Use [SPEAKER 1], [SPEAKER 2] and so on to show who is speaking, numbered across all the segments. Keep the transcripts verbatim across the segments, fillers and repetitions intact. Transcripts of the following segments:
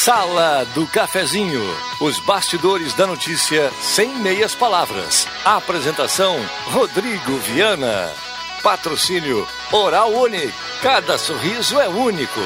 [SPEAKER 1] Sala do Cafezinho. Os bastidores da notícia sem meias palavras. Apresentação, Rodrigo Viana. Patrocínio Oral Unique. Cada sorriso é único.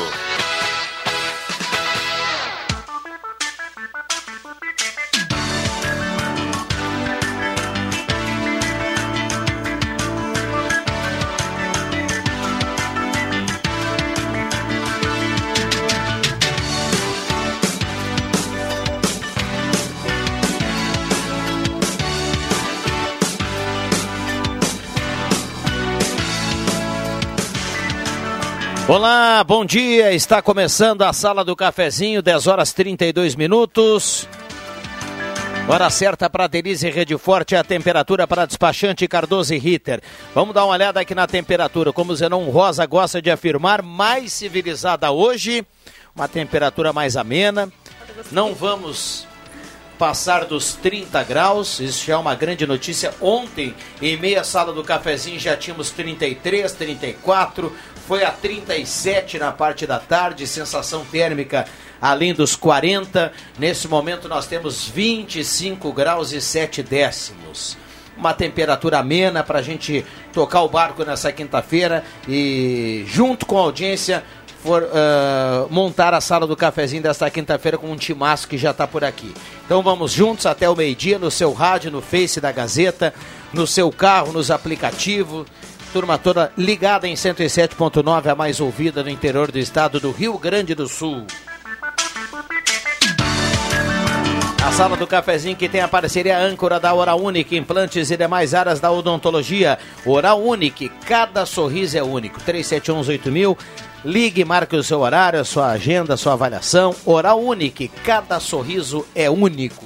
[SPEAKER 2] Olá, bom dia, está começando a Sala do Cafezinho, dez horas e trinta e dois minutos. Hora certa para Denise Rede Forte, a temperatura para despachante Cardoso e Ritter. Vamos dar uma olhada aqui na temperatura, como o Zenon Rosa gosta de afirmar, mais civilizada hoje, uma temperatura mais amena. Não vamos passar dos trinta graus, isso já é uma grande notícia. Ontem, em meia Sala do Cafezinho, já tínhamos trinta e três, trinta e quatro, foi a trinta e sete na parte da tarde, sensação térmica além dos quarenta. Nesse momento nós temos vinte e cinco graus e sete décimos. Uma temperatura amena para a gente tocar o barco nessa quinta-feira e, junto com a audiência, for, uh, montar a Sala do Cafezinho desta quinta-feira com um timaço que já está por aqui. Então vamos juntos até o meio-dia no seu rádio, no Face da Gazeta, no seu carro, nos aplicativos. Turma toda ligada em cento e sete ponto nove, a mais ouvida no interior do estado do Rio Grande do Sul. A Sala do Cafezinho que tem a parceria âncora da Oral Unique, implantes e demais áreas da odontologia. Oral Unique, cada sorriso é único. três sete um oito mil, ligue, marque o seu horário, a sua agenda, a sua avaliação. Oral Unique, cada sorriso é único.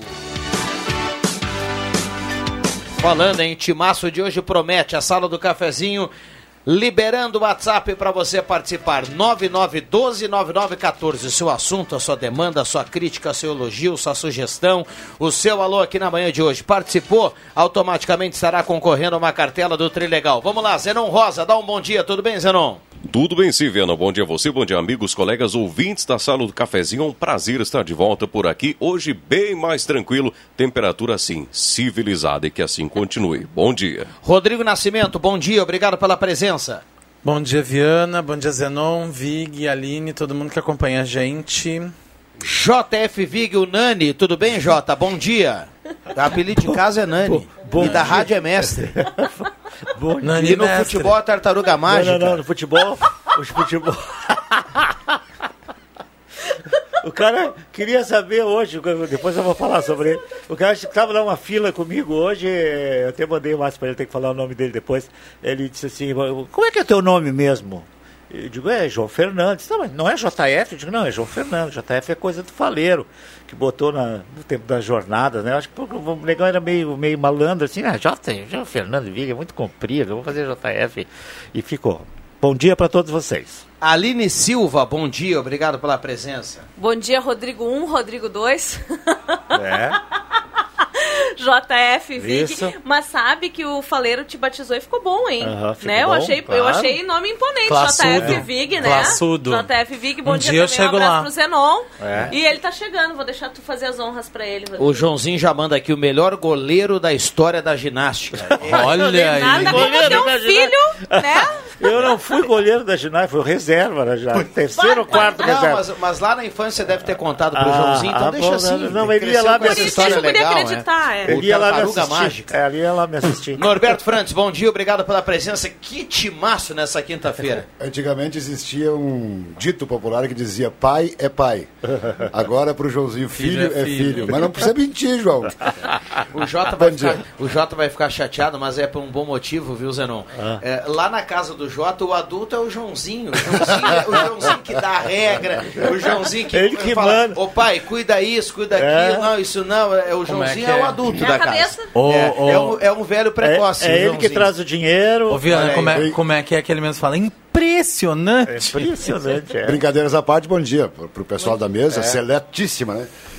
[SPEAKER 2] Falando em timaço de hoje, promete a Sala do Cafezinho, liberando o WhatsApp para você participar, nove nove um dois nove nove um quatro, o seu assunto, a sua demanda, a sua crítica, seu elogio, sua sugestão, o seu alô aqui na manhã de hoje. Participou, automaticamente estará concorrendo a uma cartela do Trilegal. Vamos lá, Zenon Rosa, dá um bom dia, tudo bem, Zenon?
[SPEAKER 3] Tudo bem, sim, Viana. Bom dia a você, bom dia, amigos, colegas, ouvintes da Sala do Cafezinho. É um prazer estar de volta por aqui. Hoje, bem mais tranquilo, temperatura assim, civilizada, e que assim continue. Bom dia.
[SPEAKER 2] Rodrigo Nascimento, bom dia, obrigado pela presença.
[SPEAKER 4] Bom dia, Viana, bom dia, Zenon, Vig, Aline, todo mundo que acompanha a gente.
[SPEAKER 2] J F Vig, o Nani, tudo bem, Jota? Bom dia. O apelido de casa é Nani. Bom, e da dia. Rádio é mestre.
[SPEAKER 4] Bom
[SPEAKER 2] Nani, e no mestre. Futebol é tartaruga mágica.
[SPEAKER 5] Não, não, não, no futebol. O futebol. O cara queria saber hoje, depois eu vou falar sobre ele. O cara estava lá uma fila comigo hoje, eu até mandei o Márcio para ele, tem que falar o nome dele depois. Ele disse assim: como é que é teu nome mesmo? Eu digo, é João Fernandes. Não, mas não é J F? Eu digo, não, é João Fernandes. J F é coisa do Faleiro, que botou na, no tempo das jornadas, né? Eu acho que o negão era meio, meio malandro, assim, ah, J, João Fernandes Viga é muito comprido, eu vou fazer J F. E ficou. Bom dia para todos vocês.
[SPEAKER 2] Aline Silva, bom dia, obrigado pela presença.
[SPEAKER 6] Bom dia, Rodrigo um, Rodrigo dois.
[SPEAKER 5] É.
[SPEAKER 6] J F Vig, mas sabe que o Faleiro te batizou e ficou bom, hein?
[SPEAKER 5] Uhum, ficou
[SPEAKER 6] né?
[SPEAKER 5] bom,
[SPEAKER 6] eu, achei,
[SPEAKER 5] claro.
[SPEAKER 6] eu achei nome imponente,
[SPEAKER 4] Classudo.
[SPEAKER 6] J F Vig, né?
[SPEAKER 4] Classudo.
[SPEAKER 6] J F Vig, bom
[SPEAKER 4] um
[SPEAKER 6] dia,
[SPEAKER 4] dia eu
[SPEAKER 6] também,
[SPEAKER 4] chego
[SPEAKER 6] um abraço
[SPEAKER 4] lá.
[SPEAKER 6] pro Zenon.
[SPEAKER 5] É.
[SPEAKER 6] E ele tá chegando, vou deixar tu fazer as honras pra ele.
[SPEAKER 2] O Joãozinho já manda aqui o melhor goleiro da história da ginástica.
[SPEAKER 4] Olha aí.
[SPEAKER 6] Nada como ter um filho, né?
[SPEAKER 5] Eu não fui goleiro da ginástica, fui reserva da ginástica. Terceiro ou quarto
[SPEAKER 2] Não,
[SPEAKER 5] reserva.
[SPEAKER 2] mas, mas lá na infância deve ter contado pro
[SPEAKER 5] Ah,
[SPEAKER 2] Joãozinho, então
[SPEAKER 5] ah,
[SPEAKER 2] deixa
[SPEAKER 5] bom,
[SPEAKER 2] assim.
[SPEAKER 5] não, não, ele ia
[SPEAKER 2] cresceu
[SPEAKER 5] lá
[SPEAKER 2] com
[SPEAKER 5] me
[SPEAKER 2] essa
[SPEAKER 6] Por isso
[SPEAKER 2] história
[SPEAKER 6] eu podia
[SPEAKER 2] legal,
[SPEAKER 6] acreditar,
[SPEAKER 2] né?
[SPEAKER 6] é.
[SPEAKER 2] O
[SPEAKER 5] Ele ia lá me
[SPEAKER 2] Tartaruga
[SPEAKER 5] assistir.
[SPEAKER 2] Mágica.
[SPEAKER 5] É, ele ia lá me assistir.
[SPEAKER 2] Norberto Frantes, bom dia, obrigado pela presença. Que timaço nessa quinta-feira.
[SPEAKER 7] Antigamente existia um dito popular que dizia pai é pai. Agora pro Joãozinho filho,
[SPEAKER 4] Filho é
[SPEAKER 7] é
[SPEAKER 4] filho.
[SPEAKER 7] filho. Mas não precisa mentir, João.
[SPEAKER 2] O Jota vai, ficar, o Jota vai ficar chateado, mas é por um bom motivo, viu, Zenon?
[SPEAKER 5] Ah.
[SPEAKER 2] É, lá na casa do Jota, o adulto é o Joãozinho. O Joãozinho, é, o Joãozinho que dá a regra, o Joãozinho que,
[SPEAKER 5] Ele que
[SPEAKER 2] fala,
[SPEAKER 5] manda.
[SPEAKER 2] ô pai, cuida isso, cuida
[SPEAKER 5] É.
[SPEAKER 2] aquilo, não, isso não. É, o
[SPEAKER 4] Como é
[SPEAKER 2] Joãozinho
[SPEAKER 4] que
[SPEAKER 2] é,
[SPEAKER 4] é?
[SPEAKER 2] o adulto
[SPEAKER 6] É
[SPEAKER 2] da
[SPEAKER 6] a cabeça.
[SPEAKER 2] casa.
[SPEAKER 4] Ô,
[SPEAKER 2] é,
[SPEAKER 4] ô.
[SPEAKER 2] é um, é um velho precoce.
[SPEAKER 5] É,
[SPEAKER 2] o
[SPEAKER 5] é ele que
[SPEAKER 2] Joãozinho.
[SPEAKER 5] traz o dinheiro.
[SPEAKER 4] Ô, Viana,
[SPEAKER 7] Olha
[SPEAKER 4] como
[SPEAKER 7] aí.
[SPEAKER 4] é, como é que é que ele mesmo fala? Impressionante.
[SPEAKER 5] É impressionante, é.
[SPEAKER 7] Brincadeiras à parte, bom dia pro, pro pessoal da mesa, seletíssima, né?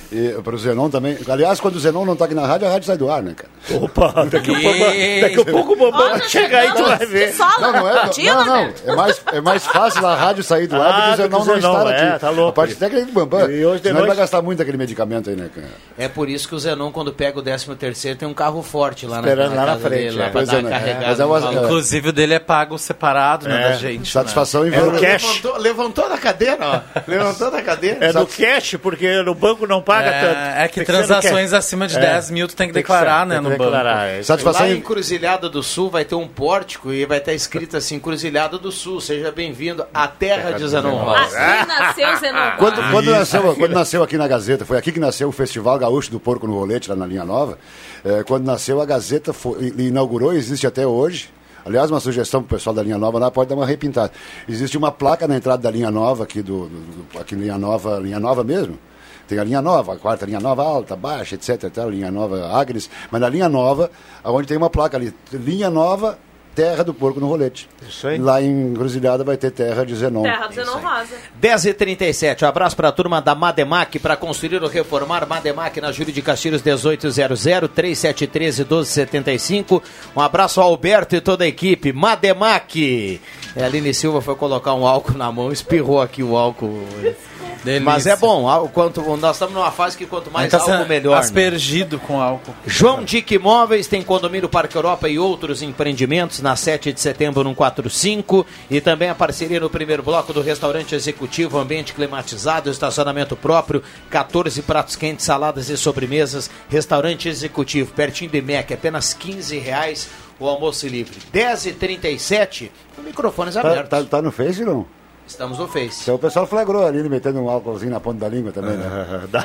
[SPEAKER 7] E para o Zenon também. Aliás, quando o Zenon não está aqui na rádio, a rádio sai do ar, né, cara?
[SPEAKER 5] Opa, daqui, a pouco, daqui a pouco o Bambam chega aí e tu vai ver.
[SPEAKER 7] Não, não é. Não, não. É mais, é mais fácil a rádio sair do ar
[SPEAKER 5] Ah,
[SPEAKER 7] do que o Zenon
[SPEAKER 5] do
[SPEAKER 7] não
[SPEAKER 5] Zenon,
[SPEAKER 7] estar
[SPEAKER 5] é,
[SPEAKER 7] aqui.
[SPEAKER 5] tá louco.
[SPEAKER 7] A parte técnica do Bambam.
[SPEAKER 5] E hoje de
[SPEAKER 7] Senão ele
[SPEAKER 5] noite-
[SPEAKER 7] vai gastar muito aquele medicamento aí, né, cara?
[SPEAKER 2] É por isso que o Zenon, quando pega o décimo terceiro, tem um carro forte lá
[SPEAKER 5] Esperando
[SPEAKER 2] na,
[SPEAKER 5] lá na
[SPEAKER 2] casa
[SPEAKER 5] frente,
[SPEAKER 2] dele, lá
[SPEAKER 5] é.
[SPEAKER 2] pra
[SPEAKER 7] Pois
[SPEAKER 2] dar
[SPEAKER 7] é,
[SPEAKER 2] uma
[SPEAKER 7] né?
[SPEAKER 2] carregada
[SPEAKER 7] Mas é uma-
[SPEAKER 2] no valor.
[SPEAKER 4] Inclusive o dele é pago separado, né,
[SPEAKER 5] É.
[SPEAKER 4] da gente.
[SPEAKER 7] Satisfação em
[SPEAKER 5] É no
[SPEAKER 7] ver.
[SPEAKER 5] cash.
[SPEAKER 2] Levantou, levantou da cadeira, ó. Levantou da cadeira.
[SPEAKER 5] É no cash, porque no banco não paga
[SPEAKER 4] É,
[SPEAKER 5] tanto.
[SPEAKER 4] é que
[SPEAKER 5] Tem ser no
[SPEAKER 4] transações
[SPEAKER 5] cash.
[SPEAKER 4] acima de
[SPEAKER 5] É.
[SPEAKER 4] dez mil tu tem que
[SPEAKER 5] Tem que
[SPEAKER 4] declarar,
[SPEAKER 5] ser,
[SPEAKER 4] né,
[SPEAKER 5] tem que
[SPEAKER 4] no
[SPEAKER 5] declarar,
[SPEAKER 4] banco.
[SPEAKER 5] é.
[SPEAKER 7] Satisfação
[SPEAKER 2] Lá em
[SPEAKER 7] em...
[SPEAKER 2] Encruzilhada do Sul vai ter um pórtico e vai estar escrito assim, Encruzilhada do Sul, seja bem-vindo à terra de Zenon Rosa.
[SPEAKER 6] Aqui nasceu Zenon.
[SPEAKER 7] Quando, quando, nasceu, quando nasceu aqui na Gazeta, foi aqui que nasceu o Festival Gaúcho do Porco no Rolete, lá na Linha Nova. É, quando nasceu a Gazeta, foi, inaugurou, existe até hoje. Aliás, uma sugestão para o pessoal da Linha Nova lá, pode dar uma repintada. Existe uma placa na entrada da Linha Nova, aqui do, do, do aqui Linha Nova, Linha Nova mesmo. Tem a linha nova, a quarta linha nova alta, baixa, etc, etc, linha nova Agnes, mas na linha nova, onde tem uma placa ali, linha nova, terra do porco no rolete.
[SPEAKER 5] Isso aí.
[SPEAKER 7] Lá em Encruzilhada vai ter terra de Zenon.
[SPEAKER 6] Terra do Zenon Rosa.
[SPEAKER 2] dez e trinta e sete, um abraço para a turma da Mademac para construir ou reformar. Mademac na Júlio de Castilhos dezoito zero zero, três sete um três, um doze sete cinco. Um abraço ao Alberto e toda a equipe. Mademac. A Aline Silva foi colocar um álcool na mão, espirrou aqui o álcool.
[SPEAKER 4] Delícia.
[SPEAKER 2] Mas é bom, o quanto, nós estamos numa fase que quanto mais
[SPEAKER 4] Tá
[SPEAKER 2] álcool,
[SPEAKER 4] sendo
[SPEAKER 2] melhor. Né?
[SPEAKER 4] aspergido com álcool.
[SPEAKER 2] João Dick Imóveis tem condomínio Parque Europa e outros empreendimentos na sete de setembro, no quatro cinco. E também a parceria no primeiro bloco do restaurante executivo, ambiente climatizado, estacionamento próprio, catorze pratos quentes, saladas e sobremesas. Restaurante executivo, pertinho do I M E C, apenas quinze reais o almoço livre. dez e trinta e sete, com microfones
[SPEAKER 7] Tá,
[SPEAKER 2] abertos.
[SPEAKER 7] tá, tá no Face, não?
[SPEAKER 2] Estamos no Face.
[SPEAKER 7] Então o pessoal flagrou ali, ele metendo um álcoolzinho na ponta da língua também, né?
[SPEAKER 6] Pra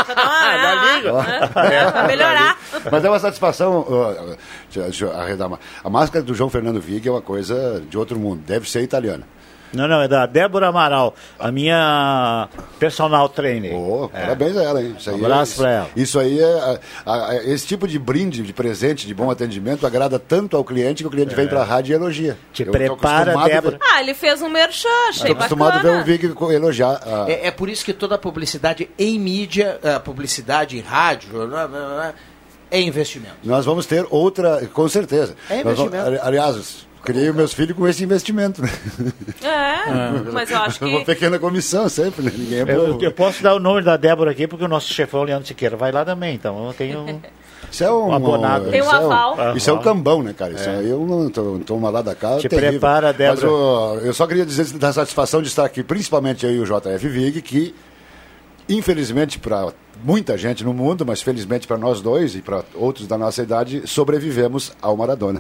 [SPEAKER 6] melhorar.
[SPEAKER 7] Mas é uma satisfação uh, deixa, deixa eu arredar uma- a máscara do João Fernando Vig é uma coisa de outro mundo, deve ser italiana.
[SPEAKER 5] Não, não, é da Débora Amaral, a minha personal trainer.
[SPEAKER 7] Oh, parabéns a ela, hein? Isso aí
[SPEAKER 5] Um abraço
[SPEAKER 7] é,
[SPEAKER 5] pra ela.
[SPEAKER 7] Isso aí é. a- a- esse tipo de brinde, de presente, de bom atendimento, agrada tanto ao cliente que o cliente vem pra rádio e elogia.
[SPEAKER 5] Te
[SPEAKER 7] Eu tô
[SPEAKER 5] prepara,
[SPEAKER 7] acostumado
[SPEAKER 5] Débora.
[SPEAKER 6] Ah, ele fez um merchan, achei
[SPEAKER 7] Estou acostumado a ver o
[SPEAKER 6] bacana.
[SPEAKER 7] Vig co- elogiar. a-
[SPEAKER 2] É, é por isso que toda publicidade em mídia, a publicidade em rádio, blá, blá, blá, é investimento.
[SPEAKER 7] Nós vamos ter outra, com certeza.
[SPEAKER 2] É
[SPEAKER 7] Nós vamos-
[SPEAKER 2] investimento.
[SPEAKER 7] ali- aliás, criei os meus filhos com esse investimento. Né?
[SPEAKER 6] É, mas eu acho
[SPEAKER 7] Uma
[SPEAKER 6] que...
[SPEAKER 7] pequena comissão sempre, né? Ninguém é
[SPEAKER 5] Eu,
[SPEAKER 7] bobo.
[SPEAKER 5] eu posso dar o nome da Débora aqui, porque o nosso chefão Leandro Siqueira vai lá também, então eu tenho...
[SPEAKER 7] Isso é um,
[SPEAKER 5] Um abonado.
[SPEAKER 6] Tem um
[SPEAKER 7] isso é
[SPEAKER 6] aval.
[SPEAKER 7] Isso é um cambão, né, cara? Isso aí eu não tô, tô uma lá da cá.
[SPEAKER 5] Te
[SPEAKER 7] terrível.
[SPEAKER 5] prepara, Débora.
[SPEAKER 7] Mas o- eu só queria dizer da satisfação de estar aqui, principalmente eu e o J F Vig, que infelizmente para muita gente no mundo, mas felizmente para nós dois e para outros da nossa idade, sobrevivemos ao Maradona.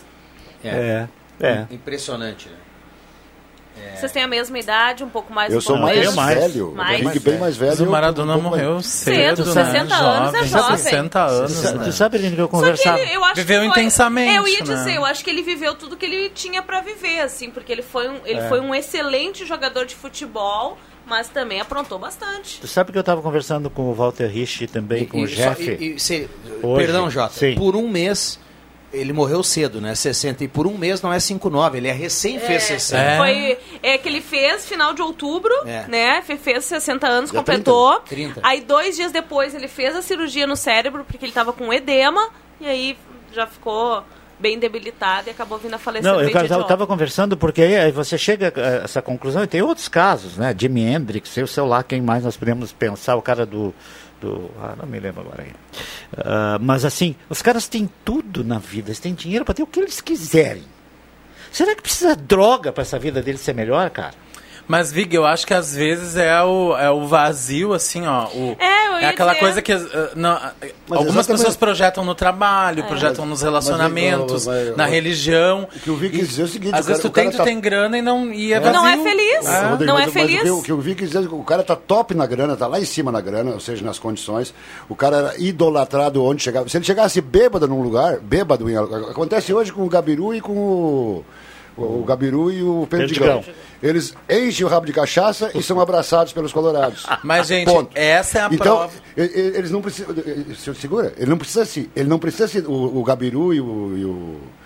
[SPEAKER 5] É, é.
[SPEAKER 2] Impressionante, né?
[SPEAKER 6] Vocês têm a mesma idade, um pouco mais...
[SPEAKER 7] Eu
[SPEAKER 6] um
[SPEAKER 7] sou
[SPEAKER 6] pouco
[SPEAKER 7] mais,
[SPEAKER 6] menos.
[SPEAKER 5] mais.
[SPEAKER 7] velho,
[SPEAKER 6] Mais.
[SPEAKER 7] o Vig bem mais velho.
[SPEAKER 4] Mas o
[SPEAKER 7] eu
[SPEAKER 4] Maradona
[SPEAKER 7] um pouco mais-
[SPEAKER 4] morreu cedo,
[SPEAKER 6] Cedo,
[SPEAKER 4] né?
[SPEAKER 6] sessenta anos é jovem.
[SPEAKER 4] sessenta anos,
[SPEAKER 5] Sa-
[SPEAKER 4] né?
[SPEAKER 5] Tu sabe, Aline, que eu
[SPEAKER 6] Só que
[SPEAKER 5] conversava...
[SPEAKER 6] ele, eu acho
[SPEAKER 4] Viveu
[SPEAKER 6] que foi,
[SPEAKER 4] intensamente,
[SPEAKER 6] Eu ia
[SPEAKER 4] né?
[SPEAKER 6] dizer, eu acho que ele viveu tudo que ele tinha pra viver, assim, porque ele foi um,
[SPEAKER 5] É.
[SPEAKER 6] ele foi um excelente jogador de futebol, mas também aprontou bastante.
[SPEAKER 5] Tu sabe que eu estava conversando com o Walter Rich e também com
[SPEAKER 2] E-
[SPEAKER 5] o
[SPEAKER 2] e só-
[SPEAKER 5] Jeff?
[SPEAKER 2] e- e se-
[SPEAKER 5] Hoje.
[SPEAKER 2] Perdão, Jota.
[SPEAKER 5] Sim.
[SPEAKER 2] Por um mês, ele morreu cedo, né? sessenta. E por um mês não é cinquenta e nove, ele é recém fez sessenta.
[SPEAKER 4] É.
[SPEAKER 6] Foi é que ele fez final de outubro,
[SPEAKER 2] É.
[SPEAKER 6] né? Fe- Fez sessenta anos,
[SPEAKER 7] Dia
[SPEAKER 6] completou.
[SPEAKER 2] trinta.
[SPEAKER 6] Aí dois dias depois ele fez a cirurgia no cérebro porque ele tava com edema e aí já ficou bem debilitado e acabou vindo a falecer.
[SPEAKER 5] Não,
[SPEAKER 6] bem
[SPEAKER 5] eu
[SPEAKER 6] de idiota.
[SPEAKER 5] estava conversando porque aí, aí você chega a essa conclusão e tem outros casos, né? Jimi Hendrix, eu sei lá quem mais nós podemos pensar, o cara do... do ah, não me lembro agora. Aí. Ah, mas assim, os caras têm tudo na vida, eles têm dinheiro para ter o que eles quiserem. Será que precisa droga para essa vida deles ser melhor, cara?
[SPEAKER 4] Mas, Vig, eu acho que às vezes é o, é o vazio, assim, ó. O,
[SPEAKER 6] É, eu ia
[SPEAKER 4] aquela
[SPEAKER 6] dizer.
[SPEAKER 4] coisa que uh, não, uh, algumas
[SPEAKER 7] exatamente.
[SPEAKER 4] pessoas projetam no trabalho, projetam nos relacionamentos,
[SPEAKER 7] mas, mas,
[SPEAKER 4] na
[SPEAKER 7] mas,
[SPEAKER 4] religião.
[SPEAKER 7] O que o Vig quis dizer é o seguinte...
[SPEAKER 4] Às
[SPEAKER 7] o
[SPEAKER 4] vezes
[SPEAKER 7] cara-
[SPEAKER 4] tu
[SPEAKER 7] o cara
[SPEAKER 4] tem, tu
[SPEAKER 7] tá-
[SPEAKER 4] tem grana e não e é vazio.
[SPEAKER 6] Não é feliz.
[SPEAKER 4] É.
[SPEAKER 7] Rodrigo,
[SPEAKER 6] Não é
[SPEAKER 7] mas, mas
[SPEAKER 6] feliz.
[SPEAKER 7] o que, o que eu vi que dizer, o cara tá top na grana, tá lá em cima na grana, ou seja, nas condições. O cara era idolatrado onde chegava. Se ele chegasse bêbado num lugar, bêbado, em- acontece hoje com o Gabiru e com o, o, o Gabiru e o Perdigão.
[SPEAKER 5] Perdigão.
[SPEAKER 7] Eles enchem o rabo de cachaça e são abraçados pelos colorados.
[SPEAKER 4] Mas, gente,
[SPEAKER 7] Ponto.
[SPEAKER 4] essa é a
[SPEAKER 7] então,
[SPEAKER 4] prova.
[SPEAKER 7] e- e- eles não precisam. Se segura? Ele não precisa se. Ele não precisa se. O, o Gabiru e o. E o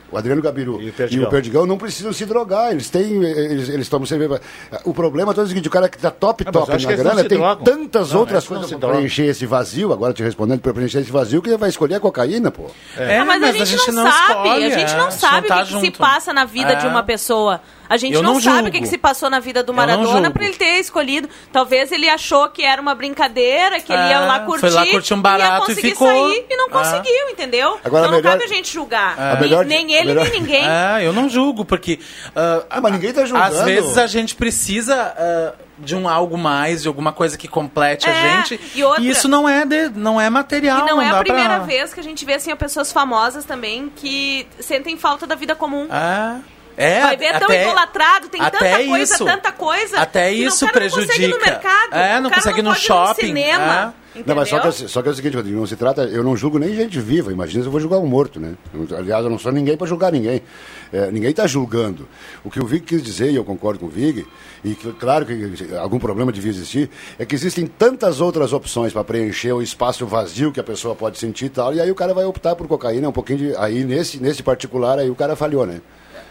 [SPEAKER 7] o Adriano Gabiru
[SPEAKER 5] E o
[SPEAKER 7] e
[SPEAKER 5] Perdigão.
[SPEAKER 7] o Perdigão não precisam se drogar, eles têm, eles, eles tomam cerveja. O problema é todo o seguinte, o cara que tá top,
[SPEAKER 5] Ah, mas
[SPEAKER 7] top
[SPEAKER 5] eu acho
[SPEAKER 7] na
[SPEAKER 5] que eles não
[SPEAKER 7] grana,
[SPEAKER 5] se
[SPEAKER 7] tem
[SPEAKER 5] drogam.
[SPEAKER 7] tantas
[SPEAKER 5] Não,
[SPEAKER 7] outras
[SPEAKER 5] eles não
[SPEAKER 7] coisas
[SPEAKER 5] se
[SPEAKER 7] para
[SPEAKER 5] drogam.
[SPEAKER 7] preencher esse vazio, agora te respondendo, para preencher esse vazio, que ele vai escolher a cocaína, pô.
[SPEAKER 4] É,
[SPEAKER 6] Ah, mas, a gente, não, sabe,
[SPEAKER 4] escolhe,
[SPEAKER 6] a gente
[SPEAKER 4] é,
[SPEAKER 6] não sabe o
[SPEAKER 4] tá
[SPEAKER 6] que, que se
[SPEAKER 4] junto.
[SPEAKER 6] passa na vida
[SPEAKER 4] É.
[SPEAKER 6] de uma pessoa. A gente
[SPEAKER 4] Eu
[SPEAKER 6] não,
[SPEAKER 4] não
[SPEAKER 6] sabe
[SPEAKER 4] julgo.
[SPEAKER 6] o que, que se passou na vida do
[SPEAKER 4] Eu não
[SPEAKER 6] Maradona
[SPEAKER 4] julgo.
[SPEAKER 6] pra ele ter escolhido. Talvez ele achou que era uma brincadeira, que ele ia
[SPEAKER 4] É,
[SPEAKER 6] lá curtir,
[SPEAKER 4] foi lá curtir um barato
[SPEAKER 6] ia
[SPEAKER 4] e
[SPEAKER 6] conseguir
[SPEAKER 4] ficou.
[SPEAKER 6] sair e não
[SPEAKER 4] É.
[SPEAKER 6] conseguiu, entendeu?
[SPEAKER 7] Agora,
[SPEAKER 6] então não
[SPEAKER 7] melhor-
[SPEAKER 6] cabe a gente julgar.
[SPEAKER 7] A
[SPEAKER 6] Nem-
[SPEAKER 7] melhor-
[SPEAKER 6] nem
[SPEAKER 7] a
[SPEAKER 6] ele,
[SPEAKER 7] melhor-
[SPEAKER 6] nem ninguém.
[SPEAKER 4] É, eu não julgo, porque... ah,
[SPEAKER 7] Ah, mas ninguém tá julgando.
[SPEAKER 4] Às vezes a gente precisa ah, de um algo mais, de alguma coisa que complete a
[SPEAKER 6] É,
[SPEAKER 4] gente.
[SPEAKER 6] e outra-
[SPEAKER 4] isso não é, de, não é material.
[SPEAKER 6] E não, é
[SPEAKER 4] dá
[SPEAKER 6] a primeira
[SPEAKER 4] pra...
[SPEAKER 6] vez que a gente vê assim, pessoas famosas também que sentem falta da vida comum.
[SPEAKER 4] Ah, é,
[SPEAKER 6] Vai ver tão
[SPEAKER 4] até-
[SPEAKER 6] idolatrado, tem
[SPEAKER 4] até
[SPEAKER 6] tanta coisa,
[SPEAKER 4] isso.
[SPEAKER 6] tanta coisa.
[SPEAKER 4] Até
[SPEAKER 6] que
[SPEAKER 4] isso
[SPEAKER 6] o cara não consegue ir no
[SPEAKER 4] prejudica.
[SPEAKER 6] mercado.
[SPEAKER 4] É, não
[SPEAKER 6] o cara
[SPEAKER 4] consegue ir no
[SPEAKER 6] pode
[SPEAKER 4] shopping.
[SPEAKER 6] Ir no cinema.
[SPEAKER 4] É.
[SPEAKER 7] Não, mas só que,
[SPEAKER 6] entendeu?
[SPEAKER 7] só que é o seguinte, Rodrigo, não se trata, eu não julgo nem gente viva, imagina se eu vou julgar um morto, né? Eu, aliás, eu não sou ninguém para julgar ninguém. É, ninguém está julgando. O que o Vig quis dizer, e eu concordo com o Vig, e que, claro que algum problema devia existir, é que existem tantas outras opções para preencher o espaço vazio que a pessoa pode sentir e tal, e aí o cara vai optar por cocaína, um pouquinho de... Aí, nesse, nesse particular, aí o cara falhou, né?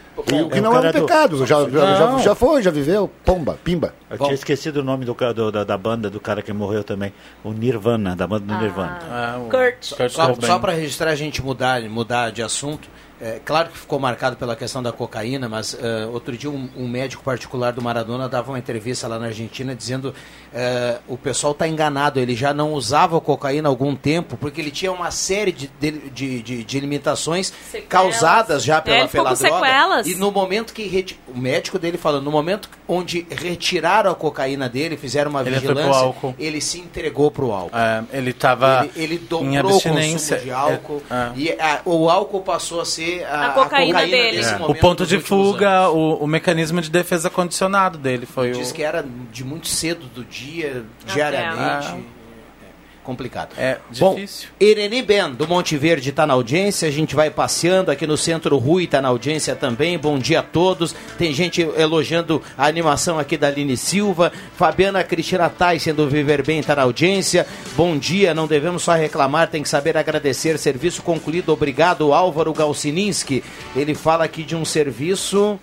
[SPEAKER 7] E o que
[SPEAKER 5] É,
[SPEAKER 7] não
[SPEAKER 5] o
[SPEAKER 7] é um
[SPEAKER 5] cara do-
[SPEAKER 7] pecado, já, já, já,
[SPEAKER 4] Não.
[SPEAKER 7] já foi, já viveu, pomba, pimba.
[SPEAKER 5] Eu tinha esquecido o nome do, ca- do- da, da banda do cara que morreu também. O Nirvana, da banda do Nirvana.
[SPEAKER 4] Ah, o-
[SPEAKER 6] Kurt.
[SPEAKER 4] Kurt
[SPEAKER 2] Só,
[SPEAKER 4] Cobain.
[SPEAKER 2] só para registrar a gente mudar, mudar de assunto, é, claro que ficou marcado pela questão da cocaína, mas é, outro dia um, um médico particular do Maradona dava uma entrevista lá na Argentina dizendo é, o pessoal está enganado, ele já não usava cocaína há algum tempo, porque ele tinha uma série de, de, de, de- de limitações
[SPEAKER 6] Sequelas.
[SPEAKER 2] causadas já
[SPEAKER 6] É,
[SPEAKER 2] pela,
[SPEAKER 6] ele ficou
[SPEAKER 2] pela
[SPEAKER 6] com
[SPEAKER 2] droga.
[SPEAKER 6] sequelas.
[SPEAKER 2] E no momento que reti- o médico dele falando, no momento onde retiraram a cocaína dele, fizeram uma
[SPEAKER 4] Ele foi pro
[SPEAKER 2] vigilância,
[SPEAKER 4] álcool.
[SPEAKER 2] ele se entregou para o álcool.
[SPEAKER 4] É, ele estava
[SPEAKER 2] Ele, ele
[SPEAKER 4] em
[SPEAKER 2] dobrou o
[SPEAKER 4] abstinência.
[SPEAKER 2] consumo de álcool
[SPEAKER 4] É, é.
[SPEAKER 2] e a- o álcool passou a ser a,
[SPEAKER 6] A cocaína dele.
[SPEAKER 2] nesse
[SPEAKER 6] É.
[SPEAKER 4] O
[SPEAKER 2] momento
[SPEAKER 4] ponto
[SPEAKER 2] dos
[SPEAKER 4] de
[SPEAKER 2] últimos
[SPEAKER 4] fuga,
[SPEAKER 2] anos.
[SPEAKER 4] o, o mecanismo de defesa condicionado dele foi
[SPEAKER 2] Diz
[SPEAKER 4] o...
[SPEAKER 2] que era de muito cedo do dia,
[SPEAKER 6] Até.
[SPEAKER 2] diariamente.
[SPEAKER 4] Ah.
[SPEAKER 2] É complicado.
[SPEAKER 4] É
[SPEAKER 2] Bom,
[SPEAKER 4] difícil.
[SPEAKER 2] Irene Ben, do Monte Verde, está na audiência. A gente vai passeando aqui no Centro Rui, está na audiência também. Bom dia a todos. Tem gente elogiando a animação aqui da Aline Silva. Fabiana Cristina Tyson do Viver Bem está na audiência. Bom dia, não devemos só reclamar, tem que saber agradecer. Serviço concluído, obrigado, Álvaro Galcininski. Ele fala aqui de um serviço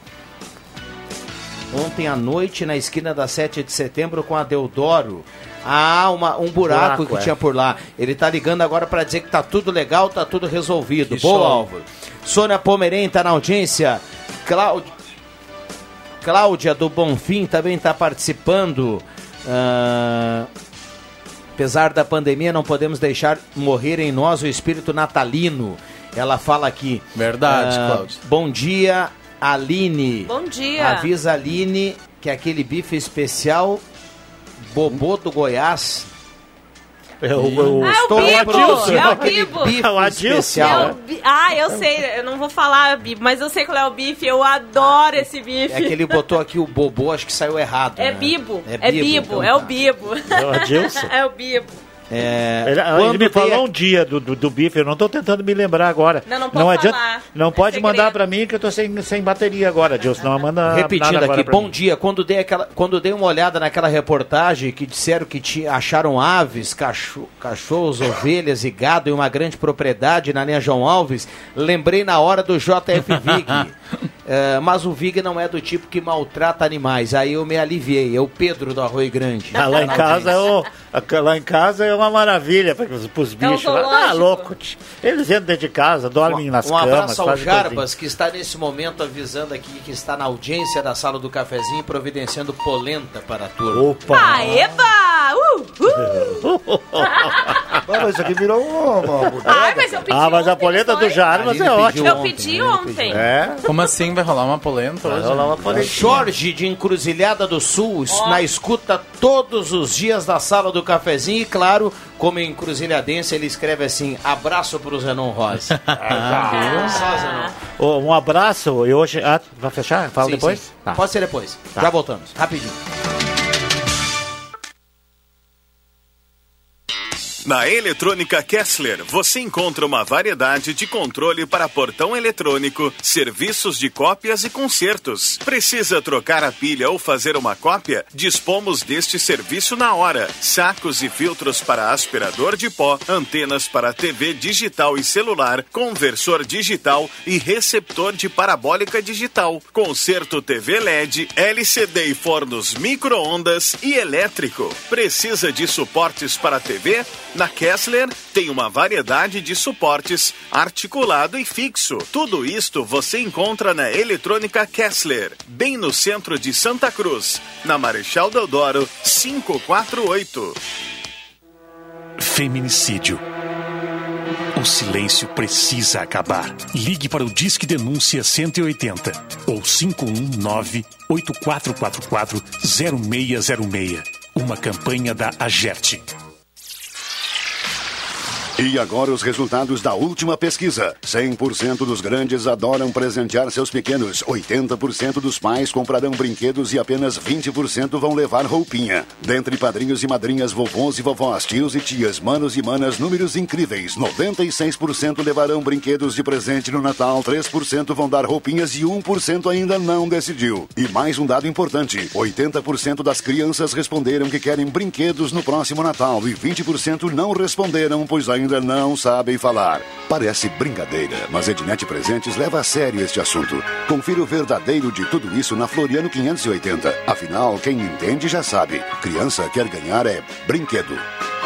[SPEAKER 2] ontem à noite na esquina da sete de setembro com a Deodoro. Ah, uma, um buraco,
[SPEAKER 5] Buraco,
[SPEAKER 2] que
[SPEAKER 5] é.
[SPEAKER 2] tinha por lá. Ele tá ligando agora para dizer que tá tudo legal, tá tudo resolvido.
[SPEAKER 4] Que
[SPEAKER 2] Boa,
[SPEAKER 4] show.
[SPEAKER 2] Álvaro. Sônia Pomerém tá na audiência. Cláudia, Cláudia do Bonfim também tá participando. Ah, apesar da pandemia, não podemos deixar morrer em nós o espírito natalino. Ela fala aqui.
[SPEAKER 4] Verdade,
[SPEAKER 2] Ah,
[SPEAKER 4] Cláudia.
[SPEAKER 2] Bom dia, Aline.
[SPEAKER 6] Bom dia.
[SPEAKER 2] Avisa a Aline que aquele bife especial Bobô do Goiás.
[SPEAKER 5] É o, o,
[SPEAKER 6] Ah, é o
[SPEAKER 2] Estou
[SPEAKER 6] Bibo,
[SPEAKER 2] Adilson,
[SPEAKER 6] é o
[SPEAKER 2] aquele
[SPEAKER 6] Bibo.
[SPEAKER 2] bife
[SPEAKER 5] É o Adilson,
[SPEAKER 2] especial.
[SPEAKER 6] É o bi- Ah, eu sei, eu não vou falar bife, mas eu sei qual é o bife, eu adoro esse bife.
[SPEAKER 2] É que ele botou aqui o Bobô, acho que saiu errado.
[SPEAKER 6] É
[SPEAKER 2] né?
[SPEAKER 6] bibo, é bibo,
[SPEAKER 2] então
[SPEAKER 6] é o
[SPEAKER 2] tá.
[SPEAKER 6] bibo.
[SPEAKER 5] É o Adilson.
[SPEAKER 6] É o bibo.
[SPEAKER 2] É,
[SPEAKER 5] Ele, ele
[SPEAKER 2] quando
[SPEAKER 5] me
[SPEAKER 2] dei
[SPEAKER 5] falou
[SPEAKER 2] a-
[SPEAKER 5] um dia do, do, do bife, eu não estou tentando me lembrar agora.
[SPEAKER 6] Não, não pode
[SPEAKER 5] adianta,
[SPEAKER 6] falar.
[SPEAKER 5] não
[SPEAKER 6] É
[SPEAKER 5] pode
[SPEAKER 6] segredo.
[SPEAKER 5] mandar para mim que eu estou sem, sem bateria agora, Adilson. Não manda
[SPEAKER 2] Repetindo
[SPEAKER 5] nada agora
[SPEAKER 2] aqui,
[SPEAKER 5] pra
[SPEAKER 2] bom
[SPEAKER 5] mim.
[SPEAKER 2] dia. Quando dei, aquela, quando dei uma olhada naquela reportagem que disseram que tinha, acharam aves, cacho, cachorros, ovelhas e gado em uma grande propriedade na linha João Alves, lembrei na hora do J F Vig. É, mas o Vig não é do tipo que maltrata animais. Aí eu me aliviei. É o Pedro do Arroio Grande.
[SPEAKER 5] Ah, lá em casa é o, lá em casa é uma maravilha para os bichos.
[SPEAKER 6] É um
[SPEAKER 5] lá.
[SPEAKER 6] zoológico.
[SPEAKER 5] Ah, louco. tch. Eles entram dentro de casa, dormem nas
[SPEAKER 2] Um
[SPEAKER 5] camas.
[SPEAKER 2] abraço ao
[SPEAKER 5] fazem
[SPEAKER 2] Jarbas, que está nesse momento avisando aqui que está na audiência da sala do cafezinho, providenciando polenta para a turma.
[SPEAKER 5] coisinhas. Opa!
[SPEAKER 6] Ah, eba! Uh, uh.
[SPEAKER 7] Ah, mas isso aqui virou uma, uma bodega.
[SPEAKER 6] Ai, mas eu pedi
[SPEAKER 5] Ah, mas a
[SPEAKER 6] ontem,
[SPEAKER 5] polenta
[SPEAKER 6] não
[SPEAKER 5] do
[SPEAKER 6] foi?
[SPEAKER 5] Jarbas
[SPEAKER 2] Aline
[SPEAKER 5] é
[SPEAKER 2] pediu
[SPEAKER 5] ótima.
[SPEAKER 6] Eu
[SPEAKER 2] ontem,
[SPEAKER 6] pedi
[SPEAKER 2] né?
[SPEAKER 6] ontem.
[SPEAKER 5] É.
[SPEAKER 4] Como assim? Vai rolar uma polenta
[SPEAKER 5] Vai
[SPEAKER 4] hoje?
[SPEAKER 5] rolar uma polenta.
[SPEAKER 2] Jorge de Encruzilhada do Sul,
[SPEAKER 6] Ó.
[SPEAKER 2] na escuta todos os dias da sala do cafezinho e claro, como encruzilhadense, ele escreve assim, abraço pro Zenon Rosa.
[SPEAKER 6] Ah.
[SPEAKER 2] Só Zenon.
[SPEAKER 5] Ô, um abraço. E hoje. Ah, vai fechar? Fala
[SPEAKER 2] Sim,
[SPEAKER 5] depois?
[SPEAKER 2] sim.
[SPEAKER 5] Tá.
[SPEAKER 2] Pode ser depois.
[SPEAKER 5] Tá.
[SPEAKER 2] Já voltamos. Rapidinho.
[SPEAKER 8] Na Eletrônica Kessler, você encontra uma variedade de controle para portão eletrônico, serviços de cópias e consertos. Precisa trocar a pilha ou fazer uma cópia? Dispomos deste serviço na hora. Sacos e filtros para aspirador de pó, antenas para T V digital e celular, conversor digital e receptor de parabólica digital. Conserto T V L E D, L C D e fornos micro-ondas e elétrico. Precisa de suportes para T V? Na Kessler tem uma variedade de suportes, articulado e fixo. Tudo isto você encontra na Eletrônica Kessler, bem no centro de Santa Cruz, na Marechal Deodoro, quinhentos e quarenta e oito.
[SPEAKER 9] Feminicídio. O silêncio precisa acabar. Ligue para o Disque Denúncia cento e oitenta ou cinco um nove, oito quatro quatro quatro, zero seis zero seis. Uma campanha da Agerte.
[SPEAKER 10] E agora os resultados da última pesquisa. cem por cento dos grandes adoram presentear seus pequenos. oitenta por cento dos pais comprarão brinquedos e apenas vinte por cento vão levar roupinha. Dentre padrinhos e madrinhas, vovôs e vovós, tios e tias, manos e manas, números incríveis. noventa e seis por cento levarão brinquedos de presente no Natal, três por cento vão dar roupinhas e um por cento ainda não decidiu. E mais um dado importante. oitenta por cento das crianças responderam que querem brinquedos no próximo Natal e vinte por cento não responderam, pois ainda ainda não sabem falar. Parece brincadeira, mas Ednet Presentes leva a sério este assunto. Confira o verdadeiro de tudo isso na Floriano quinhentos e oitenta. Afinal, quem entende já sabe. Criança quer ganhar é brinquedo.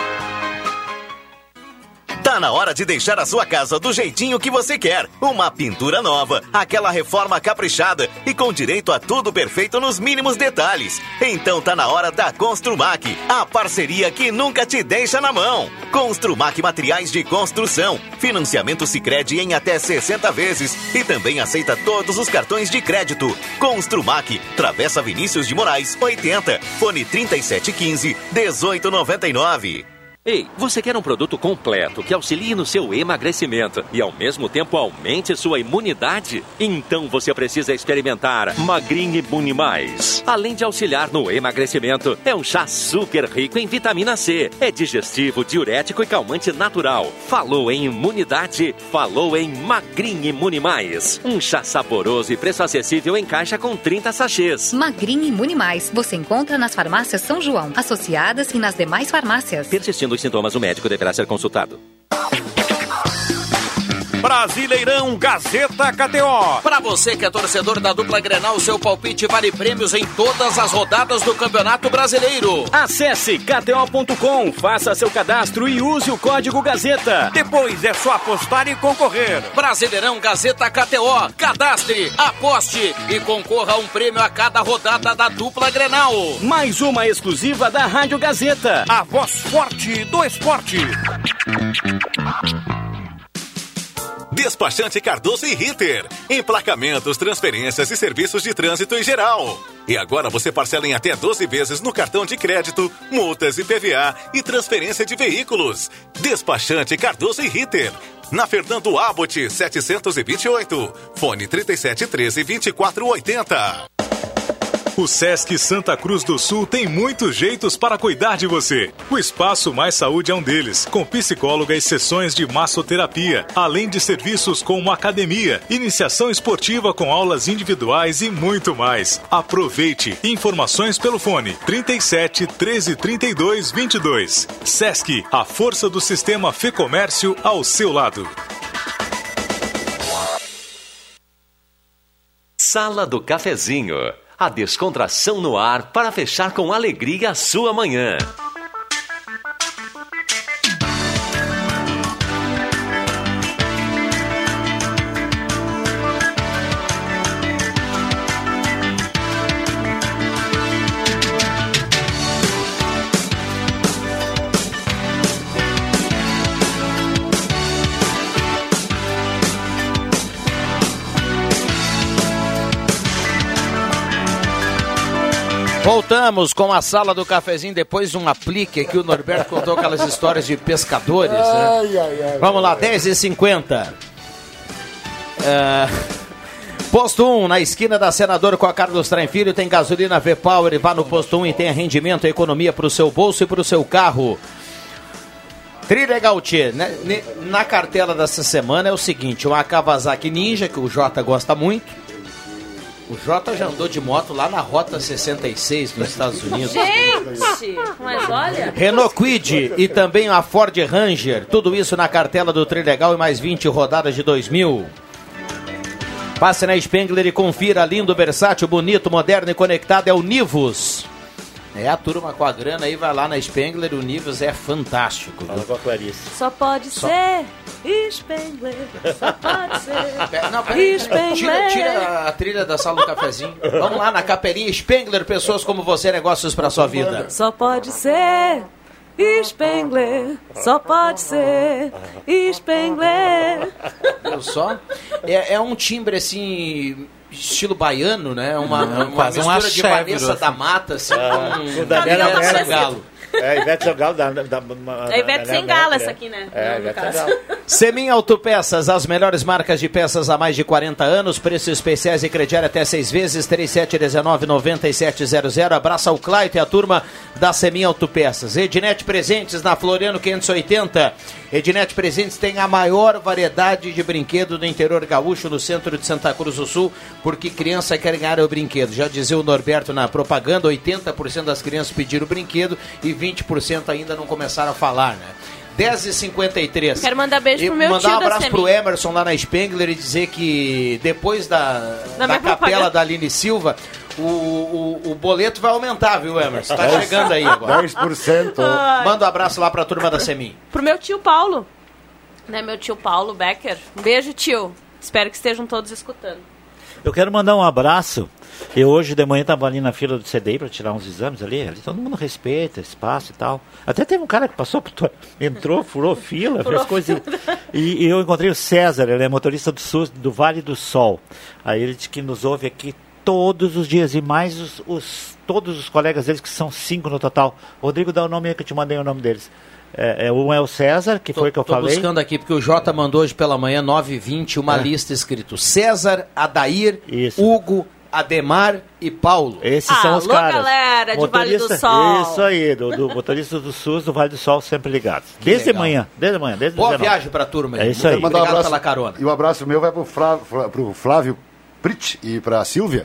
[SPEAKER 11] Tá na hora de deixar a sua casa do jeitinho que você quer. Uma pintura nova, aquela reforma caprichada e com direito a tudo perfeito nos mínimos detalhes. Então tá na hora da Construmac, a parceria que nunca te deixa na mão. Construmac Materiais de Construção, financiamento Sicredi em até sessenta vezes e também aceita todos os cartões de crédito. Construmac, Travessa Vinícius de Moraes, oitenta, fone trinta e sete quinze, dezoito noventa e nove.
[SPEAKER 12] Ei, você quer um produto completo que auxilie no seu emagrecimento e ao mesmo tempo aumente sua imunidade? Então você precisa experimentar Magrin Imune Mais. Além de auxiliar no emagrecimento, é um chá super rico em vitamina C. É digestivo, diurético e calmante natural. Falou em imunidade? Falou em Magrin Imune Mais. Um chá saboroso e preço acessível em caixa com trinta sachês.
[SPEAKER 13] Magrin Imune Mais. Você encontra nas farmácias São João, associadas e nas demais farmácias.
[SPEAKER 12] Persistindo os sintomas, o médico deverá ser consultado.
[SPEAKER 14] Brasileirão Gazeta K T O.
[SPEAKER 2] Para você que é torcedor da dupla Grenal, seu palpite vale prêmios em todas as rodadas do Campeonato Brasileiro.
[SPEAKER 14] Acesse K T O ponto com, faça seu cadastro e use o código Gazeta. Depois é só apostar e concorrer.
[SPEAKER 2] Brasileirão Gazeta K T O. Cadastre, aposte e concorra a um prêmio a cada rodada da dupla Grenal.
[SPEAKER 14] Mais uma exclusiva da Rádio Gazeta, a voz forte do esporte.
[SPEAKER 15] Despachante Cardoso e Ritter. Emplacamentos, transferências e serviços de trânsito em geral. E agora você parcela em até doze vezes no cartão de crédito, multas, I P V A e transferência de veículos. Despachante Cardoso e Ritter. Na Fernando Abbott, setecentos e vinte e oito. Fone trinta e sete, treze, vinte e quatro, oitenta.
[SPEAKER 16] O Sesc Santa Cruz do Sul tem muitos jeitos para cuidar de você. O Espaço Mais Saúde é um deles, com psicóloga e sessões de massoterapia, além de serviços como academia, iniciação esportiva com aulas individuais e muito mais. Aproveite! Informações pelo fone trinta e sete, treze, trinta e dois, vinte e dois. Sesc, a força do sistema Fê Comércio ao seu lado.
[SPEAKER 1] Sala do Cafezinho. A descontração no ar para fechar com alegria a sua manhã.
[SPEAKER 2] Voltamos com a Sala do Cafezinho depois de um aplique que o Norberto contou aquelas histórias de pescadores, né?
[SPEAKER 7] Ai, ai, ai,
[SPEAKER 2] Vamos lá,
[SPEAKER 7] ai,
[SPEAKER 2] dez e cinquenta. É... Posto um, na esquina da Senador com a Carlos Traem Filho, tem gasolina V-Power. Vá no Posto um e tenha rendimento e economia para o seu bolso e para o seu carro. Trilegal, tchê. Né? Na cartela dessa semana é o seguinte, uma Kawasaki Ninja, que o Jota gosta muito. O Jota já andou de moto lá na Rota sessenta e seis, nos Estados Unidos.
[SPEAKER 6] Gente, mas olha...
[SPEAKER 2] Renault Kwid e também a Ford Ranger. Tudo isso na cartela do Trilegal e mais vinte rodadas de dois mil. Passe na Spengler e confira lindo, versátil, bonito, moderno e conectado. É o Nivus. É, a turma com a grana aí vai lá na Spengler, o Nivus é fantástico.
[SPEAKER 5] Fala com a Clarice.
[SPEAKER 6] Só pode Só... ser Spengler, só pode ser
[SPEAKER 2] Não, peraí, peraí. Tira, tira a trilha da sala do cafezinho. Vamos lá na capelinha Spengler, pessoas como você, negócios pra sua vida.
[SPEAKER 6] Só pode ser Spengler, só pode ser Spengler.
[SPEAKER 2] Viu só? É, é um timbre assim... estilo baiano, né? Uma, uma, uma
[SPEAKER 4] quase
[SPEAKER 2] mistura
[SPEAKER 4] um
[SPEAKER 2] de Vanessa da Mata, assim,
[SPEAKER 5] ah,
[SPEAKER 2] com...
[SPEAKER 5] Daniela
[SPEAKER 2] Sangalo.
[SPEAKER 5] É, Ivete Sangalo. Da, da, da,
[SPEAKER 6] é Ivete Sangalo essa aqui, né?
[SPEAKER 5] É, Ivete Sangalo.
[SPEAKER 2] Semin Autopeças, as melhores marcas de peças há mais de quarenta anos, preços especiais e crediário até seis vezes, trinta e sete, dezenove, noventa e sete zero zero. Abraça o Claito e a turma da Semin Autopeças. Ednet Presentes na Floriano quinhentos e oitenta. Ednet Presentes tem a maior variedade de brinquedo do interior gaúcho, no centro de Santa Cruz do Sul, porque criança quer ganhar o brinquedo. Já dizia o Norberto na propaganda, oitenta por cento das crianças pediram o brinquedo e vinte por cento ainda não começaram a falar, né? dez e cinquenta e três.
[SPEAKER 6] Quero mandar beijo pro meu
[SPEAKER 2] mandar
[SPEAKER 6] tio
[SPEAKER 2] um abraço
[SPEAKER 6] da
[SPEAKER 2] pro Emerson lá na Spengler e dizer que depois da, da, da capela propaganda da Aline Silva, o, o, o boleto vai aumentar, viu, Emerson? Tá chegando aí agora.
[SPEAKER 7] dez por cento.
[SPEAKER 2] Manda um abraço lá pra turma da Semin.
[SPEAKER 6] Pro meu tio Paulo, né, meu tio Paulo Becker. Um beijo, tio. Espero que estejam todos escutando.
[SPEAKER 5] Eu quero mandar um abraço. Eu hoje de manhã estava ali na fila do C D I para tirar uns exames ali, ali. Todo mundo respeita espaço e tal. Até teve um cara que passou, por, entrou, furou fila, furou fez coisa. E, e eu encontrei o César, ele é motorista do SUS, do Vale do Sol. Aí ele disse que nos ouve aqui todos os dias e mais os, os, todos os colegas deles, que são cinco no total. Rodrigo, dá o nome aí que eu te mandei o nome deles. É, é, um é o César, que
[SPEAKER 2] tô,
[SPEAKER 5] foi que eu
[SPEAKER 2] tô
[SPEAKER 5] falei.
[SPEAKER 2] Estou buscando aqui, porque o Jota mandou hoje pela manhã, nove e vinte, uma é. lista escrito César, Adair, Isso. Hugo, Ademar e Paulo.
[SPEAKER 5] Esses ah, são os
[SPEAKER 6] alô,
[SPEAKER 5] caras.
[SPEAKER 6] Galera de Vale do Sol.
[SPEAKER 5] Isso aí, do, do motorista do SUS do Vale do Sol, sempre ligados. Que desde legal. manhã, desde manhã, desde
[SPEAKER 2] Boa viagem pra turma.
[SPEAKER 5] É isso aí.
[SPEAKER 7] Mandar
[SPEAKER 2] Obrigado
[SPEAKER 7] um abraço,
[SPEAKER 2] pela carona.
[SPEAKER 7] E o um abraço meu vai pro Flávio, pro Flávio Prit e pra Silvia,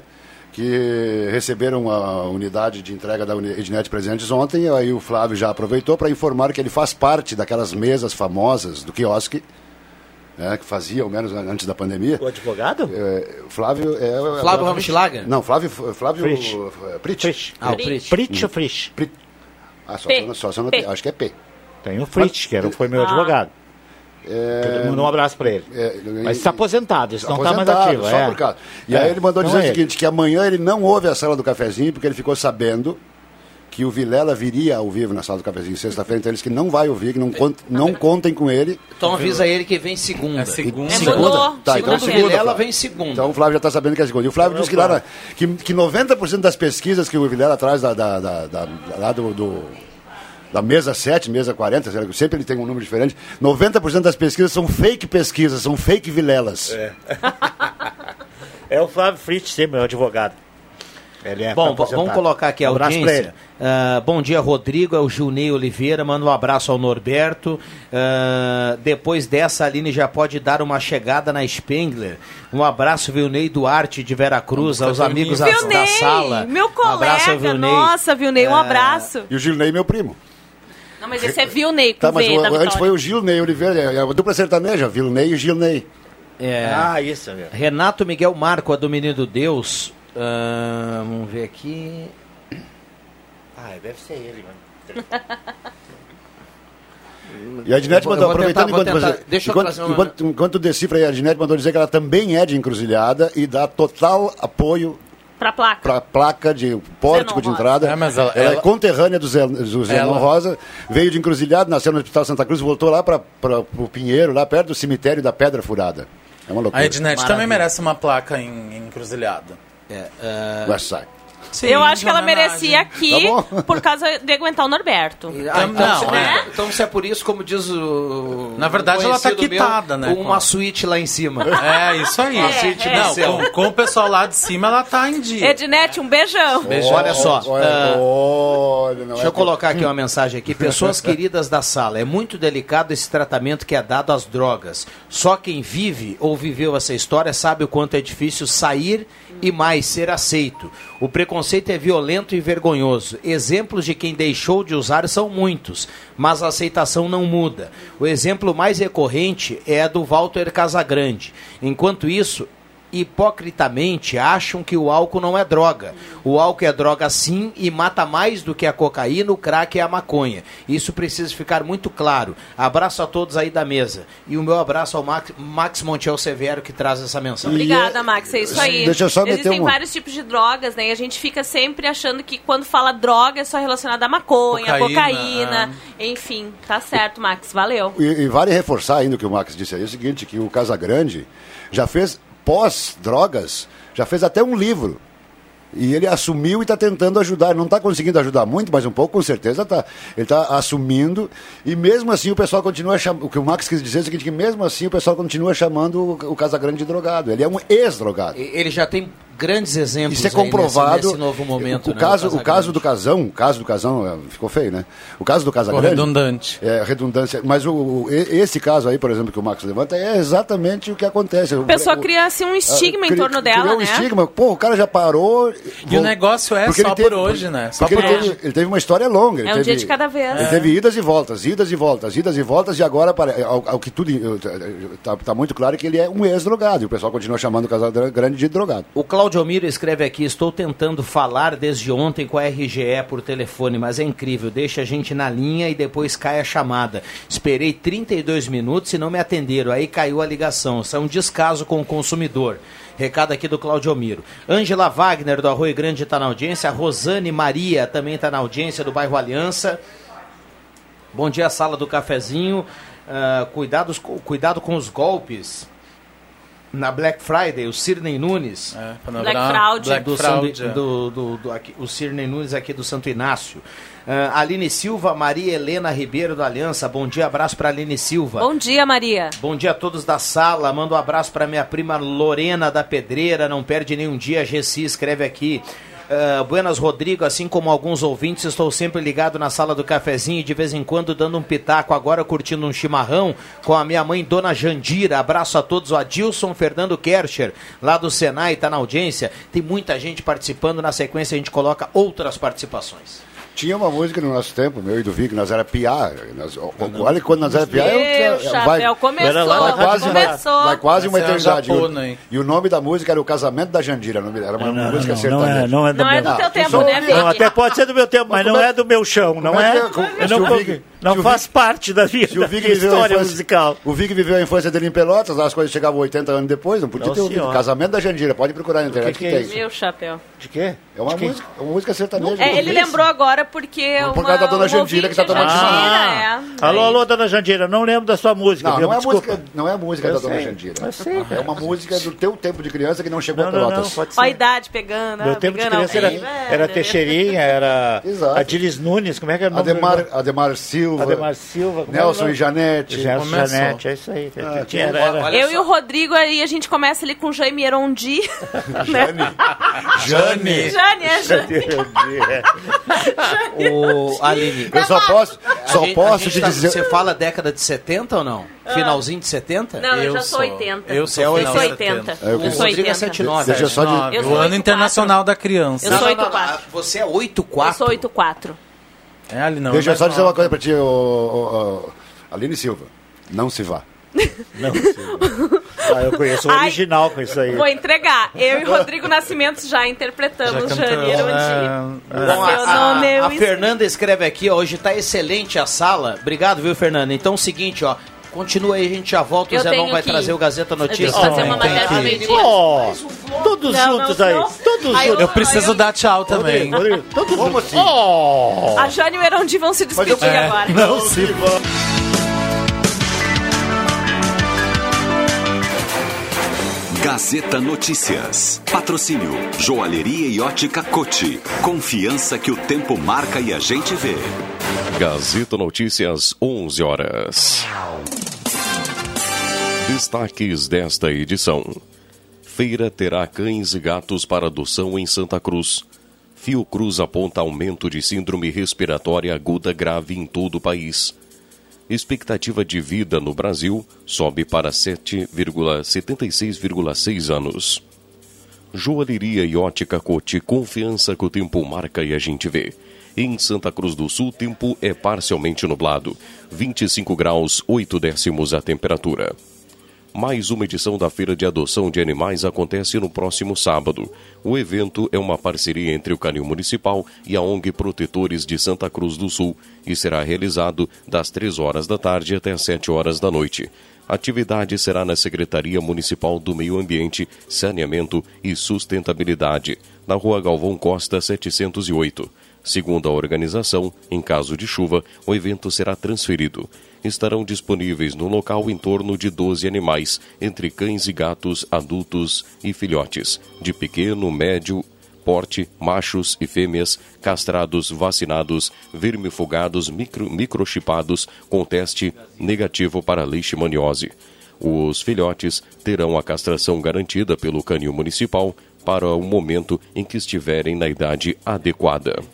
[SPEAKER 7] que receberam a unidade de entrega da Ednet Presentes ontem. Aí o Flávio já aproveitou para informar que ele faz parte daquelas mesas famosas do quiosque, né, que fazia, ao menos antes da pandemia.
[SPEAKER 5] O advogado?
[SPEAKER 7] É, Flávio... É,
[SPEAKER 2] Flávio Ramschlager?
[SPEAKER 7] Não, Flávio... Flávio
[SPEAKER 5] Frisch.
[SPEAKER 7] Prit.
[SPEAKER 5] Frisch.
[SPEAKER 2] Ah, o Prit.
[SPEAKER 5] Prit ou Frisch?
[SPEAKER 7] Prit. Ah, só,
[SPEAKER 6] P.
[SPEAKER 7] só, só não, acho que é P.
[SPEAKER 5] Tem o Fritz, que era, foi meu ah. advogado. É... Todo mundo um abraço para ele. É,
[SPEAKER 7] Mas
[SPEAKER 5] está aposentado, isso não está mais ativo.
[SPEAKER 7] Só
[SPEAKER 5] é.
[SPEAKER 7] por causa. E
[SPEAKER 5] é.
[SPEAKER 7] aí ele mandou
[SPEAKER 5] não
[SPEAKER 7] dizer
[SPEAKER 5] é
[SPEAKER 7] o seguinte, que amanhã ele não ouve a sala do cafezinho, porque ele ficou sabendo que o Vilela viria ao vivo na sala do cafezinho sexta-feira, então eles que não vai ouvir, que não, cont, não contem com ele.
[SPEAKER 2] Então avisa ele que vem segunda.
[SPEAKER 4] É segunda.
[SPEAKER 6] É
[SPEAKER 7] segunda? Tá,
[SPEAKER 2] segunda,
[SPEAKER 7] então segunda.
[SPEAKER 2] O Vilela vem segunda.
[SPEAKER 7] Então o Flávio já está sabendo que é segunda. E o Flávio disse que, lá na, que, que noventa por cento das pesquisas que o Vilela traz da, da, da, da, lá do... do da mesa sete, mesa quarenta, sempre ele tem um número diferente, noventa por cento das pesquisas são fake pesquisas, são fake Vilelas.
[SPEAKER 5] É, é o Flávio Fritz, sempre, meu advogado. Ele é
[SPEAKER 2] Bom, vamos colocar aqui a um audiência. Uh, bom dia, Rodrigo, é o Gilney Oliveira, manda um abraço ao Norberto. Uh, depois dessa, a Aline já pode dar uma chegada na Spengler. Um abraço, Vilney Duarte de Veracruz, aos amigos da, da sala.
[SPEAKER 6] Meu colega,
[SPEAKER 2] um abraço, Vilney.
[SPEAKER 6] Nossa, Vilney, um abraço. Uh,
[SPEAKER 7] e o Gilney, meu primo.
[SPEAKER 6] Não, mas esse é Vilney, com
[SPEAKER 7] tá, mas
[SPEAKER 6] V,
[SPEAKER 7] o,
[SPEAKER 6] da
[SPEAKER 7] antes
[SPEAKER 6] Vitória.
[SPEAKER 7] foi o Gilney Oliveira, é a dupla sertaneja, Vilney e o Gilney.
[SPEAKER 2] É,
[SPEAKER 5] ah, isso, meu.
[SPEAKER 2] Renato Miguel Marco, a do Menino do Deus. Uh, vamos ver aqui.
[SPEAKER 5] Ah, deve ser ele, mano.
[SPEAKER 7] E a Ednet mandou, aproveitando
[SPEAKER 2] tentar,
[SPEAKER 7] enquanto
[SPEAKER 2] tentar,
[SPEAKER 7] você.
[SPEAKER 2] Deixa
[SPEAKER 7] enquanto,
[SPEAKER 2] eu trazer uma...
[SPEAKER 7] enquanto, enquanto decifra aí, a Ednet mandou dizer que ela também é de Encruzilhada e dá total apoio
[SPEAKER 6] pra placa.
[SPEAKER 7] Pra placa de pórtico de entrada.
[SPEAKER 4] É, mas ela,
[SPEAKER 7] ela, ela é
[SPEAKER 4] ela...
[SPEAKER 7] conterrânea do Zenon
[SPEAKER 4] ela...
[SPEAKER 7] Rosa, veio de Encruzilhada, nasceu no Hospital Santa Cruz, voltou lá para o Pinheiro, lá perto do cemitério da Pedra Furada. É uma loucura.
[SPEAKER 4] A Ednet também merece uma placa em, em Encruzilhada.
[SPEAKER 2] É, uh...
[SPEAKER 7] West Side.
[SPEAKER 4] Sim,
[SPEAKER 6] eu acho que ela
[SPEAKER 4] homenagem.
[SPEAKER 6] merecia aqui
[SPEAKER 2] Tá
[SPEAKER 6] por causa de aguentar o Norberto.
[SPEAKER 2] Ah, então,
[SPEAKER 4] Não,
[SPEAKER 2] se,
[SPEAKER 4] é.
[SPEAKER 2] então, se é por isso, como diz o.
[SPEAKER 4] Na verdade, ela tá
[SPEAKER 2] conhecido
[SPEAKER 4] quitada,
[SPEAKER 2] meu,
[SPEAKER 4] né,
[SPEAKER 2] Uma
[SPEAKER 4] com-
[SPEAKER 2] suíte lá em cima.
[SPEAKER 4] É, isso aí.
[SPEAKER 6] É,
[SPEAKER 2] suíte
[SPEAKER 6] é.
[SPEAKER 2] no
[SPEAKER 4] Não,
[SPEAKER 2] céu.
[SPEAKER 4] com, com o pessoal lá de cima, ela tá em dia.
[SPEAKER 6] Ednete, um beijão.
[SPEAKER 4] Beijão.
[SPEAKER 2] Olha só.
[SPEAKER 7] Olha,
[SPEAKER 2] ah,
[SPEAKER 7] olha, não
[SPEAKER 2] Deixa
[SPEAKER 7] é
[SPEAKER 2] eu colocar aqui uma mensagem aqui. Pessoas queridas da sala, é muito delicado esse tratamento que é dado às drogas. Só quem vive ou viveu essa história sabe o quanto é difícil sair e mais ser aceito. O preconceito é violento e vergonhoso. Exemplos de quem deixou de usar são muitos, mas a aceitação não muda. O exemplo mais recorrente é a do Walter Casagrande. Enquanto isso, hipocritamente acham que o álcool não é droga. O álcool é droga sim e mata mais do que a cocaína, o crack e a maconha. Isso precisa ficar muito claro. Abraço a todos aí da mesa. E o meu abraço ao Max, Max Montiel Severo, que traz essa mensagem.
[SPEAKER 6] Obrigada, Max, é isso aí.
[SPEAKER 7] Deixa eu só meter
[SPEAKER 6] Existem
[SPEAKER 7] uma-
[SPEAKER 6] vários tipos de drogas, né? E a gente fica sempre achando que quando fala droga é só relacionada à maconha,
[SPEAKER 4] Cocaína,
[SPEAKER 6] cocaína, enfim. Tá certo, Max, valeu.
[SPEAKER 7] E, e vale reforçar ainda o que o Max disse aí, é o seguinte, que o Casagrande já fez, pós-drogas, já fez até um livro. E ele assumiu e está tentando ajudar. Ele não está conseguindo ajudar muito, mas um pouco com certeza está. Ele está assumindo. E mesmo assim o pessoal continua chamando. O que o Max quis dizer é o seguinte, que mesmo assim o pessoal continua chamando o, o Casagrande de drogado. Ele é um ex-drogado.
[SPEAKER 2] Ele já tem grandes exemplos.
[SPEAKER 7] Isso é
[SPEAKER 2] aí
[SPEAKER 7] comprovado.
[SPEAKER 2] nesse, nesse novo momento.
[SPEAKER 7] O, o
[SPEAKER 2] né,
[SPEAKER 7] caso,
[SPEAKER 2] do
[SPEAKER 7] o caso do Casão, o caso do Casão, é, ficou feio, né? O caso do Casagrande.
[SPEAKER 4] redundante.
[SPEAKER 7] É, redundância. Mas o, o- e- esse caso aí, por exemplo, que o Max levanta, é exatamente o que acontece.
[SPEAKER 6] A pessoa cria assim um estigma em torno dela,
[SPEAKER 7] criou um
[SPEAKER 6] né?
[SPEAKER 7] estigma. Pô, o cara já parou.
[SPEAKER 4] E o negócio é
[SPEAKER 7] porque
[SPEAKER 4] só
[SPEAKER 7] ele teve-
[SPEAKER 4] por hoje, né? Só
[SPEAKER 7] Porque
[SPEAKER 4] por
[SPEAKER 7] ele
[SPEAKER 4] hoje.
[SPEAKER 7] teve, ele teve uma história longa. Ele
[SPEAKER 6] É um
[SPEAKER 7] teve,
[SPEAKER 6] dia de cada vez.
[SPEAKER 7] Ele
[SPEAKER 6] É.
[SPEAKER 7] teve idas e voltas, idas e voltas, idas e voltas, e agora, pare- ao, ao que tudo está tá muito claro que ele é um ex-drogado. E o pessoal continua chamando o Casagrande de drogado.
[SPEAKER 2] O Claudio Miro escreve aqui, estou tentando falar desde ontem com a R G E por telefone, mas é incrível, deixa a gente na linha e depois cai a chamada. Esperei trinta e dois minutos e não me atenderam, aí caiu a ligação. Isso é um descaso com o consumidor. Recado aqui do Claudio Miro. Ângela Wagner, do Arroio Grande, está na audiência. A Rosane Maria também está na audiência, do bairro Aliança. Bom dia, sala do cafezinho. Uh, cuidados, cuidado com os golpes. Na Black Friday, o Cirnei Nunes.
[SPEAKER 4] É, pra não
[SPEAKER 6] Black
[SPEAKER 4] virar
[SPEAKER 6] Fraud.
[SPEAKER 4] Black
[SPEAKER 2] do,
[SPEAKER 4] Fraud,
[SPEAKER 2] Santo-
[SPEAKER 4] é.
[SPEAKER 2] do, do, do- aqui, o Cirnei Nunes aqui do Santo Inácio. Uh, Aline Silva, Maria Helena Ribeiro da Aliança. Bom dia, abraço para Aline Silva.
[SPEAKER 6] Bom dia, Maria.
[SPEAKER 2] Bom dia a todos da sala. Manda um abraço para minha prima Lorena da Pedreira. Não perde nenhum dia. A Gessi escreve aqui. Uh, Buenas Rodrigo, assim como alguns ouvintes, estou sempre ligado na sala do cafezinho e de vez em quando dando um pitaco, agora curtindo um chimarrão com a minha mãe, Dona Jandira. Abraço a todos, o Adilson Fernando Kercher, lá do Senai, está na audiência. Tem muita gente participando, na sequência a gente coloca outras participações.
[SPEAKER 7] Tinha uma música no nosso tempo, meu e do Vic, nós era piá. Nós, olha que quando nós era piá,
[SPEAKER 6] Meu
[SPEAKER 7] eu-
[SPEAKER 6] chapéu, começou,
[SPEAKER 7] vai, vai quase,
[SPEAKER 6] começou.
[SPEAKER 7] Vai, vai quase uma
[SPEAKER 4] Essa é a
[SPEAKER 7] eternidade.
[SPEAKER 4] japona,
[SPEAKER 7] E o-
[SPEAKER 4] hein?
[SPEAKER 7] e o nome da música era O Casamento da Jandira. o nome- Era uma
[SPEAKER 5] Não,
[SPEAKER 7] música
[SPEAKER 5] não,
[SPEAKER 7] sertaneja.
[SPEAKER 5] não é, não é do
[SPEAKER 6] Não é
[SPEAKER 5] meu.
[SPEAKER 6] do teu
[SPEAKER 7] Ah,
[SPEAKER 6] tempo,
[SPEAKER 7] só
[SPEAKER 6] né,
[SPEAKER 7] ouvi.
[SPEAKER 5] Não,
[SPEAKER 6] Vicky?
[SPEAKER 5] até pode ser do meu tempo, mas
[SPEAKER 7] como
[SPEAKER 5] não
[SPEAKER 7] é-
[SPEAKER 5] é do meu chão, não
[SPEAKER 7] como é
[SPEAKER 5] é?
[SPEAKER 7] que- como-
[SPEAKER 5] Eu
[SPEAKER 7] se o
[SPEAKER 5] não,
[SPEAKER 7] Vig-
[SPEAKER 5] não
[SPEAKER 7] se o
[SPEAKER 5] faz parte da vida,
[SPEAKER 7] Se o
[SPEAKER 5] da
[SPEAKER 7] Vig
[SPEAKER 5] minha
[SPEAKER 7] viveu a
[SPEAKER 5] história
[SPEAKER 7] infância,
[SPEAKER 5] musical.
[SPEAKER 7] o Vig viveu a infância dele em Pelotas, as coisas chegavam oitenta anos depois, não podia
[SPEAKER 5] Não,
[SPEAKER 7] ter ouvido.
[SPEAKER 5] senhora.
[SPEAKER 7] Casamento da Jandira, pode procurar na internet
[SPEAKER 5] que
[SPEAKER 7] que,
[SPEAKER 5] que é
[SPEAKER 7] tem.
[SPEAKER 5] isso?
[SPEAKER 6] Meu chapéu.
[SPEAKER 5] De quê?
[SPEAKER 7] É uma
[SPEAKER 5] De quem?
[SPEAKER 7] música, uma música sertaneja.
[SPEAKER 6] É, ele lembrou agora porque
[SPEAKER 7] Por
[SPEAKER 6] uma,
[SPEAKER 7] causa da dona
[SPEAKER 6] um
[SPEAKER 7] Jandira que tá
[SPEAKER 6] ouvinte,
[SPEAKER 7] tomando
[SPEAKER 6] a
[SPEAKER 7] chimarrão.
[SPEAKER 6] Jandira, é.
[SPEAKER 5] Alô, alô, dona Jandira, não lembro da sua música,
[SPEAKER 7] Não,
[SPEAKER 5] viu?
[SPEAKER 7] não é, a
[SPEAKER 5] Desculpa.
[SPEAKER 7] música, não é a música
[SPEAKER 5] Eu
[SPEAKER 7] da Dona
[SPEAKER 5] sei,
[SPEAKER 7] Jandira.
[SPEAKER 5] eu sei,
[SPEAKER 7] É uma música do teu tempo de criança que não chegou
[SPEAKER 5] Não,
[SPEAKER 7] a
[SPEAKER 5] não,
[SPEAKER 7] Pelotas.
[SPEAKER 5] não, pode
[SPEAKER 6] Ó a
[SPEAKER 5] ser.
[SPEAKER 6] idade pegando.
[SPEAKER 5] Meu
[SPEAKER 6] ah,
[SPEAKER 5] tempo de
[SPEAKER 6] pegando
[SPEAKER 5] criança era,
[SPEAKER 6] alguém,
[SPEAKER 5] era
[SPEAKER 6] velho.
[SPEAKER 5] Teixeirinha, era
[SPEAKER 7] Exato.
[SPEAKER 5] Adilis Nunes, como é que era o nome?
[SPEAKER 7] Ademar, Ademar Silva,
[SPEAKER 5] Ademar Silva. como
[SPEAKER 7] Nelson
[SPEAKER 5] era o
[SPEAKER 7] e Janete.
[SPEAKER 5] nome? Nelson
[SPEAKER 4] Começou.
[SPEAKER 5] Janete, é isso aí.
[SPEAKER 7] Ah,
[SPEAKER 5] Tinha-
[SPEAKER 7] tem-
[SPEAKER 5] era-
[SPEAKER 2] olha
[SPEAKER 6] Eu
[SPEAKER 2] só.
[SPEAKER 6] e o Rodrigo, aí a gente começa ali com o Jaime Erondi.
[SPEAKER 7] Jane.
[SPEAKER 6] Jane, é Jane.
[SPEAKER 2] O Aline,
[SPEAKER 7] Eu só posso,
[SPEAKER 2] a
[SPEAKER 7] só
[SPEAKER 2] gente- a
[SPEAKER 7] posso
[SPEAKER 2] gente
[SPEAKER 7] te
[SPEAKER 2] tá-
[SPEAKER 7] dizer.
[SPEAKER 2] Você fala década de setenta ou não? Finalzinho de setenta?
[SPEAKER 6] Não, eu,
[SPEAKER 4] Eu
[SPEAKER 6] já sou
[SPEAKER 4] sou.
[SPEAKER 6] oitenta.
[SPEAKER 4] Eu sou
[SPEAKER 6] eu
[SPEAKER 4] final
[SPEAKER 6] sou
[SPEAKER 4] de
[SPEAKER 6] oitenta.
[SPEAKER 4] setenta.
[SPEAKER 7] É, eu
[SPEAKER 6] Eu
[SPEAKER 7] sou
[SPEAKER 6] sou
[SPEAKER 2] Rodrigo é
[SPEAKER 6] oitenta.
[SPEAKER 2] setenta e nove.
[SPEAKER 7] Deixa eu só de-
[SPEAKER 6] Eu sou
[SPEAKER 4] O ano
[SPEAKER 6] oito
[SPEAKER 4] internacional da criança.
[SPEAKER 6] Eu
[SPEAKER 2] Não,
[SPEAKER 6] sou
[SPEAKER 2] não, não,
[SPEAKER 6] oito quatro.
[SPEAKER 2] não, Você é oito
[SPEAKER 6] Eu
[SPEAKER 2] quatro?
[SPEAKER 6] sou oito quatro.
[SPEAKER 4] É, ali não.
[SPEAKER 7] Deixa eu
[SPEAKER 4] mas
[SPEAKER 7] só dizer
[SPEAKER 4] não.
[SPEAKER 7] uma coisa pra ti, ô, ô, ô, Aline Silva. Não se vá.
[SPEAKER 5] Não, ah, eu conheço o
[SPEAKER 6] Ai,
[SPEAKER 5] original com isso aí.
[SPEAKER 6] Vou entregar. Eu e Rodrigo Nascimento já interpretamos
[SPEAKER 4] Já
[SPEAKER 6] Jane
[SPEAKER 4] cantou,
[SPEAKER 6] Erondi.
[SPEAKER 4] é,
[SPEAKER 2] Bom,
[SPEAKER 6] Seu
[SPEAKER 2] a,
[SPEAKER 6] nome é
[SPEAKER 2] a, a
[SPEAKER 6] Luiz-
[SPEAKER 2] Fernanda escreve aqui, ó, hoje tá excelente a sala. Obrigado, viu, Fernanda? Então é o seguinte, ó, continua aí, a gente já volta, o
[SPEAKER 6] Eu
[SPEAKER 2] Zenon
[SPEAKER 6] tenho
[SPEAKER 2] vai
[SPEAKER 6] que ir.
[SPEAKER 2] trazer o Gazeta
[SPEAKER 6] Eu tenho
[SPEAKER 2] Notícias.
[SPEAKER 6] que fazer uma
[SPEAKER 4] Oh, tem
[SPEAKER 6] matéria
[SPEAKER 4] que
[SPEAKER 6] do
[SPEAKER 4] ir.
[SPEAKER 6] meio-dia.
[SPEAKER 5] Ó, todos
[SPEAKER 6] Não,
[SPEAKER 5] juntos
[SPEAKER 6] não,
[SPEAKER 5] aí.
[SPEAKER 6] não.
[SPEAKER 5] Todos
[SPEAKER 6] Aí
[SPEAKER 5] juntos.
[SPEAKER 4] Eu preciso dar tchau também.
[SPEAKER 5] Rodrigo, todos
[SPEAKER 7] Como
[SPEAKER 5] juntos.
[SPEAKER 7] assim?
[SPEAKER 5] Oh!
[SPEAKER 6] A Jane e o Erondi vão se despedir
[SPEAKER 7] eu- é,
[SPEAKER 6] agora.
[SPEAKER 5] Não se vá.
[SPEAKER 17] Gazeta Notícias. Patrocínio Joalheria e Ótica Cote. Confiança que o tempo marca e a gente vê.
[SPEAKER 3] Gazeta Notícias, onze horas. Destaques desta edição. Feira terá cães e gatos para adoção em Santa Cruz. Fiocruz aponta aumento de síndrome respiratória aguda grave em todo o país. Expectativa de vida no Brasil sobe para sete vírgula setenta e seis vírgula seis anos. Joalheria e Ótica Cote, confiança que o tempo marca e a gente vê. Em Santa Cruz do Sul, tempo é parcialmente nublado. vinte e cinco graus, oito décimos a temperatura. Mais uma edição da Feira de Adoção de Animais acontece no próximo sábado. O evento é uma parceria entre o Canil Municipal e a O N G Protetores de Santa Cruz do Sul e será realizado das três horas da tarde até as sete horas da noite. A atividade será na Secretaria Municipal do Meio Ambiente, Saneamento e Sustentabilidade, na Rua Galvão Costa, setecentos e oito. Segundo a organização, em caso de chuva, o evento será transferido. Estarão disponíveis no local em torno de doze animais, entre cães e gatos, adultos e filhotes, de pequeno, médio porte, machos e fêmeas, castrados, vacinados, vermifugados, micro, microchipados, com teste negativo para leishmaniose. Os filhotes terão a castração garantida pelo Canil Municipal para o momento em que estiverem na idade adequada.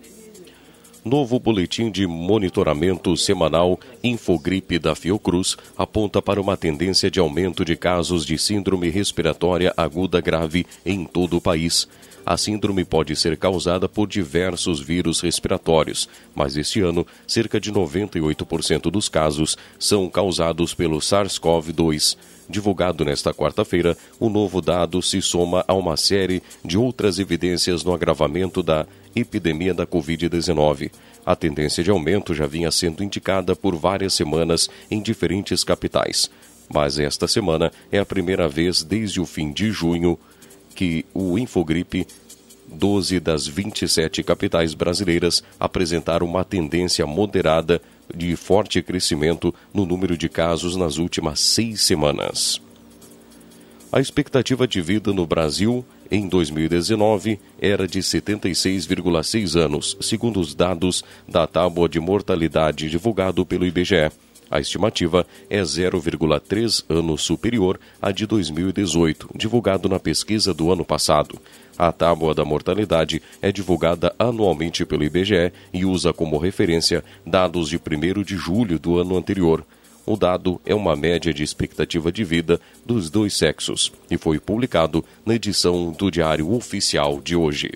[SPEAKER 3] Novo boletim de monitoramento semanal Infogripe da Fiocruz aponta para uma tendência de aumento de casos de síndrome respiratória aguda grave em todo o país. A síndrome pode ser causada por diversos vírus respiratórios, mas este ano, cerca de noventa e oito por cento dos casos são causados pelo SARS-CoV dois. Divulgado nesta quarta-feira, o novo dado se soma a uma série de outras evidências no agravamento da epidemia da covid dezenove. A tendência de aumento já vinha sendo indicada por várias semanas em diferentes capitais. Mas esta semana é a primeira vez desde o fim de junho que o Infogripe, doze das vinte e sete capitais brasileiras apresentaram uma tendência moderada de forte crescimento no número de casos nas últimas seis semanas. A expectativa de vida no Brasil em dois mil e dezenove era de setenta e seis vírgula seis anos, segundo os dados da tábua de mortalidade divulgado pelo I B G E. A estimativa é zero vírgula três anos superior à de dois mil e dezoito, divulgado na pesquisa do ano passado. A tábua da mortalidade é divulgada anualmente pelo I B G E e usa como referência dados de primeiro de julho do ano anterior. O dado é uma média de expectativa de vida dos dois sexos e foi publicado na edição do Diário Oficial de hoje.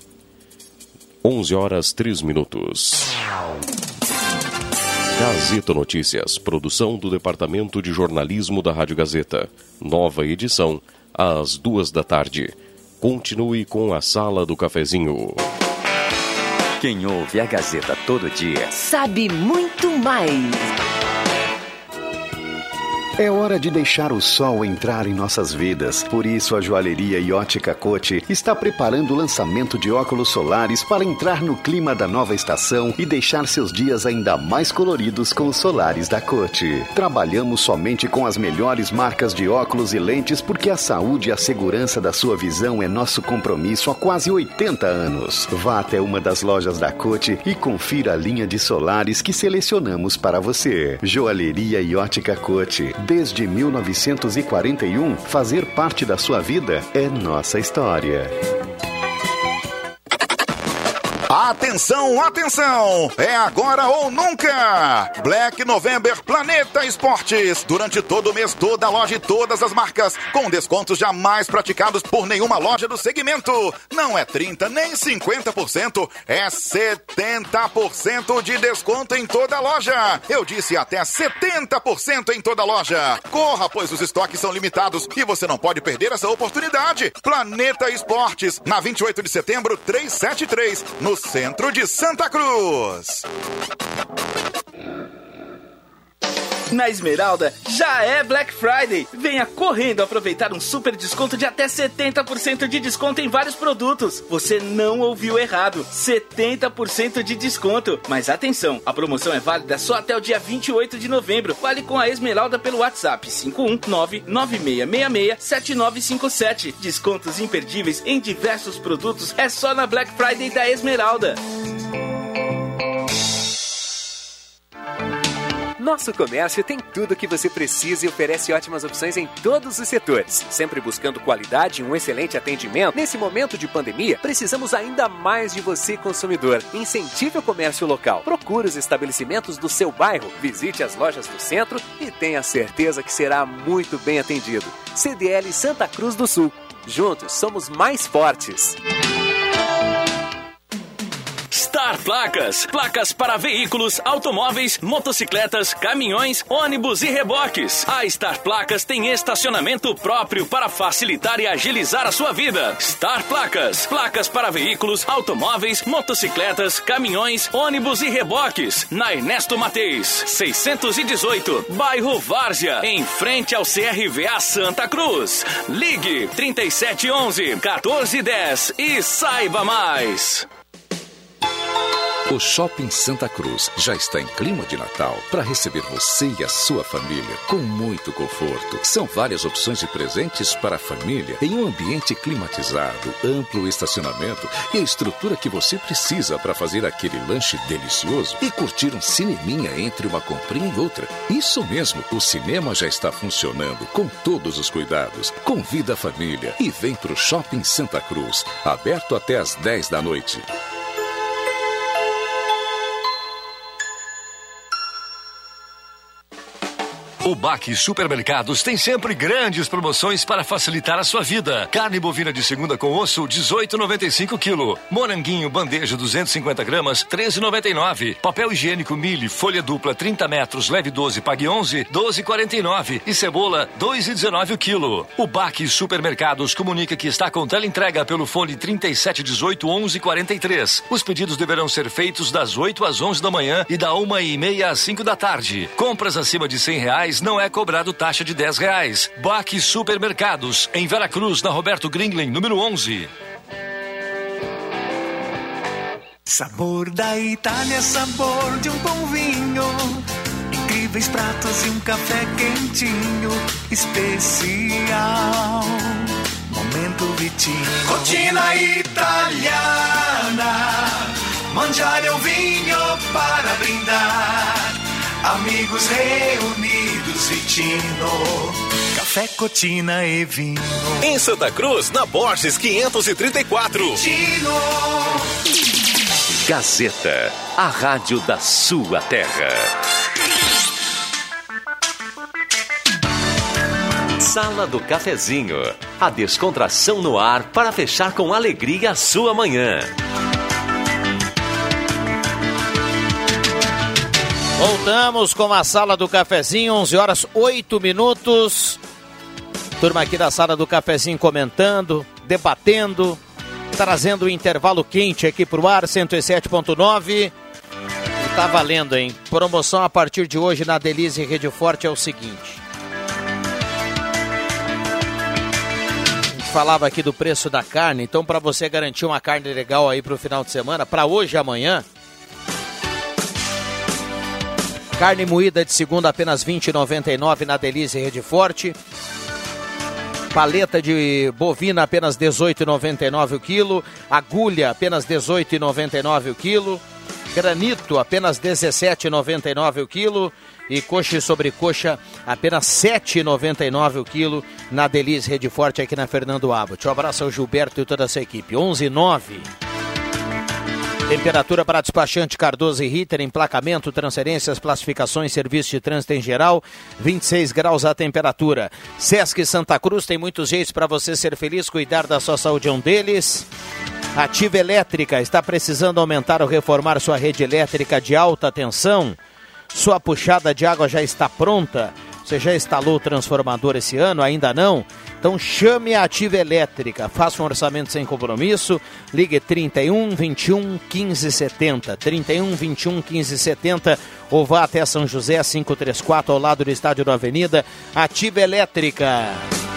[SPEAKER 3] onze horas, três minutos. Gazeta Notícias, produção do Departamento de Jornalismo da Rádio Gazeta. Nova edição, às duas da tarde. Continue com a Sala do Cafezinho.
[SPEAKER 18] Quem ouve a Gazeta todo dia sabe muito mais.
[SPEAKER 19] É hora de deixar o sol entrar em nossas vidas. Por isso, a Joalheria e Ótica Cote está preparando o lançamento de óculos solares para entrar no clima da nova estação e deixar seus dias ainda mais coloridos com os solares da Cote. Trabalhamos somente com as melhores marcas de óculos e lentes porque a saúde e a segurança da sua visão é nosso compromisso há quase oitenta anos. Vá até uma das lojas da Cote e confira a linha de solares que selecionamos para você. Joalheria e Ótica Cote. Desde mil novecentos e quarenta e um, fazer parte da sua vida é nossa história.
[SPEAKER 20] Atenção, atenção! É agora ou nunca! Black November Planeta Esportes. Durante todo o mês, toda a loja e todas as marcas, com descontos jamais praticados por nenhuma loja do segmento. Não é trinta por cento nem cinquenta por cento, é setenta por cento de desconto em toda a loja. Eu disse até setenta por cento em toda a loja. Corra, pois os estoques são limitados e você não pode perder essa oportunidade. Planeta Esportes, na vinte e oito de setembro, trezentos e setenta e três, no centro de Santa Cruz.
[SPEAKER 21] Na Esmeralda já é Black Friday. Venha correndo aproveitar um super desconto de até setenta por cento de desconto em vários produtos. Você não ouviu errado, setenta por cento de desconto. Mas atenção, a promoção é válida só até o dia vinte e oito de novembro. Vale com a Esmeralda pelo WhatsApp cinco um nove nove seis seis seis sete nove cinco sete. Descontos imperdíveis em diversos produtos é só na Black Friday da Esmeralda.
[SPEAKER 22] Nosso comércio tem tudo o que você precisa e oferece ótimas opções em todos os setores. Sempre buscando qualidade e um excelente atendimento, nesse momento de pandemia, precisamos ainda mais de você, consumidor. Incentive o comércio local. Procure os estabelecimentos do seu bairro, visite as lojas do centro e tenha certeza que será muito bem atendido. C D L Santa Cruz do Sul. Juntos somos mais fortes.
[SPEAKER 14] Star Placas. Placas para veículos, automóveis, motocicletas, caminhões, ônibus e reboques. A Star Placas tem estacionamento próprio para facilitar e agilizar a sua vida. Star Placas. Placas para veículos, automóveis, motocicletas, caminhões, ônibus e reboques. Na Ernesto Mateis, seiscentos e dezoito, bairro Várzea, em frente ao C R V A Santa Cruz. Ligue trinta e sete onze, quatorze dez e saiba mais.
[SPEAKER 23] O Shopping Santa Cruz já está em clima de Natal para receber você e a sua família com muito conforto. São várias opções de presentes para a família em um ambiente climatizado, amplo estacionamento e a estrutura que você precisa para fazer aquele lanche delicioso e curtir um cineminha entre uma comprinha e outra. Isso mesmo, o cinema já está funcionando com todos os cuidados. Convida a família e vem para o Shopping Santa Cruz, aberto até às dez da noite.
[SPEAKER 1] O Baque Supermercados tem sempre grandes promoções para facilitar a sua vida. Carne bovina de segunda com osso, dezoito reais e noventa e cinco quilo. Moranguinho bandeja duzentos e cinquenta gramas, treze reais e noventa e nove. Papel higiênico Mille, folha dupla trinta metros, leve doze, pague onze, doze reais e quarenta e nove. E cebola, dois reais e dezenove o quilo. O Baque Supermercados comunica que está com teleentrega pelo fone trinta e sete dezoito, onze quarenta e três. Os pedidos deverão ser feitos das oito às onze da manhã e da uma e meia às cinco da tarde. Compras acima de cem reais não é cobrado taxa de dez reais. Baque Supermercados, em Veracruz, na Roberto Gringling, número onze.
[SPEAKER 24] Sabor da Itália, sabor de um bom vinho. Incríveis pratos e um café quentinho. Especial. Momento Vitinho. Rotina italiana. Mangiare um vinho para brindar. Amigos reunidos, Vitino, café, cotina e vinho.
[SPEAKER 15] Em Santa Cruz, na Borges quinhentos e trinta e quatro.
[SPEAKER 24] Vitino.
[SPEAKER 12] Gazeta, a rádio da sua terra. Sala do Cafezinho, a descontração no ar para fechar com alegria a sua manhã.
[SPEAKER 2] Voltamos com a Sala do Cafezinho, onze horas, oito minutos. Turma aqui da Sala do Cafezinho comentando, debatendo, trazendo o intervalo quente aqui pro ar, cento e sete ponto nove. E tá valendo, hein? Promoção a partir de hoje na Delize e Rede Forte é o seguinte. A gente falava aqui do preço da carne, então para você garantir uma carne legal aí pro final de semana, para hoje e amanhã, carne moída de segunda apenas vinte reais e noventa e nove na Delize Rede Forte. Paleta de bovina apenas dezoito reais e noventa e nove o quilo. Agulha apenas dezoito reais e noventa e nove o quilo. Granito apenas dezessete reais e noventa e nove o quilo. E coxa e sobrecoxa apenas sete reais e noventa e nove o quilo na Delize Rede Forte aqui na Fernando Abbott. Um abraço ao Gilberto e toda a sua equipe. onze e nove. Temperatura para despachante Cardoso e Ritter, emplacamento, transferências, classificações, serviço de trânsito em geral, vinte e seis graus a temperatura. Sesc Santa Cruz tem muitos jeitos para você ser feliz, cuidar da sua saúde é um deles. Ativa Elétrica, está precisando aumentar ou reformar sua rede elétrica de alta tensão? Sua puxada de água já está pronta? Você já instalou o transformador esse ano? Ainda não? Então chame a Ativa Elétrica, faça um orçamento sem compromisso, ligue trinta e um, vinte e um, quinze setenta, trinta e um, vinte e um, quinze setenta ou vá até São José quinhentos e trinta e quatro, ao lado do Estádio da Avenida. Ativa Elétrica.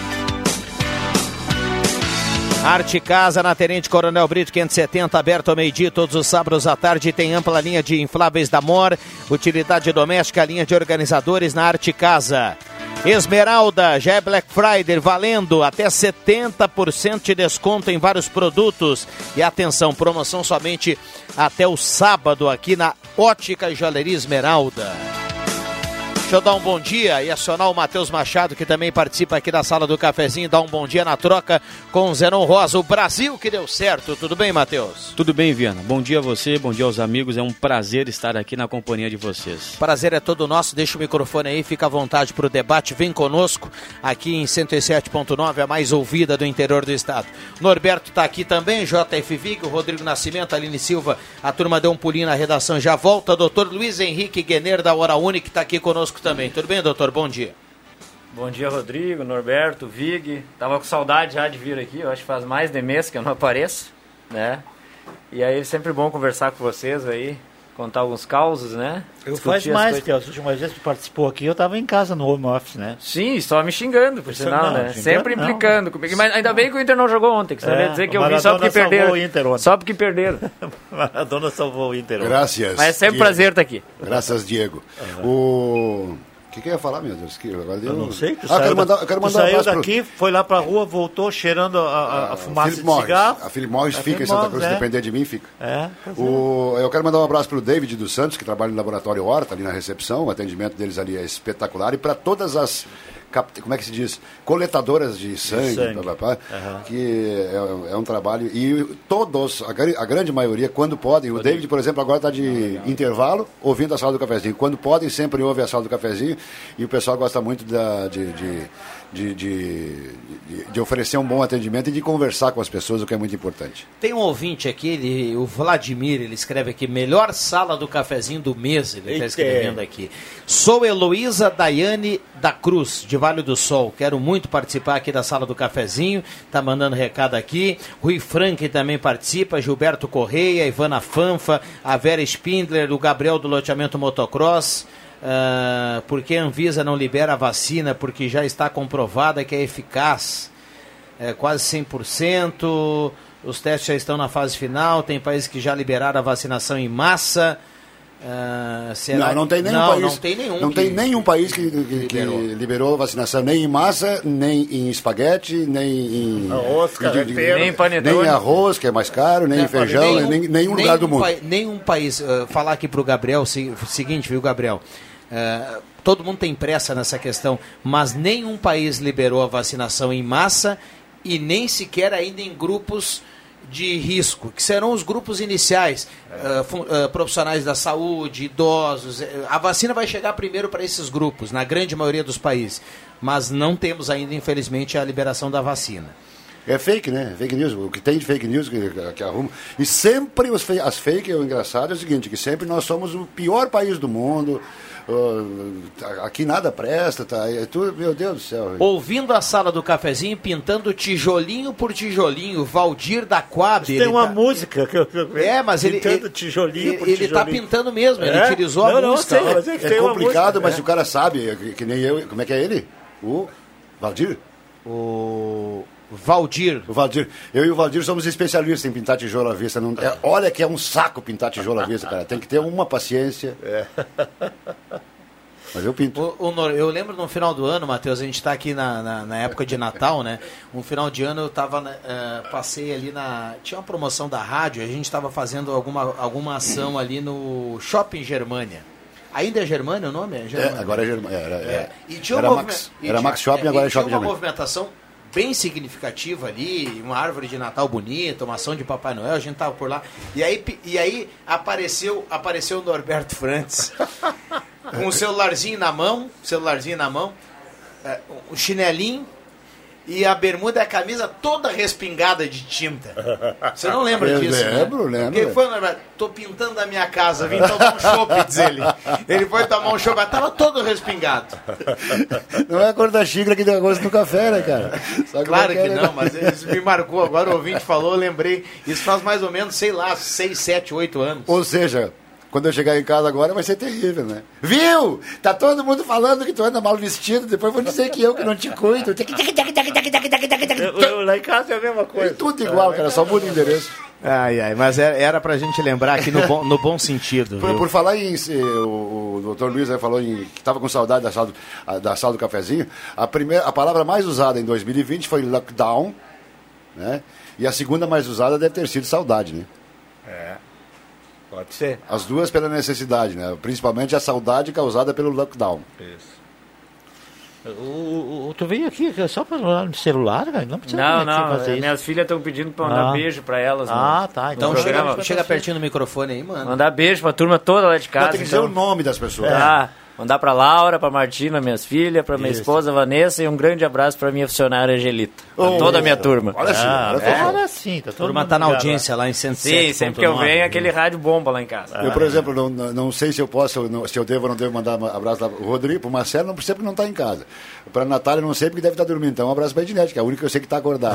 [SPEAKER 2] Arte Casa, na Tenente Coronel Brito quinhentos e setenta, aberto ao meio-dia, todos os sábados à tarde. Tem ampla linha de infláveis da M O R, utilidade doméstica, linha de organizadores na Arte Casa. Esmeralda, já é Black Friday, valendo até setenta por cento de desconto em vários produtos. E atenção, promoção somente até o sábado aqui na Ótica e Joalheria Esmeralda. Deixa eu dar um bom dia e acionar o Matheus Machado, que também participa aqui da sala do cafezinho, dar um bom dia na troca com o Zenon Rosa. O Brasil que deu certo. Tudo bem, Matheus?
[SPEAKER 8] Tudo bem, Viana. Bom dia a você, bom dia aos amigos. É um prazer estar aqui na companhia de vocês.
[SPEAKER 2] Prazer é todo nosso. Deixa o microfone aí, fica à vontade para o debate. Vem conosco aqui em cento e sete ponto nove, a mais ouvida do interior do estado. Norberto está aqui também, J F Vig, o Rodrigo Nascimento, Aline Silva. A turma deu um pulinho na redação, já volta. Doutor Luiz Henrique Guener, da Hora Única, que está aqui conosco também. Tudo bem, doutor? Bom dia.
[SPEAKER 9] Bom dia, Rodrigo, Norberto, Vig. Tava com saudade já de vir aqui, eu acho que faz mais de mês que eu não apareço, né? E aí é sempre bom conversar com vocês aí, contar alguns causos, né?
[SPEAKER 5] Eu faz mais, que a última vez que participou aqui, eu tava em casa no home office, né?
[SPEAKER 9] Sim, só me xingando, por sinal, não, né? Sempre não. Implicando comigo. Mas ainda bem que o Inter não jogou ontem, que você é, ia dizer que eu vi só porque perderam. O Inter ontem. Só porque perderam.
[SPEAKER 5] Maradona salvou o Inter ontem.
[SPEAKER 7] Graças.
[SPEAKER 9] Mas é sempre
[SPEAKER 7] Diego.
[SPEAKER 9] Prazer estar aqui.
[SPEAKER 7] Graças, Diego. Uhum. O... O que, que eu ia falar, meu Deus? Que agora deu...
[SPEAKER 5] Eu não sei. Tu
[SPEAKER 7] ah,
[SPEAKER 5] saiu,
[SPEAKER 7] quero mandar, eu quero
[SPEAKER 5] tu
[SPEAKER 7] mandar
[SPEAKER 5] saiu
[SPEAKER 7] um
[SPEAKER 5] daqui, pro... foi lá pra rua, voltou cheirando a, a, a fumaça
[SPEAKER 7] Philip
[SPEAKER 5] de
[SPEAKER 7] Morris.
[SPEAKER 5] cigarro.
[SPEAKER 7] A Philip Morris
[SPEAKER 5] a
[SPEAKER 7] fica
[SPEAKER 5] Philip
[SPEAKER 7] em Santa
[SPEAKER 5] Morris,
[SPEAKER 7] Cruz,
[SPEAKER 5] é.
[SPEAKER 7] se depender de mim, fica.
[SPEAKER 5] É,
[SPEAKER 7] o, eu quero mandar um abraço pro David dos Santos, que trabalha no Laboratório Horta, ali na recepção. O atendimento deles ali é espetacular. E para todas as... como é que se diz, coletadoras de sangue, de sangue. Pá, pá, pá, uhum. que é, é um trabalho, e todos, a, a grande maioria, quando podem, o Pode. David, por exemplo, agora está de ah, intervalo, ouvindo a sala do cafezinho, quando podem, sempre ouve a sala do cafezinho, e o pessoal gosta muito da, de, de, de, de, de, de oferecer um bom atendimento e de conversar com as pessoas, o que é muito importante.
[SPEAKER 2] Tem um ouvinte aqui, ele, o Vladimir, ele escreve aqui, melhor sala do cafezinho do mês, ele está escrevendo aqui. Sou Heloísa Daiane da Cruz, de Vale do Sol. Quero muito participar aqui da sala do cafezinho. Tá mandando recado aqui. Rui Frank também participa. Gilberto Correia, Ivana Fanfa, a Vera Spindler, o Gabriel do loteamento Motocross. Uh, por que a Anvisa não libera a vacina? Porque já está comprovada que é eficaz. É, quase cem por cento. Os testes já estão na fase final. Tem países que já liberaram a vacinação em massa. Uh, será...
[SPEAKER 7] Não, não tem nenhum
[SPEAKER 2] não,
[SPEAKER 7] país.
[SPEAKER 2] Não tem nenhum,
[SPEAKER 7] não
[SPEAKER 2] que...
[SPEAKER 7] tem nenhum país que, que, que liberou. liberou vacinação, nem em massa, nem em espaguete, nem em
[SPEAKER 5] arroz,
[SPEAKER 7] de, de,
[SPEAKER 9] nem panetone,
[SPEAKER 7] nem em arroz, que é mais caro, nem em feijão, nenhum, nem nenhum lugar do mundo.
[SPEAKER 2] Pa, nenhum país. Uh, falar aqui pro Gabriel, se, seguinte, viu, Gabriel? Uh, todo mundo tem pressa nessa questão, mas nenhum país liberou a vacinação em massa e nem sequer ainda em grupos de risco, que serão os grupos iniciais, uh, fun, uh, profissionais da saúde, idosos. A vacina vai chegar primeiro para esses grupos, na grande maioria dos países, mas não temos ainda, infelizmente, a liberação da vacina.
[SPEAKER 7] É fake, né? Fake news. O que tem de fake news que, que arruma. E sempre os fe... as fake, o engraçado é o seguinte, que sempre nós somos o pior país do mundo. Uh, aqui nada presta, tá? É tudo, meu Deus do céu.
[SPEAKER 2] Ouvindo a sala do cafezinho, pintando tijolinho por tijolinho, Valdir da Coab.
[SPEAKER 5] Tem uma tá... música que eu, que eu...
[SPEAKER 2] É, mas ele
[SPEAKER 5] pintando tijolinho
[SPEAKER 2] ele,
[SPEAKER 5] por
[SPEAKER 2] ele
[SPEAKER 5] tijolinho.
[SPEAKER 2] Ele tá pintando mesmo, ele
[SPEAKER 5] é?
[SPEAKER 2] utilizou a
[SPEAKER 5] não,
[SPEAKER 2] música.
[SPEAKER 5] Não, sei, mas é, que
[SPEAKER 7] é
[SPEAKER 5] tem
[SPEAKER 7] complicado,
[SPEAKER 5] música,
[SPEAKER 7] mas
[SPEAKER 5] é.
[SPEAKER 7] o cara sabe, que, que nem eu. Como é que é ele? O Valdir?
[SPEAKER 2] O Valdir.
[SPEAKER 7] O Valdir. Eu e o Valdir somos especialistas em pintar tijolo à vista. Não... É, olha que é um saco pintar tijolo à vista, cara. Tem que ter uma paciência. É. Mas eu pinto.
[SPEAKER 2] O, o, eu lembro no final do ano, Matheus, a gente está aqui na, na, na época de Natal, né? Um final de ano eu tava, uh, passei ali na... Tinha uma promoção da rádio, a gente estava fazendo alguma, alguma ação ali no Shopping Germânia. Ainda é Germânia o nome? É, Germânia.
[SPEAKER 7] É agora é Germânia. Era,
[SPEAKER 2] é. E tinha
[SPEAKER 7] era,
[SPEAKER 2] um
[SPEAKER 7] Max,
[SPEAKER 2] e
[SPEAKER 7] era
[SPEAKER 2] tinha,
[SPEAKER 7] Max Shopping,
[SPEAKER 2] é,
[SPEAKER 7] agora é Shopping
[SPEAKER 2] Germânia. Tinha uma
[SPEAKER 7] Germânia.
[SPEAKER 2] movimentação bem significativa ali, uma árvore de Natal bonita, uma ação de Papai Noel, a gente tava por lá. E aí, e aí apareceu, apareceu o Norberto Frantz com o celularzinho na mão, celularzinho na mão, o chinelinho e a bermuda e a camisa toda respingada de tinta. Você não lembra
[SPEAKER 7] eu
[SPEAKER 2] disso,
[SPEAKER 7] lembro,
[SPEAKER 2] né?
[SPEAKER 7] lembro.
[SPEAKER 2] Porque foi, Norberto, tô pintando a minha casa, vim tomar um chopp, diz ele. Ele foi tomar um chopp, mas tava todo respingado.
[SPEAKER 7] Não é a cor da xícara que deu gosto no café, né, cara?
[SPEAKER 2] Sabe claro que, que não, mas isso me marcou. Agora o ouvinte falou, eu lembrei. Isso faz mais ou menos, sei lá, seis, sete, oito anos.
[SPEAKER 7] Ou seja, Quando eu chegar em casa agora vai ser terrível, né? Viu? Tá todo mundo falando que tu anda mal vestido, depois vão dizer que eu que não te cuido.
[SPEAKER 5] Eu, eu, lá em casa é a mesma coisa.
[SPEAKER 7] É tudo igual, cara, só muda o endereço.
[SPEAKER 2] Ai, ai, mas era, era pra gente lembrar aqui no bom, no bom sentido.
[SPEAKER 7] Por,
[SPEAKER 2] viu?
[SPEAKER 7] por falar em. O, o doutor Luiz aí falou em, que estava com saudade da sala, do, da sala do cafezinho. A, primeira, a palavra mais usada em dois mil e vinte foi lockdown, né? E a segunda mais usada deve ter sido saudade, né?
[SPEAKER 5] É. Pode ser.
[SPEAKER 7] As duas pela necessidade, né? Principalmente a saudade causada pelo lockdown.
[SPEAKER 5] Isso. O, o, o, tu veio aqui só para olhar no celular, cara? Não precisa
[SPEAKER 9] Não, não,
[SPEAKER 5] fazer isso.
[SPEAKER 9] minhas filhas estão pedindo para mandar
[SPEAKER 5] Ah.
[SPEAKER 9] beijo para elas.
[SPEAKER 5] Ah,
[SPEAKER 9] no,
[SPEAKER 5] tá.
[SPEAKER 2] Então
[SPEAKER 9] no
[SPEAKER 2] chega,
[SPEAKER 9] programa.
[SPEAKER 2] chega pertinho do microfone aí, mano.
[SPEAKER 9] Mandar beijo pra turma toda lá de casa.
[SPEAKER 7] Mas tem que dizer
[SPEAKER 9] então.
[SPEAKER 7] o nome das pessoas.
[SPEAKER 9] Ah, mandar pra Laura, pra Martina, minhas filhas, pra minha
[SPEAKER 5] Isso.
[SPEAKER 9] esposa Vanessa e um grande abraço pra minha funcionária Angelita. Pra toda a minha turma.
[SPEAKER 7] Olha assim,
[SPEAKER 5] Ah,
[SPEAKER 7] olha só.
[SPEAKER 5] agora sim, tá
[SPEAKER 2] A
[SPEAKER 5] todo
[SPEAKER 2] turma
[SPEAKER 5] mundo
[SPEAKER 2] tá na
[SPEAKER 5] ligado
[SPEAKER 2] audiência lá em cento e sete.
[SPEAKER 9] Sim, sempre que eu venho, aquele rádio bomba lá em casa.
[SPEAKER 7] Eu, por exemplo, não, não não sei se eu posso, não- se eu devo ou não devo mandar um abraço para o Rodrigo, para o Marcelo, não percebo que não está em casa. Para a Natália, não sei porque deve estar dormindo. Então, um abraço para a Ednete, que é a única que eu sei que está acordada.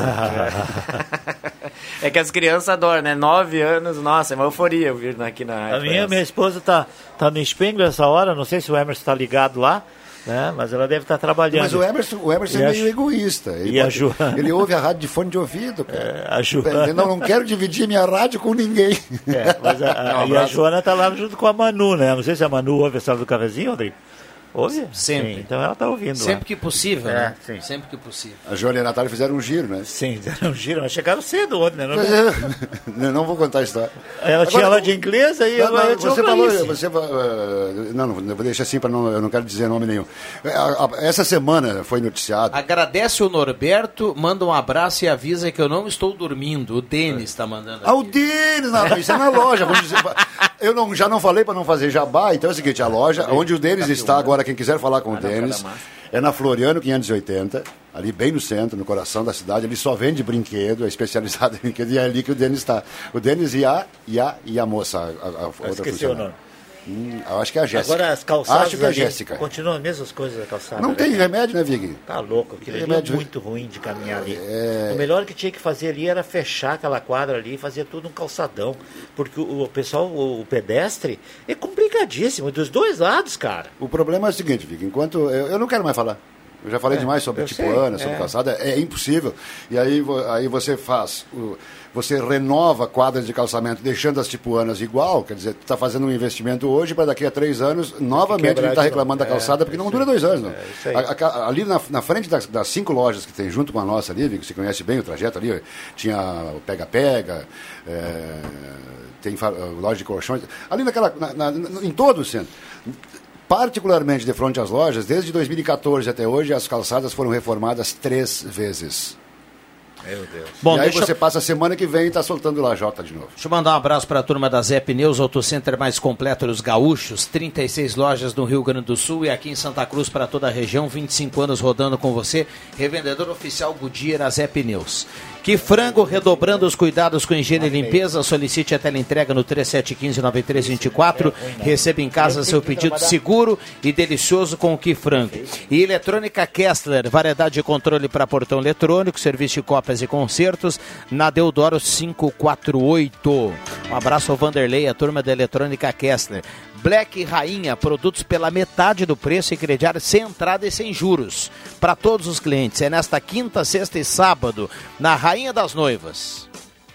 [SPEAKER 9] É que as crianças adoram, né? Nove anos, nossa, é uma euforia eu vir aqui na rádio.
[SPEAKER 5] A minha, minha esposa tá, tá no Spengler essa hora, não sei se o Emerson está ligado lá, né? Mas ela deve estar trabalhando.
[SPEAKER 7] Mas o Emerson, o Emerson
[SPEAKER 5] E
[SPEAKER 7] é
[SPEAKER 5] a
[SPEAKER 7] meio
[SPEAKER 5] Ju-
[SPEAKER 7] egoísta. Ele,
[SPEAKER 5] e a
[SPEAKER 7] pode-
[SPEAKER 5] Joana?
[SPEAKER 7] ele ouve a rádio de fone de ouvido, cara.
[SPEAKER 5] A Joana.
[SPEAKER 7] Eu não, não quero dividir minha rádio com ninguém.
[SPEAKER 5] É, mas a, a-
[SPEAKER 7] Um
[SPEAKER 5] e a
[SPEAKER 7] abraço.
[SPEAKER 5] Joana tá lá junto com a Manu, né? Não sei se a Manu ouve a sala do cafezinho, Rodrigo. Ouve?
[SPEAKER 2] Sempre.
[SPEAKER 5] Sim, então ela tá ouvindo
[SPEAKER 2] Sempre
[SPEAKER 5] lá.
[SPEAKER 2] que possível,
[SPEAKER 5] É,
[SPEAKER 2] né?
[SPEAKER 5] sim.
[SPEAKER 2] Sempre que possível.
[SPEAKER 7] A Joana e a Natália fizeram um giro, né?
[SPEAKER 5] Sim, deram um giro. Mas chegaram cedo ontem, né? Não,
[SPEAKER 7] Não, não vou contar a história.
[SPEAKER 5] ela
[SPEAKER 7] Agora,
[SPEAKER 5] tinha aula
[SPEAKER 7] o-
[SPEAKER 5] de inglês aí
[SPEAKER 7] Não,
[SPEAKER 5] agora
[SPEAKER 7] não,
[SPEAKER 5] eu tinha
[SPEAKER 7] você
[SPEAKER 5] uma
[SPEAKER 7] falou,
[SPEAKER 5] Clarice.
[SPEAKER 7] você, uh, não, não, eu vou deixar assim para não, eu não quero dizer nome nenhum. A- a- Essa semana foi noticiado.
[SPEAKER 2] Agradece o Norberto, manda um abraço e avisa que eu não estou dormindo. O Denis está mandando.
[SPEAKER 7] Ah, o Denis, não, isso é na loja. Vamos dizer, eu não, já não falei para não fazer jabá, então é o seguinte, a loja, onde o Denis está agora, quem quiser falar com o Denis, é na Floriano quinhentos e oitenta, ali bem no centro, no coração da cidade. Ele só vende brinquedo, é especializado em brinquedo, e é ali que o Denis está. O Denis e a, e a, e a moça, a, a outra
[SPEAKER 5] Esqueci o
[SPEAKER 7] funcionária.
[SPEAKER 5] nome.
[SPEAKER 7] Hum, eu acho que é a Jéssica.
[SPEAKER 5] Agora as calçadas
[SPEAKER 7] Acho que é a
[SPEAKER 5] ali
[SPEAKER 7] Jéssica.
[SPEAKER 5] continuam as mesmas coisas da calçada.
[SPEAKER 7] Não
[SPEAKER 5] né?
[SPEAKER 7] tem remédio, né, Vig?
[SPEAKER 5] Tá louco, aquilo ali é
[SPEAKER 7] Remédio-
[SPEAKER 5] muito ruim de caminhar ali.
[SPEAKER 7] É.
[SPEAKER 5] O melhor que tinha que fazer ali era fechar aquela quadra ali e fazer tudo um calçadão. Porque o, o pessoal, o, o pedestre, é complicadíssimo, dos dois lados, cara.
[SPEAKER 7] O problema é o seguinte, Vic, enquanto. Eu, eu não quero mais falar. Eu já falei
[SPEAKER 5] É,
[SPEAKER 7] demais sobre
[SPEAKER 5] eu
[SPEAKER 7] Tipuana,
[SPEAKER 5] sei,
[SPEAKER 7] sobre
[SPEAKER 5] é.
[SPEAKER 7] calçada, é impossível. E aí, vo- aí você faz. o- Você renova quadras de calçamento, deixando as Tipuanas igual, quer dizer, tu está fazendo um investimento hoje para daqui a três anos, novamente
[SPEAKER 5] quebrar
[SPEAKER 7] ele está
[SPEAKER 5] de
[SPEAKER 7] reclamando
[SPEAKER 5] novo.
[SPEAKER 7] da calçada,
[SPEAKER 5] É,
[SPEAKER 7] porque não
[SPEAKER 5] isso
[SPEAKER 7] dura
[SPEAKER 5] aí.
[SPEAKER 7] dois anos. Não.
[SPEAKER 5] É, isso aí.
[SPEAKER 7] A- a- ali na, na frente das, das cinco lojas que tem junto com a nossa ali, Vic, você conhece bem o trajeto ali, tinha o Pega-Pega, é, tem fa- loja de colchões, ali naquela, na- na- em todo o centro. Particularmente de frente às lojas, desde dois mil e quatorze até hoje, as calçadas foram reformadas três vezes.
[SPEAKER 5] Meu Deus.
[SPEAKER 2] Bom,
[SPEAKER 7] e aí
[SPEAKER 2] deixa-
[SPEAKER 7] você passa a semana que vem e está soltando lajota de novo.
[SPEAKER 2] Deixa eu mandar um abraço para a turma da Zé Pneus, Autocenter mais completo dos gaúchos, trinta e seis lojas no Rio Grande do Sul e aqui em Santa Cruz para toda a região, vinte e cinco anos rodando com você, revendedor oficial Goodyear a Zé Pneus. Que frango, redobrando os cuidados com higiene e limpeza, solicite a teleentrega no três sete um cinco, nove três dois quatro, receba em casa seu pedido seguro e delicioso com o Que Frango. E Eletrônica Kessler, variedade de controle para portão eletrônico, serviço de cópias e concertos, na Deodoro quinhentos e quarenta e oito. Um abraço ao Vanderlei, a turma da Eletrônica Kessler. Black Rainha, produtos pela metade do preço e crediário sem entrada e sem juros. Para todos os clientes, é nesta quinta, sexta e sábado, na Rainha das Noivas.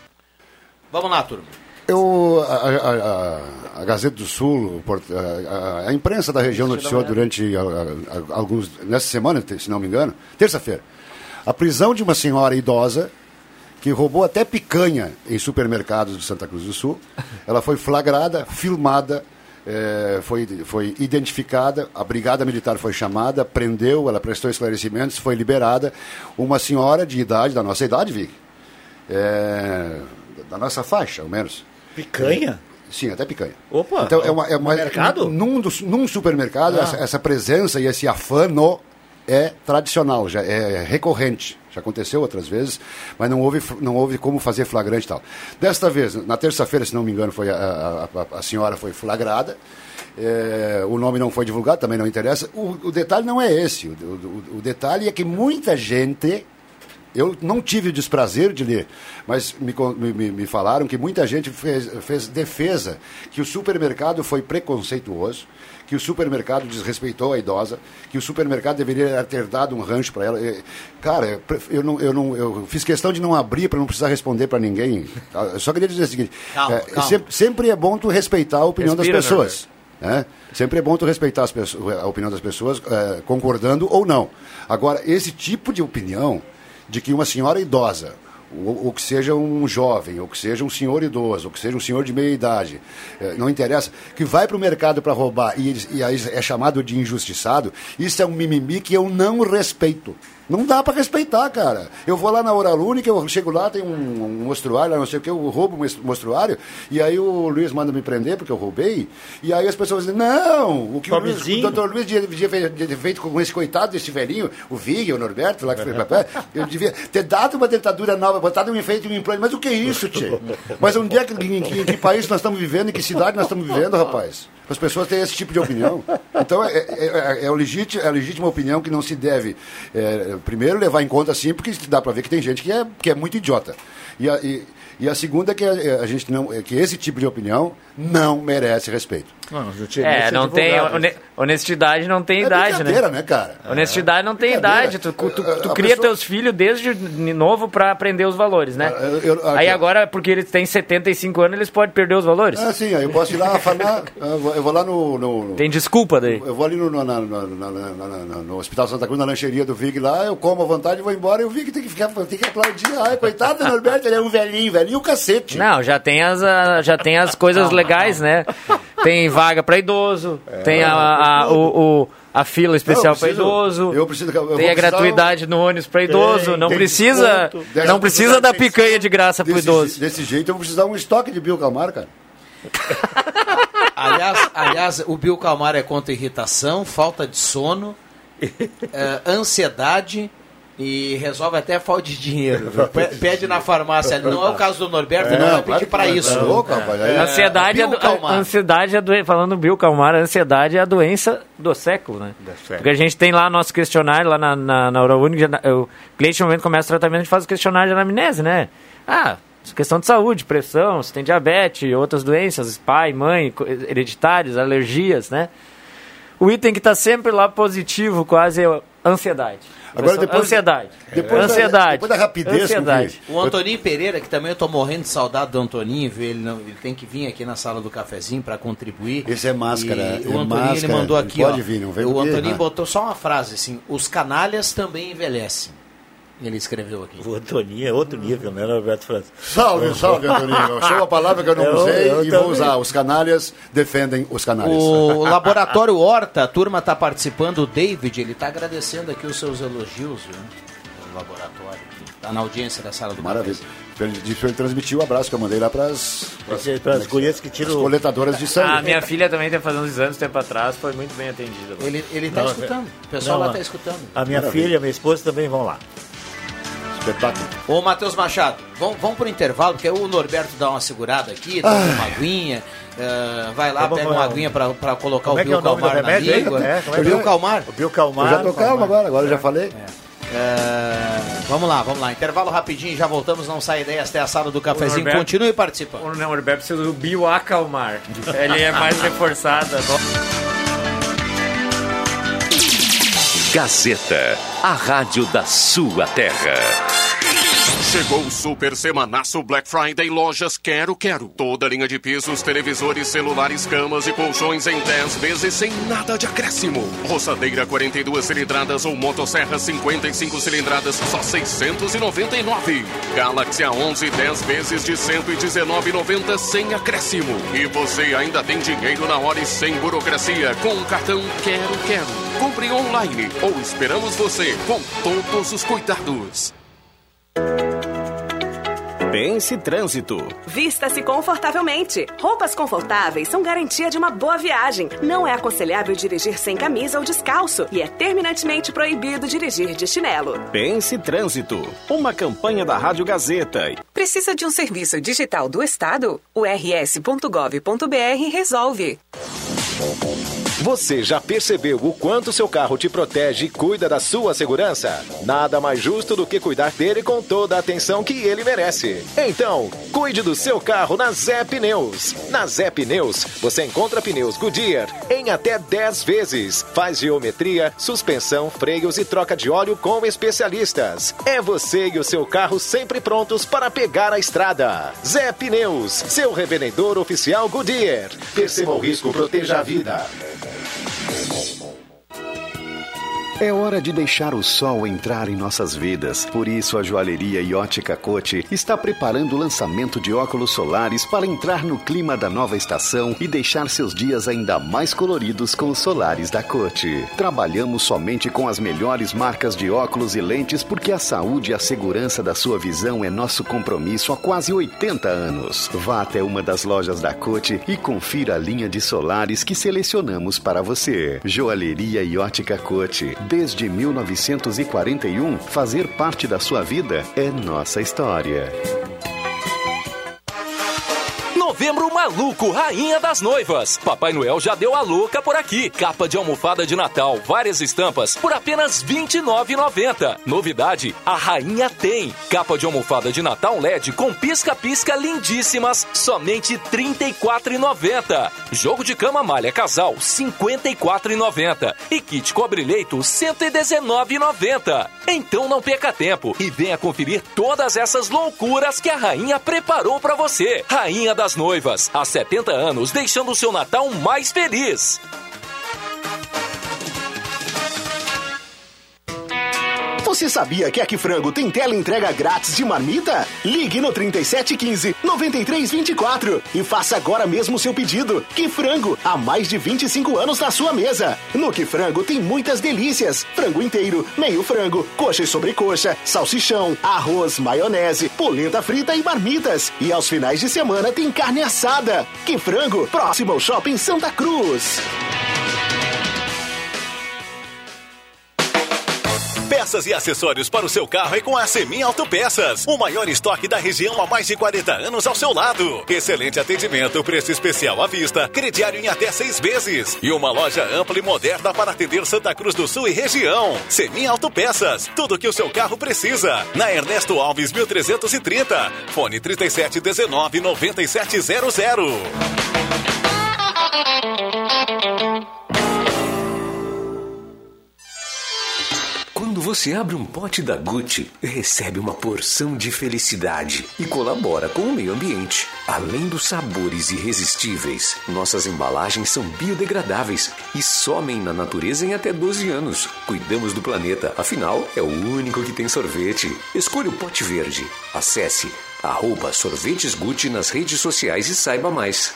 [SPEAKER 2] Vamos lá, turma.
[SPEAKER 7] Eu, a, a- a- a Gazeta do Sul, o port- a, a- a imprensa da região noticiou durante a- a- a- alguns, nessa semana, se não me engano, terça-feira, a prisão de uma senhora idosa que roubou até picanha em supermercados de Santa Cruz do Sul. Ela foi flagrada, filmada, eh, foi, foi identificada, a Brigada Militar foi chamada, prendeu, ela prestou esclarecimentos, foi liberada. Uma senhora de idade, da nossa idade, Vic, eh, da nossa faixa, ao menos.
[SPEAKER 5] Picanha?
[SPEAKER 7] Sim, até picanha.
[SPEAKER 5] Opa,
[SPEAKER 7] então, é uma, é uma,
[SPEAKER 5] no mercado?
[SPEAKER 7] Num, dos- num supermercado,
[SPEAKER 5] Ah.
[SPEAKER 7] essa, essa presença e esse afano é tradicional, já é recorrente. Já aconteceu outras vezes, mas não houve, não houve como fazer flagrante e tal. Desta vez, na terça-feira, se não me engano, foi a, a, a- a senhora foi flagrada. É, o nome não foi divulgado, também não interessa. O, o detalhe não é esse. O, o- o detalhe é que muita gente, eu não tive o desprazer de ler, mas me, me, me falaram que muita gente fez, fez defesa que o supermercado foi preconceituoso, que o supermercado desrespeitou a idosa, que o supermercado deveria ter dado um rancho para ela. Cara, eu, não, eu, não, eu fiz questão de não abrir para não precisar responder para ninguém. Eu só queria dizer o seguinte, calma, é, calma. Sempre, sempre é bom tu respeitar a opinião Respira, das pessoas. Né? Sempre é bom tu respeitar as pessoas, a opinião das pessoas, é, concordando ou não. Agora, esse tipo de opinião de que uma senhora idosa, ou, ou que seja um jovem, ou que seja um senhor idoso, ou que seja um senhor de meia idade, é, não interessa, que vai para o mercado para roubar e, e aí é chamado de injustiçado, isso é um mimimi que eu não respeito. Não dá para respeitar, cara. Eu vou lá na Oral Única, eu chego lá, tem um, um mostruário, não sei o que, eu roubo um mostruário, e aí o Luiz manda me prender porque eu roubei, e aí as pessoas dizem, não, o que o, Luiz, o doutor Luiz devia ter feito com esse coitado desse velhinho, o Vig, o Norberto, lá que foi papai, eu devia ter dado uma dentadura nova, botado um efeito, um implante, mas o que é isso, tio? Mas onde é que, em, que, em que país nós estamos vivendo, em que cidade nós estamos vivendo, rapaz? As pessoas têm esse tipo de opinião. Então, é, é, é, é, legítimo, é a legítima opinião que não se deve, é, primeiro, levar em conta, sim, porque dá para ver que tem gente que é, que é muito idiota. E a, e, e a segunda é que a, a gente não, é que esse tipo de opinião não merece respeito.
[SPEAKER 9] Não, é, não tem honestidade, não tem é idade, né?
[SPEAKER 7] né, cara?
[SPEAKER 9] Honestidade não tem idade. Tu, tu, tu, tu cria pessoa... teus filhos desde novo para aprender os valores, né? Eu, eu, aí agora, porque eles têm setenta e cinco anos, eles podem perder os valores?
[SPEAKER 7] Ah, sim, aí eu posso ir lá falar, eu vou lá no, no...
[SPEAKER 9] Tem desculpa daí?
[SPEAKER 7] Eu vou ali no, no, na, na, na, na, na, no Hospital Santa Cruz, na lancheria do Vig lá, eu como à vontade e vou embora, e o Vig tem que ficar, tem que aplaudir. Ai, coitado do Norberto, ele é um velhinho, velhinho o cacete.
[SPEAKER 9] Não, já tem as, já tem as coisas calma, legais, calma. né? Tem vaga para idoso, é, tem a, a, o, o, a fila especial para idoso,
[SPEAKER 7] eu preciso, eu
[SPEAKER 9] tem a gratuidade um... no ônibus para idoso, tem, não, tem precisa, não precisa da picanha de graça para o idoso.
[SPEAKER 7] Desse jeito eu vou precisar de um estoque de Biocalmar, cara.
[SPEAKER 2] aliás, aliás, o Biocalmar é contra irritação, falta de sono, é, ansiedade... E resolve até a falta de dinheiro. Pede na farmácia. Não é o caso do Norberto, é, não vai pedir para isso.
[SPEAKER 9] É louco, é. É. Ansiedade, é do, a, ansiedade é do, falando do Biocalmar, a ansiedade é a doença do século, né? Porque a gente tem lá nosso questionário, lá na, na, na Euroúnica, o cliente no momento começa o tratamento, a gente faz o questionário de anamnese, né? Ah, questão de saúde, pressão, se tem diabetes, outras doenças, pai, mãe, hereditários, alergias, né? O item que está sempre lá positivo quase é ansiedade.
[SPEAKER 7] Agora, depois,
[SPEAKER 9] ansiedade.
[SPEAKER 7] Depois
[SPEAKER 9] ansiedade.
[SPEAKER 7] Da, depois da rapidez.
[SPEAKER 9] Ansiedade.
[SPEAKER 2] O Antoninho Pereira, que também eu tô morrendo de saudade do Antoninho, viu? Ele, não, ele tem que vir aqui na sala do cafezinho para contribuir.
[SPEAKER 7] Esse é máscara.
[SPEAKER 2] E
[SPEAKER 7] é
[SPEAKER 2] o Antoninho
[SPEAKER 7] máscara,
[SPEAKER 2] ele mandou aqui,
[SPEAKER 7] pode
[SPEAKER 2] ó.
[SPEAKER 7] Vir, não vem
[SPEAKER 2] o
[SPEAKER 7] porque,
[SPEAKER 2] Antoninho
[SPEAKER 7] né?
[SPEAKER 2] botou só uma frase assim: os canalhas também envelhecem. Ele escreveu aqui.
[SPEAKER 5] O Antoninho é outro nível, né, Roberto França?
[SPEAKER 7] Salve, salve, Antoninho. Achou uma palavra que eu não eu, usei eu e também. Vou usar. Os canalhas defendem os canalhas.
[SPEAKER 2] O Laboratório Horta, a turma está participando. O David, ele está agradecendo aqui os seus elogios, viu? O laboratório. Está na audiência da sala do
[SPEAKER 7] Maravilha. Ele disse ele transmitiu o abraço que eu mandei lá para as
[SPEAKER 5] gurias que tiram.
[SPEAKER 7] As coletadoras de sangue.
[SPEAKER 9] Ah, minha filha também está fazendo uns anos tempo atrás, foi muito bem atendida.
[SPEAKER 2] Ele está escutando. O pessoal não, lá está escutando.
[SPEAKER 5] A minha Maravilha. filha e a minha esposa também vão lá.
[SPEAKER 7] Espetáculo.
[SPEAKER 2] Ô, Matheus Machado, vamos, vamos pro intervalo, porque o Norberto dá uma segurada aqui, dá uma aguinha, uh, vai lá, pega uma aguinha pra, pra colocar Como o Biocalmar é na língua.
[SPEAKER 5] É,
[SPEAKER 2] é o Biocalmar.
[SPEAKER 5] O Biocalmar.
[SPEAKER 7] Eu já tô calmo agora, agora eu já falei.
[SPEAKER 2] É. Uh, vamos lá, vamos lá. Intervalo rapidinho, já voltamos, não sai daí, esta é a sala do cafezinho. Norberto, continue participando.
[SPEAKER 9] O Norberto precisa do Bioacalmar. Ele é mais reforçado.
[SPEAKER 12] Gazeta, a rádio da sua terra.
[SPEAKER 10] Chegou o Super Semanaço Black Friday Lojas Quero Quero. Toda linha de pisos, televisores, celulares, camas e colchões em dez vezes sem nada de acréscimo. Roçadeira quarenta e duas cilindradas ou motosserra cinquenta e cinco cilindradas, só seiscentos e noventa e nove. Galaxy A onze, dez vezes de cento e dezenove reais e noventa centavos sem acréscimo. E você ainda tem dinheiro na hora e sem burocracia com o cartão Quero Quero. Compre online ou esperamos você com todos os cuidados.
[SPEAKER 11] Pense Trânsito.
[SPEAKER 13] Vista-se confortavelmente. Roupas confortáveis são garantia de uma boa viagem. Não é aconselhável dirigir sem camisa ou descalço. E é terminantemente proibido dirigir de chinelo.
[SPEAKER 11] Pense Trânsito. Uma campanha da Rádio Gazeta.
[SPEAKER 13] Precisa de um serviço digital do Estado? O r s ponto gov ponto b r resolve.
[SPEAKER 4] Você já percebeu o quanto seu carro te protege e cuida da sua segurança? Nada mais justo do que cuidar dele com toda a atenção que ele merece. Então, cuide do seu carro na Zé Pneus. Na Zé Pneus, você encontra pneus Goodyear em até dez vezes. Faz geometria, suspensão, freios e troca de óleo com especialistas. É você e o seu carro sempre prontos para pegar a estrada. Zé Pneus, seu revendedor oficial Goodyear. Perceba o risco, proteja a vida.
[SPEAKER 19] É hora de deixar o sol entrar em nossas vidas. Por isso, a joalheria e ótica Cote está preparando o lançamento de óculos solares para entrar no clima da nova estação e deixar seus dias ainda mais coloridos com os solares da Cote. Trabalhamos somente com as melhores marcas de óculos e lentes porque a saúde e a segurança da sua visão é nosso compromisso há quase oitenta anos. Vá até uma das lojas da Cote e confira a linha de solares que selecionamos para você. Joalheria e ótica Cote. Desde mil novecentos e quarenta e um, fazer parte da sua vida é nossa história.
[SPEAKER 12] Novembro maluco, rainha das noivas. Papai Noel já deu a louca por aqui. Capa de almofada de Natal, várias estampas, por apenas vinte e nove reais e noventa centavos. Novidade, a rainha tem. Capa de almofada de Natal L E D com pisca-pisca lindíssimas, somente trinta e quatro reais e noventa centavos. Jogo de cama malha casal, cinquenta e quatro reais e noventa centavos. E kit cobre-leito, cento e dezenove reais e noventa centavos. Então não perca tempo e venha conferir todas essas loucuras que a rainha preparou para você. Rainha das noivas, há setenta anos, deixando o seu Natal mais feliz.
[SPEAKER 6] Você sabia que a Frango tem tela entrega grátis de marmita? Ligue no trinta e sete quinze, noventa e três vinte e quatro e faça agora mesmo o seu pedido. Que Frango, há mais de vinte e cinco anos na sua mesa. No Que Frango tem muitas delícias. Frango inteiro, meio frango, coxa e sobrecoxa, salsichão, arroz, maionese, polenta frita e marmitas. E aos finais de semana tem carne assada. Que Frango, próximo ao Shopping Santa Cruz.
[SPEAKER 15] Peças e acessórios para o seu carro é com a Semin Autopeças. O maior estoque da região há mais de quarenta anos ao seu lado. Excelente atendimento, preço especial à vista, crediário em até seis vezes. E uma loja ampla e moderna para atender Santa Cruz do Sul e região. Semin Autopeças, tudo que o seu carro precisa. Na Ernesto Alves, mil trezentos e trinta. Fone trinta e sete dezenove, noventa e sete zero zero.
[SPEAKER 18] Quando você abre um pote da Gucci, recebe uma porção de felicidade e colabora com o meio ambiente. Além dos sabores irresistíveis, nossas embalagens são biodegradáveis e somem na natureza em até doze anos. Cuidamos do planeta, afinal, é o único que tem sorvete. Escolha o pote verde. Acesse arroba sorvetes Gucci nas redes sociais e saiba mais.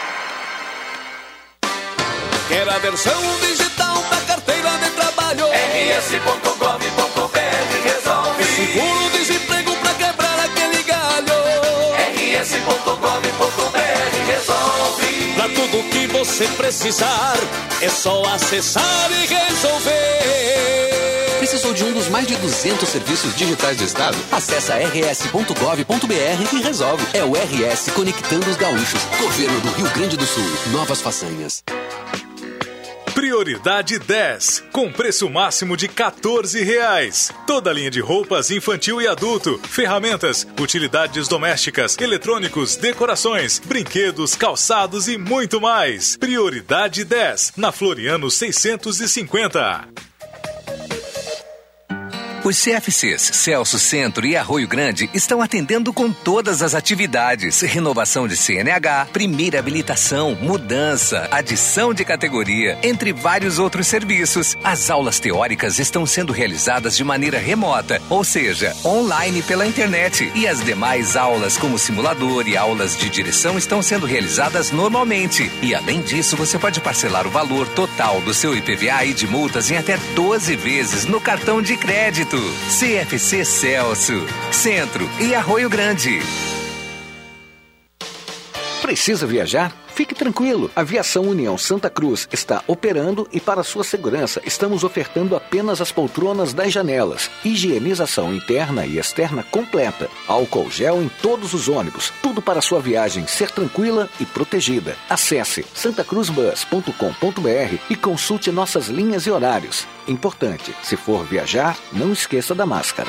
[SPEAKER 24] Quer a versão digital da carteira de trabalho? R S ponto gov ponto br resolve. Seguro-desemprego pra quebrar aquele galho? R S ponto gov ponto br resolve. Pra tudo que você precisar, é só acessar e resolver.
[SPEAKER 16] Precisou de um dos mais de duzentos serviços digitais do Estado? Acesse r s ponto gov ponto br e resolve. É o R S conectando os gaúchos. Governo do Rio Grande do Sul. Novas façanhas.
[SPEAKER 17] Prioridade dez, com preço máximo de quatorze reais. Toda linha de roupas infantil e adulto, ferramentas, utilidades domésticas, eletrônicos, decorações, brinquedos, calçados e muito mais. Prioridade dez, na Floriano seiscentos e cinquenta.
[SPEAKER 25] Os C F Cs Celso Centro e Arroio Grande estão atendendo com todas as atividades: renovação de C N H, primeira habilitação, mudança, adição de categoria, entre vários outros serviços. As aulas teóricas estão sendo realizadas de maneira remota, ou seja, online pela internet, e as demais aulas, como simulador e aulas de direção, estão sendo realizadas normalmente. E além disso, você pode parcelar o valor total do seu I P V A e de multas em até doze vezes no cartão de crédito. C F C Celso, Centro e Arroio Grande.
[SPEAKER 26] Precisa viajar?
[SPEAKER 19] Fique tranquilo, a Aviação União Santa Cruz está operando e para sua segurança estamos ofertando apenas as poltronas das janelas, higienização interna e externa completa, álcool gel em todos os ônibus, tudo para sua viagem ser tranquila e protegida. Acesse santa cruz bus ponto com ponto b r e consulte nossas linhas e horários. Importante, se for viajar, não esqueça da máscara.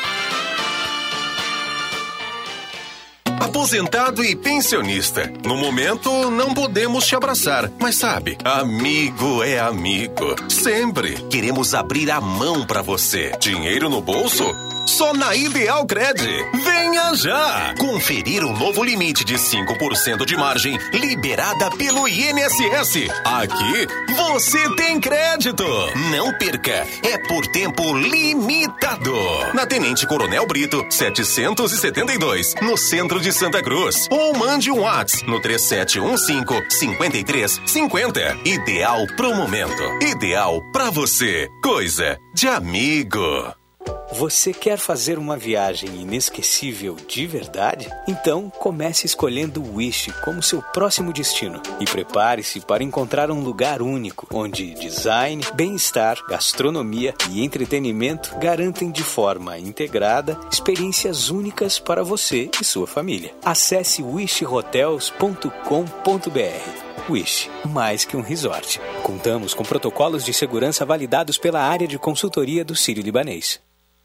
[SPEAKER 15] Aposentado e pensionista. No momento, não podemos te abraçar. Mas sabe, amigo é amigo. Sempre queremos abrir a mão pra você. Dinheiro no bolso? Só na Ideal Cred. Venha já! Conferir o novo limite de cinco por cento de margem liberada pelo I N S S. Aqui, você tem crédito. Não perca. É por tempo limitado. Na Tenente Coronel Brito, setecentos e setenta e dois, no centro de Santa Cruz. Ou mande um WhatsApp no três sete um cinco, cinco três cinco zero. Ideal pro momento. Ideal pra você. Coisa de amigo.
[SPEAKER 3] Você quer fazer uma viagem inesquecível de verdade? Então comece escolhendo o Wish como seu próximo destino e prepare-se para encontrar um lugar único, onde design, bem-estar, gastronomia e entretenimento garantem de forma integrada experiências únicas para você e sua família. Acesse wish hotels ponto com ponto b r. Wish, mais que um resort. Contamos com protocolos de segurança validados pela área de consultoria do Sírio-Libanês.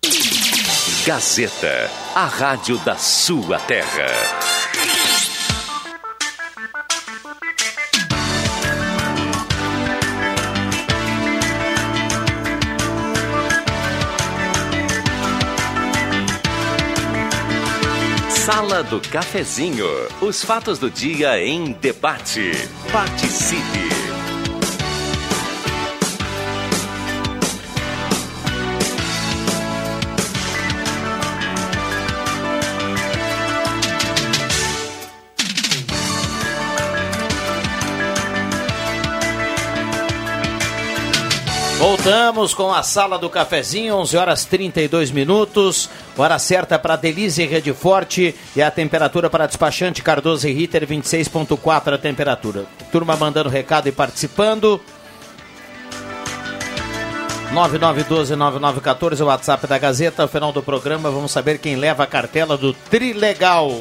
[SPEAKER 12] Gazeta, a rádio da sua terra. Sala do Cafezinho. Os fatos do dia em debate. Participe.
[SPEAKER 2] Voltamos com a Sala do Cafezinho, onze horas e trinta e dois minutos, hora certa para Delize Rede Forte e a temperatura para despachante Cardoso e Ritter, vinte e seis vírgula quatro a temperatura. Turma mandando recado e participando. nove nove um dois nove nove um quatro, o WhatsApp da Gazeta. Ao final do programa vamos saber quem leva a cartela do Trilegal.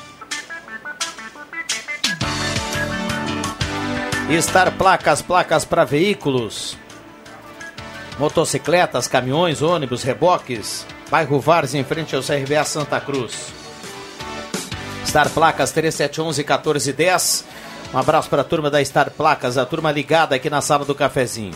[SPEAKER 2] Star Placas, placas para veículos, motocicletas, caminhões, ônibus, reboques. Bairro Várzea, em frente ao C R B A Santa Cruz. Star Placas, três sete um um, um quatro um zero. Um abraço para a turma da Star Placas, a turma ligada aqui na Sala do Cafezinho.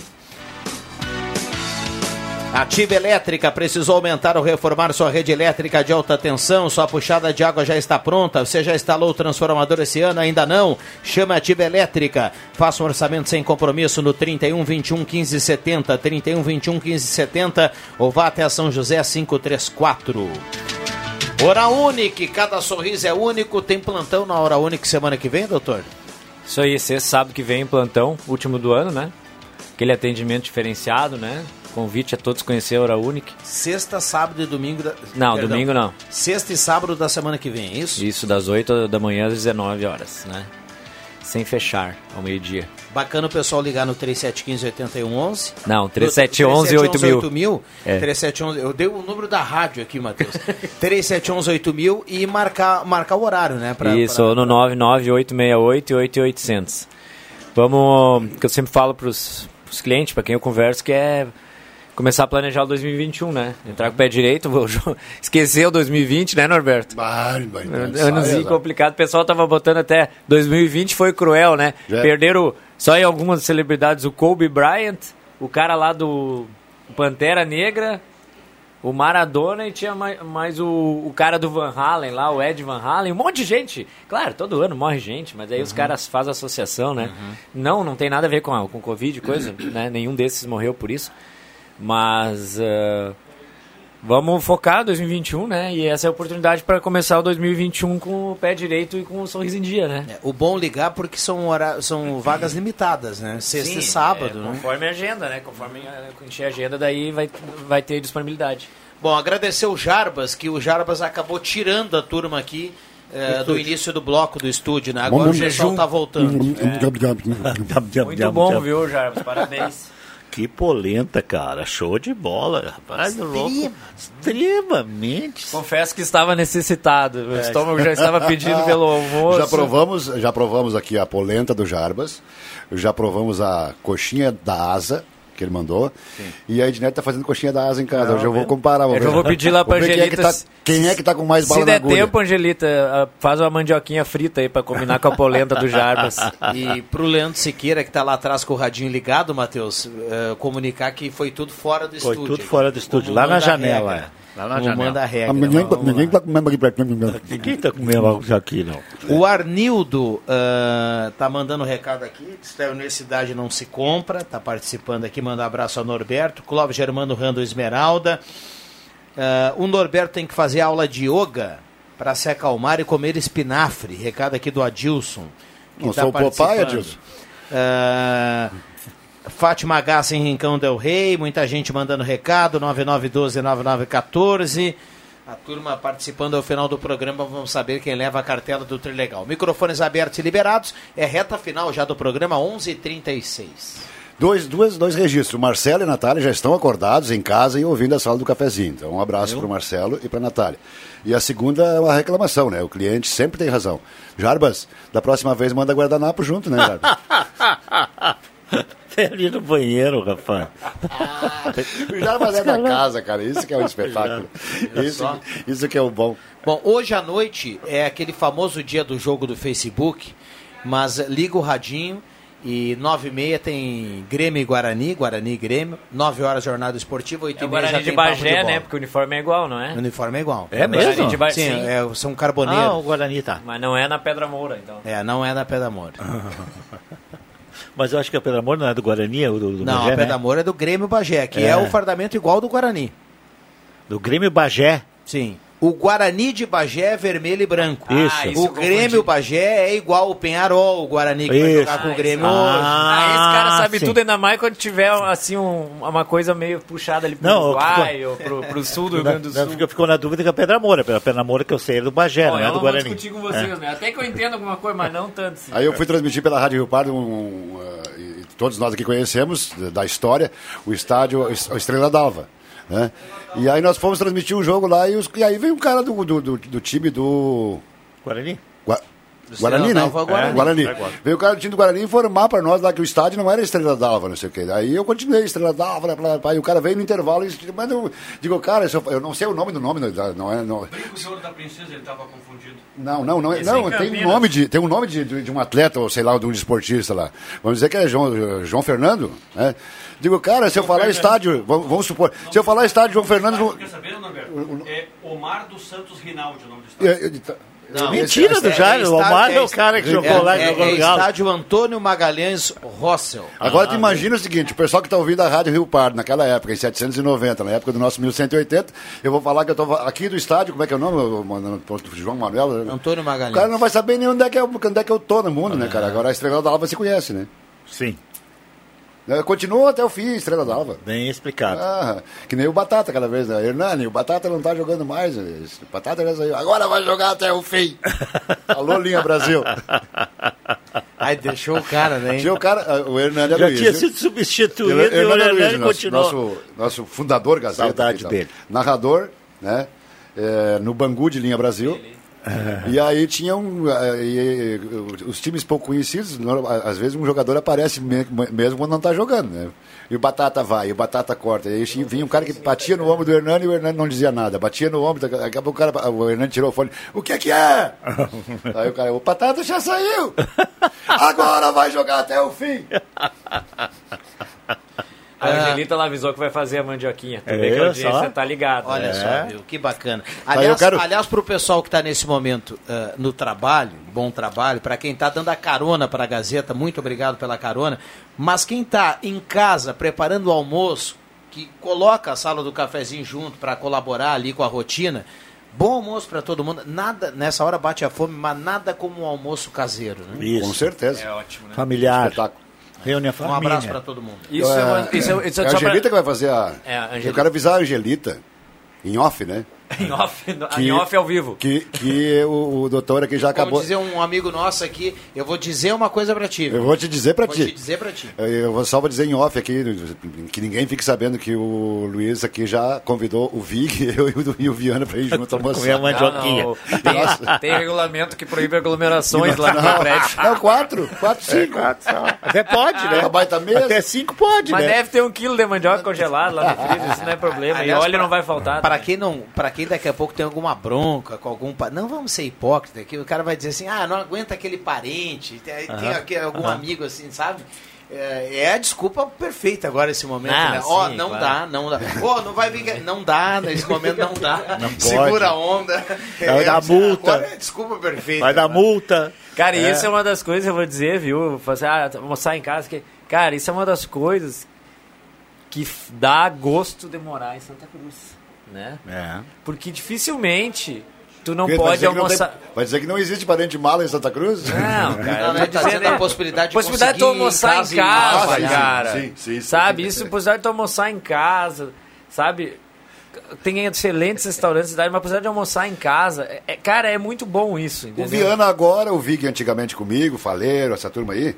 [SPEAKER 2] Ativa Elétrica, precisou aumentar ou reformar sua rede elétrica de alta tensão? Sua puxada de água já está pronta? Você já instalou o transformador esse ano? Ainda não? Chama a Ativa Elétrica. Faça um orçamento sem compromisso no trinta e um, vinte e um, quinze, setenta, trinta e um, vinte e um, quinze, setenta ou vá até a São José cinco três quatro. Hora Unique, cada sorriso é único. Tem plantão na Hora Unique semana que vem, doutor?
[SPEAKER 9] Isso aí, sexta, sábado que vem, plantão, último do ano, né? Aquele atendimento diferenciado, né? Convite a todos conhecer a Hora Unique.
[SPEAKER 2] Sexta, sábado e domingo... Da...
[SPEAKER 9] Não,
[SPEAKER 2] Perdão.
[SPEAKER 9] domingo não.
[SPEAKER 2] Sexta e sábado da semana que vem, é isso?
[SPEAKER 9] Isso, das oito da manhã às dezenove horas, né? Sem fechar, ao meio-dia.
[SPEAKER 2] Bacana o pessoal ligar no três sete um cinco, oito um um um.
[SPEAKER 9] Não, três sete um um, oito mil.
[SPEAKER 2] mil. É. três sete um um, eu dei o número da rádio aqui, Matheus. três sete um um, oito mil e marcar, marcar o horário, né? Pra,
[SPEAKER 9] isso,
[SPEAKER 2] pra...
[SPEAKER 9] no nove nove oito seis oito, oito oito zero zero. Vamos, que eu sempre falo para os clientes, para quem eu converso, que é começar a planejar o dois mil e vinte e um, né? Entrar com o pé direito, vou esquecer o dois mil e vinte, né, Norberto?
[SPEAKER 7] Vai, vai, vai.
[SPEAKER 9] Anozinho complicado. O pessoal tava botando até dois mil e vinte, foi cruel, né? Já. Perderam só em algumas celebridades o Kobe Bryant, o cara lá do Pantera Negra, o Maradona e tinha mais, mais o, o cara do Van Halen lá, o Ed Van Halen, um monte de gente. Claro, todo ano morre gente, mas aí uhum. os caras fazem associação, né? Uhum. Não, não tem nada a ver com, a, com Covid, coisa, né? Nenhum desses morreu por isso. Mas uh, vamos focar dois mil e vinte e um, né? E essa é a oportunidade para começar o dois mil e vinte e um com o pé direito e com o sorriso em dia, né?
[SPEAKER 2] É, o bom ligar porque são, hora... são vagas limitadas, né? Sexta Sim, e sábado,
[SPEAKER 9] é,
[SPEAKER 2] né?
[SPEAKER 9] Conforme a agenda, né? Conforme encher a agenda, daí vai, vai ter disponibilidade.
[SPEAKER 2] Bom, agradecer o Jarbas, que o Jarbas acabou tirando a turma aqui é, do início do bloco do estúdio, né? Agora o jejum tá voltando.
[SPEAKER 5] É.
[SPEAKER 9] Muito bom, viu, Jarbas? Parabéns.
[SPEAKER 5] Que polenta, cara. Show de bola, rapaz. Louco. Extremamente.
[SPEAKER 9] Confesso que estava necessitado. O estômago já estava pedindo pelo almoço.
[SPEAKER 7] Já provamos, já provamos aqui a polenta do Jarbas. Já provamos a coxinha da asa que ele mandou. Sim. E a Ednet tá fazendo coxinha da asa em casa. Hoje eu vou comparar. Vou
[SPEAKER 9] eu já vou pedir lá pra Angelita.
[SPEAKER 7] Quem é, que tá, quem é que tá com mais bala
[SPEAKER 9] na
[SPEAKER 7] agulha?
[SPEAKER 9] Se der tempo, Angelita, faz uma mandioquinha frita aí pra combinar com a polenta do Jarbas.
[SPEAKER 2] E pro Leandro Siqueira, que tá lá atrás com o radinho ligado, Matheus, uh, comunicar que foi tudo fora do
[SPEAKER 5] foi
[SPEAKER 2] estúdio.
[SPEAKER 5] Foi tudo fora do estúdio, lá na janela. É. Lá na janela.
[SPEAKER 2] Manda a regra.
[SPEAKER 7] Ninguém, ninguém tá comendo aqui pra mim.
[SPEAKER 5] Ninguém tá comendo algo aqui, não.
[SPEAKER 2] O Arnildo uh, tá mandando um recado aqui. Diz que a universidade não se compra. Tá participando aqui. Manda um abraço ao Norberto. Clóvis Germano Rando Esmeralda. Uh, o Norberto tem que fazer aula de yoga para se acalmar e comer espinafre. Recado aqui do Adilson. Que
[SPEAKER 7] não
[SPEAKER 2] tá
[SPEAKER 7] sou o Popeye, Adilson.
[SPEAKER 2] Uh, Fátima Gassa em Rincão del Rei, muita gente mandando recado, nove nove um dois nove nove um quatro. A turma participando ao final do programa, vamos saber quem leva a cartela do Trilegal. Microfones abertos e liberados, é reta final já do programa, onze e trinta e seis.
[SPEAKER 7] Dois, dois, dois registros, o Marcelo e a Natália já estão acordados em casa e ouvindo a sala do cafezinho. Então um abraço para o Marcelo e para a Natália. E a segunda é uma reclamação, né? O cliente sempre tem razão. Jarbas, da próxima vez manda guardanapo junto, né, Jarbas?
[SPEAKER 5] Ali no banheiro, rapaz.
[SPEAKER 7] Ah, o Jarbas é da casa, cara. Isso que é um espetáculo. Isso, isso que é o bom.
[SPEAKER 2] Bom, hoje à noite é aquele famoso dia do jogo do Facebook, mas liga o radinho e nove e meia tem Grêmio e Guarani, Guarani e Grêmio, nove horas jornada esportiva, oito e meia
[SPEAKER 9] já tem
[SPEAKER 2] de
[SPEAKER 9] Bagé, né? Porque o uniforme é igual, não é?
[SPEAKER 2] O uniforme é igual.
[SPEAKER 5] É mesmo?
[SPEAKER 2] De Bagé, sim, é, são carboneiros.
[SPEAKER 5] Ah, o Guarani tá.
[SPEAKER 9] Mas não é na Pedra Moura, então.
[SPEAKER 2] É, não é na Pedra Moura.
[SPEAKER 5] Mas eu acho que a Pedra Moura não é do Guarani, é do, do
[SPEAKER 2] não,
[SPEAKER 5] Bagé,
[SPEAKER 2] a Pedra
[SPEAKER 5] né?
[SPEAKER 2] Moura é do Grêmio Bagé, que é. é o fardamento igual do Guarani.
[SPEAKER 5] Do Grêmio Bagé?
[SPEAKER 2] Sim. O Guarani de Bagé é vermelho e branco.
[SPEAKER 5] Isso.
[SPEAKER 2] Ah, isso o Grêmio Bagé é igual o Penharol, o Guarani que
[SPEAKER 5] isso.
[SPEAKER 2] vai jogar com o Grêmio
[SPEAKER 9] ah,
[SPEAKER 2] hoje.
[SPEAKER 9] Ah, esse cara sabe sim. tudo, ainda mais quando tiver assim, um, uma coisa meio puxada ali pro não, Uruguai fico... ou pro, pro sul do Rio Grande do Sul.
[SPEAKER 5] Ficou, ficou na dúvida que a Pedra Moura. A Pedra Moura que eu sei é do Bagé, Bom, não é do Guarani. Eu
[SPEAKER 9] vou discutir com vocês, é. né? Até que eu entendo alguma coisa, mas não tanto. Sim.
[SPEAKER 7] Aí eu fui transmitir pela Rádio Rio Pardo, um, um, uh, e todos nós aqui conhecemos da história, o estádio o Estrela d'Alva. Né? E aí nós fomos transmitir um jogo lá e, os, e aí veio um cara do, do, do, do time do...
[SPEAKER 5] Guarani?
[SPEAKER 7] Gua, Guarani, né?
[SPEAKER 2] Guarani.
[SPEAKER 7] É, Guarani. Veio o cara do time do Guarani informar para nós lá que o estádio não era Estrela d'Alva, não sei o quê. Aí eu continuei, Estrela d'Alva, aí o cara veio no intervalo e mas eu digo, cara, eu não sei o nome do nome, não é... Não...
[SPEAKER 14] Brinco de Ouro da Princesa, ele estava confundido.
[SPEAKER 7] Não, não, não, não tem um nome, de, tem um nome de, de, de um atleta, ou sei lá, de um desportista lá. Vamos dizer que é João, João Fernando, né? Digo, cara, se eu falar estádio, vamos, vamos supor, não, se eu falar estádio João Fernando... Não...
[SPEAKER 14] Quer saber, Norberto? É Omar dos Santos Rinaldi o nome do estádio.
[SPEAKER 5] Não, mentira esse, do Jair, é, o Omar é, é o cara que jogou é, lá e jogou
[SPEAKER 2] é,
[SPEAKER 5] no
[SPEAKER 2] é
[SPEAKER 5] Galo.
[SPEAKER 2] Estádio Antônio Magalhães Rossel.
[SPEAKER 7] Agora
[SPEAKER 2] ah,
[SPEAKER 7] tu imagina o seguinte, o pessoal que está ouvindo a Rádio Rio Pardo naquela época, em setecentos e noventa, na época do nosso mil cento e oitenta, eu vou falar que eu estou aqui do estádio, como é que é o nome? João Manuel?
[SPEAKER 2] Antônio Magalhães.
[SPEAKER 7] O cara não vai saber nem onde é que eu, onde é que eu tô no mundo, ah, né, cara? Agora a Estrela d'Alva se conhece, né?
[SPEAKER 5] Sim.
[SPEAKER 7] Continua até o fim, Estrela d'Alva.
[SPEAKER 5] Bem explicado.
[SPEAKER 7] Ah, que nem o Batata cada vez, né? Hernani, o Batata não tá jogando mais. O Batata já saiu. Agora vai jogar até o fim. Alô, Linha Brasil.
[SPEAKER 2] Aí deixou o cara, né?
[SPEAKER 7] Deixou o cara, o Hernani
[SPEAKER 5] Já tinha sido substituído
[SPEAKER 7] e o Hernani
[SPEAKER 5] nosso, continuou.
[SPEAKER 7] Nosso, nosso fundador Gazeta.
[SPEAKER 5] Saudade
[SPEAKER 7] então,
[SPEAKER 5] dele.
[SPEAKER 7] Narrador, né? É, no Bangu de Linha Brasil. Ele. E aí tinham e, e, os times pouco conhecidos, às vezes um jogador aparece mesmo quando não está jogando, né? E o Batata vai, e o Batata corta. E aí vinha um cara que batia no ombro do Hernani e o Hernani não dizia nada. Batia no ombro, daqui a pouco o, cara, o Hernani tirou o fone. O que que é? Aí o cara, o Batata já saiu! Agora vai jogar até o fim!
[SPEAKER 9] A Angelita lá avisou que vai fazer a mandioquinha. Tu vê que a audiência tá ligada.
[SPEAKER 2] Olha
[SPEAKER 9] é.
[SPEAKER 2] só, viu? Que bacana. Aliás, quero... aliás para o pessoal que está nesse momento uh, no trabalho, bom trabalho, para quem está dando a carona para a Gazeta, muito obrigado pela carona. Mas quem está em casa preparando o almoço, que coloca a sala do cafezinho junto para colaborar ali com a rotina, bom almoço para todo mundo. Nada, nessa hora bate a fome, mas nada como um almoço caseiro. Né?
[SPEAKER 7] Isso. Com certeza.
[SPEAKER 9] É ótimo, né?
[SPEAKER 5] Familiar.
[SPEAKER 7] Espetáculo.
[SPEAKER 5] Reúne a família.
[SPEAKER 2] Um abraço para todo mundo.
[SPEAKER 7] Isso é, uma, isso é, isso é, é a Angelita pra... que vai fazer a... É, a eu quero avisar a Angelita, em off, né?
[SPEAKER 9] Em off,
[SPEAKER 7] Que-
[SPEAKER 9] em off ao vivo.
[SPEAKER 7] Que, que o, o doutor aqui já
[SPEAKER 2] Vou
[SPEAKER 7] acabou.
[SPEAKER 2] dizer um amigo nosso aqui, eu vou dizer uma coisa pra ti.
[SPEAKER 7] Eu vou te dizer pra
[SPEAKER 2] vou
[SPEAKER 7] ti.
[SPEAKER 2] te dizer pra ti.
[SPEAKER 7] Eu vou só vou dizer em off aqui, que ninguém fique sabendo que o Luiz aqui já convidou o Vig, eu e o, e o Viana pra ir junto almoçar.
[SPEAKER 5] Comer a mandioquinha.
[SPEAKER 9] Não, não. Tem, tem regulamento que proíbe aglomerações lá no meu prédio.
[SPEAKER 7] Não, quatro, quatro, cinco.
[SPEAKER 5] Até pode, né?
[SPEAKER 7] Uma baita mesa.
[SPEAKER 5] Até cinco pode,
[SPEAKER 9] Mas
[SPEAKER 5] né?
[SPEAKER 9] deve ter um quilo de mandioca congelado lá no freezer, isso não é problema.
[SPEAKER 2] Aliás,
[SPEAKER 9] e óleo
[SPEAKER 2] pra-
[SPEAKER 9] não vai faltar.
[SPEAKER 2] Para
[SPEAKER 9] né?
[SPEAKER 2] quem não, para quem daqui a pouco tem alguma bronca com algum, pa- não vamos ser hipócritas aqui, o cara vai dizer assim: "Ah, não aguenta aquele parente, tem, tem
[SPEAKER 5] Aham,
[SPEAKER 2] aqui algum
[SPEAKER 5] aham.
[SPEAKER 2] amigo assim, sabe?" É, é a desculpa perfeita agora esse momento,
[SPEAKER 9] Ah,
[SPEAKER 2] né? Ó,
[SPEAKER 9] sim,
[SPEAKER 2] não
[SPEAKER 9] claro.
[SPEAKER 2] dá, não dá. Ó, não vai vir, que- não dá, nesse momento não dá.
[SPEAKER 5] Não pode.
[SPEAKER 2] Segura a onda.
[SPEAKER 5] Vai dar multa.
[SPEAKER 2] Agora é a desculpa perfeita.
[SPEAKER 5] Vai dar multa.
[SPEAKER 9] Cara, e
[SPEAKER 5] É.
[SPEAKER 9] isso é uma das coisas, eu vou dizer, viu? Eu vou fazer, ah, almoçar em casa. Que, cara, isso é uma das coisas que f- dá gosto de morar em Santa Cruz, né?
[SPEAKER 5] É.
[SPEAKER 9] Porque dificilmente tu não
[SPEAKER 7] Porque vai
[SPEAKER 9] pode
[SPEAKER 7] dizer que não
[SPEAKER 9] almoçar...
[SPEAKER 7] tem- vai dizer que não existe parente mala em Santa Cruz?
[SPEAKER 9] Não, cara,
[SPEAKER 2] Não, não, tá dizendo a possibilidade de
[SPEAKER 9] possibilidade de tu
[SPEAKER 2] conseguir
[SPEAKER 9] almoçar em
[SPEAKER 2] casa
[SPEAKER 9] casa,
[SPEAKER 2] em massa,
[SPEAKER 9] cara.
[SPEAKER 7] sim, sim, sim,
[SPEAKER 9] sabe?
[SPEAKER 7] sim.
[SPEAKER 9] Isso, possibilidade de tu almoçar em casa, sabe? Tem excelentes restaurantes na cidade, mas a possibilidade de almoçar em casa, é, é- cara, é muito bom isso,
[SPEAKER 7] O
[SPEAKER 9] entendeu?
[SPEAKER 7] Viana agora, o Vig antigamente comigo, Faleiro, essa turma aí,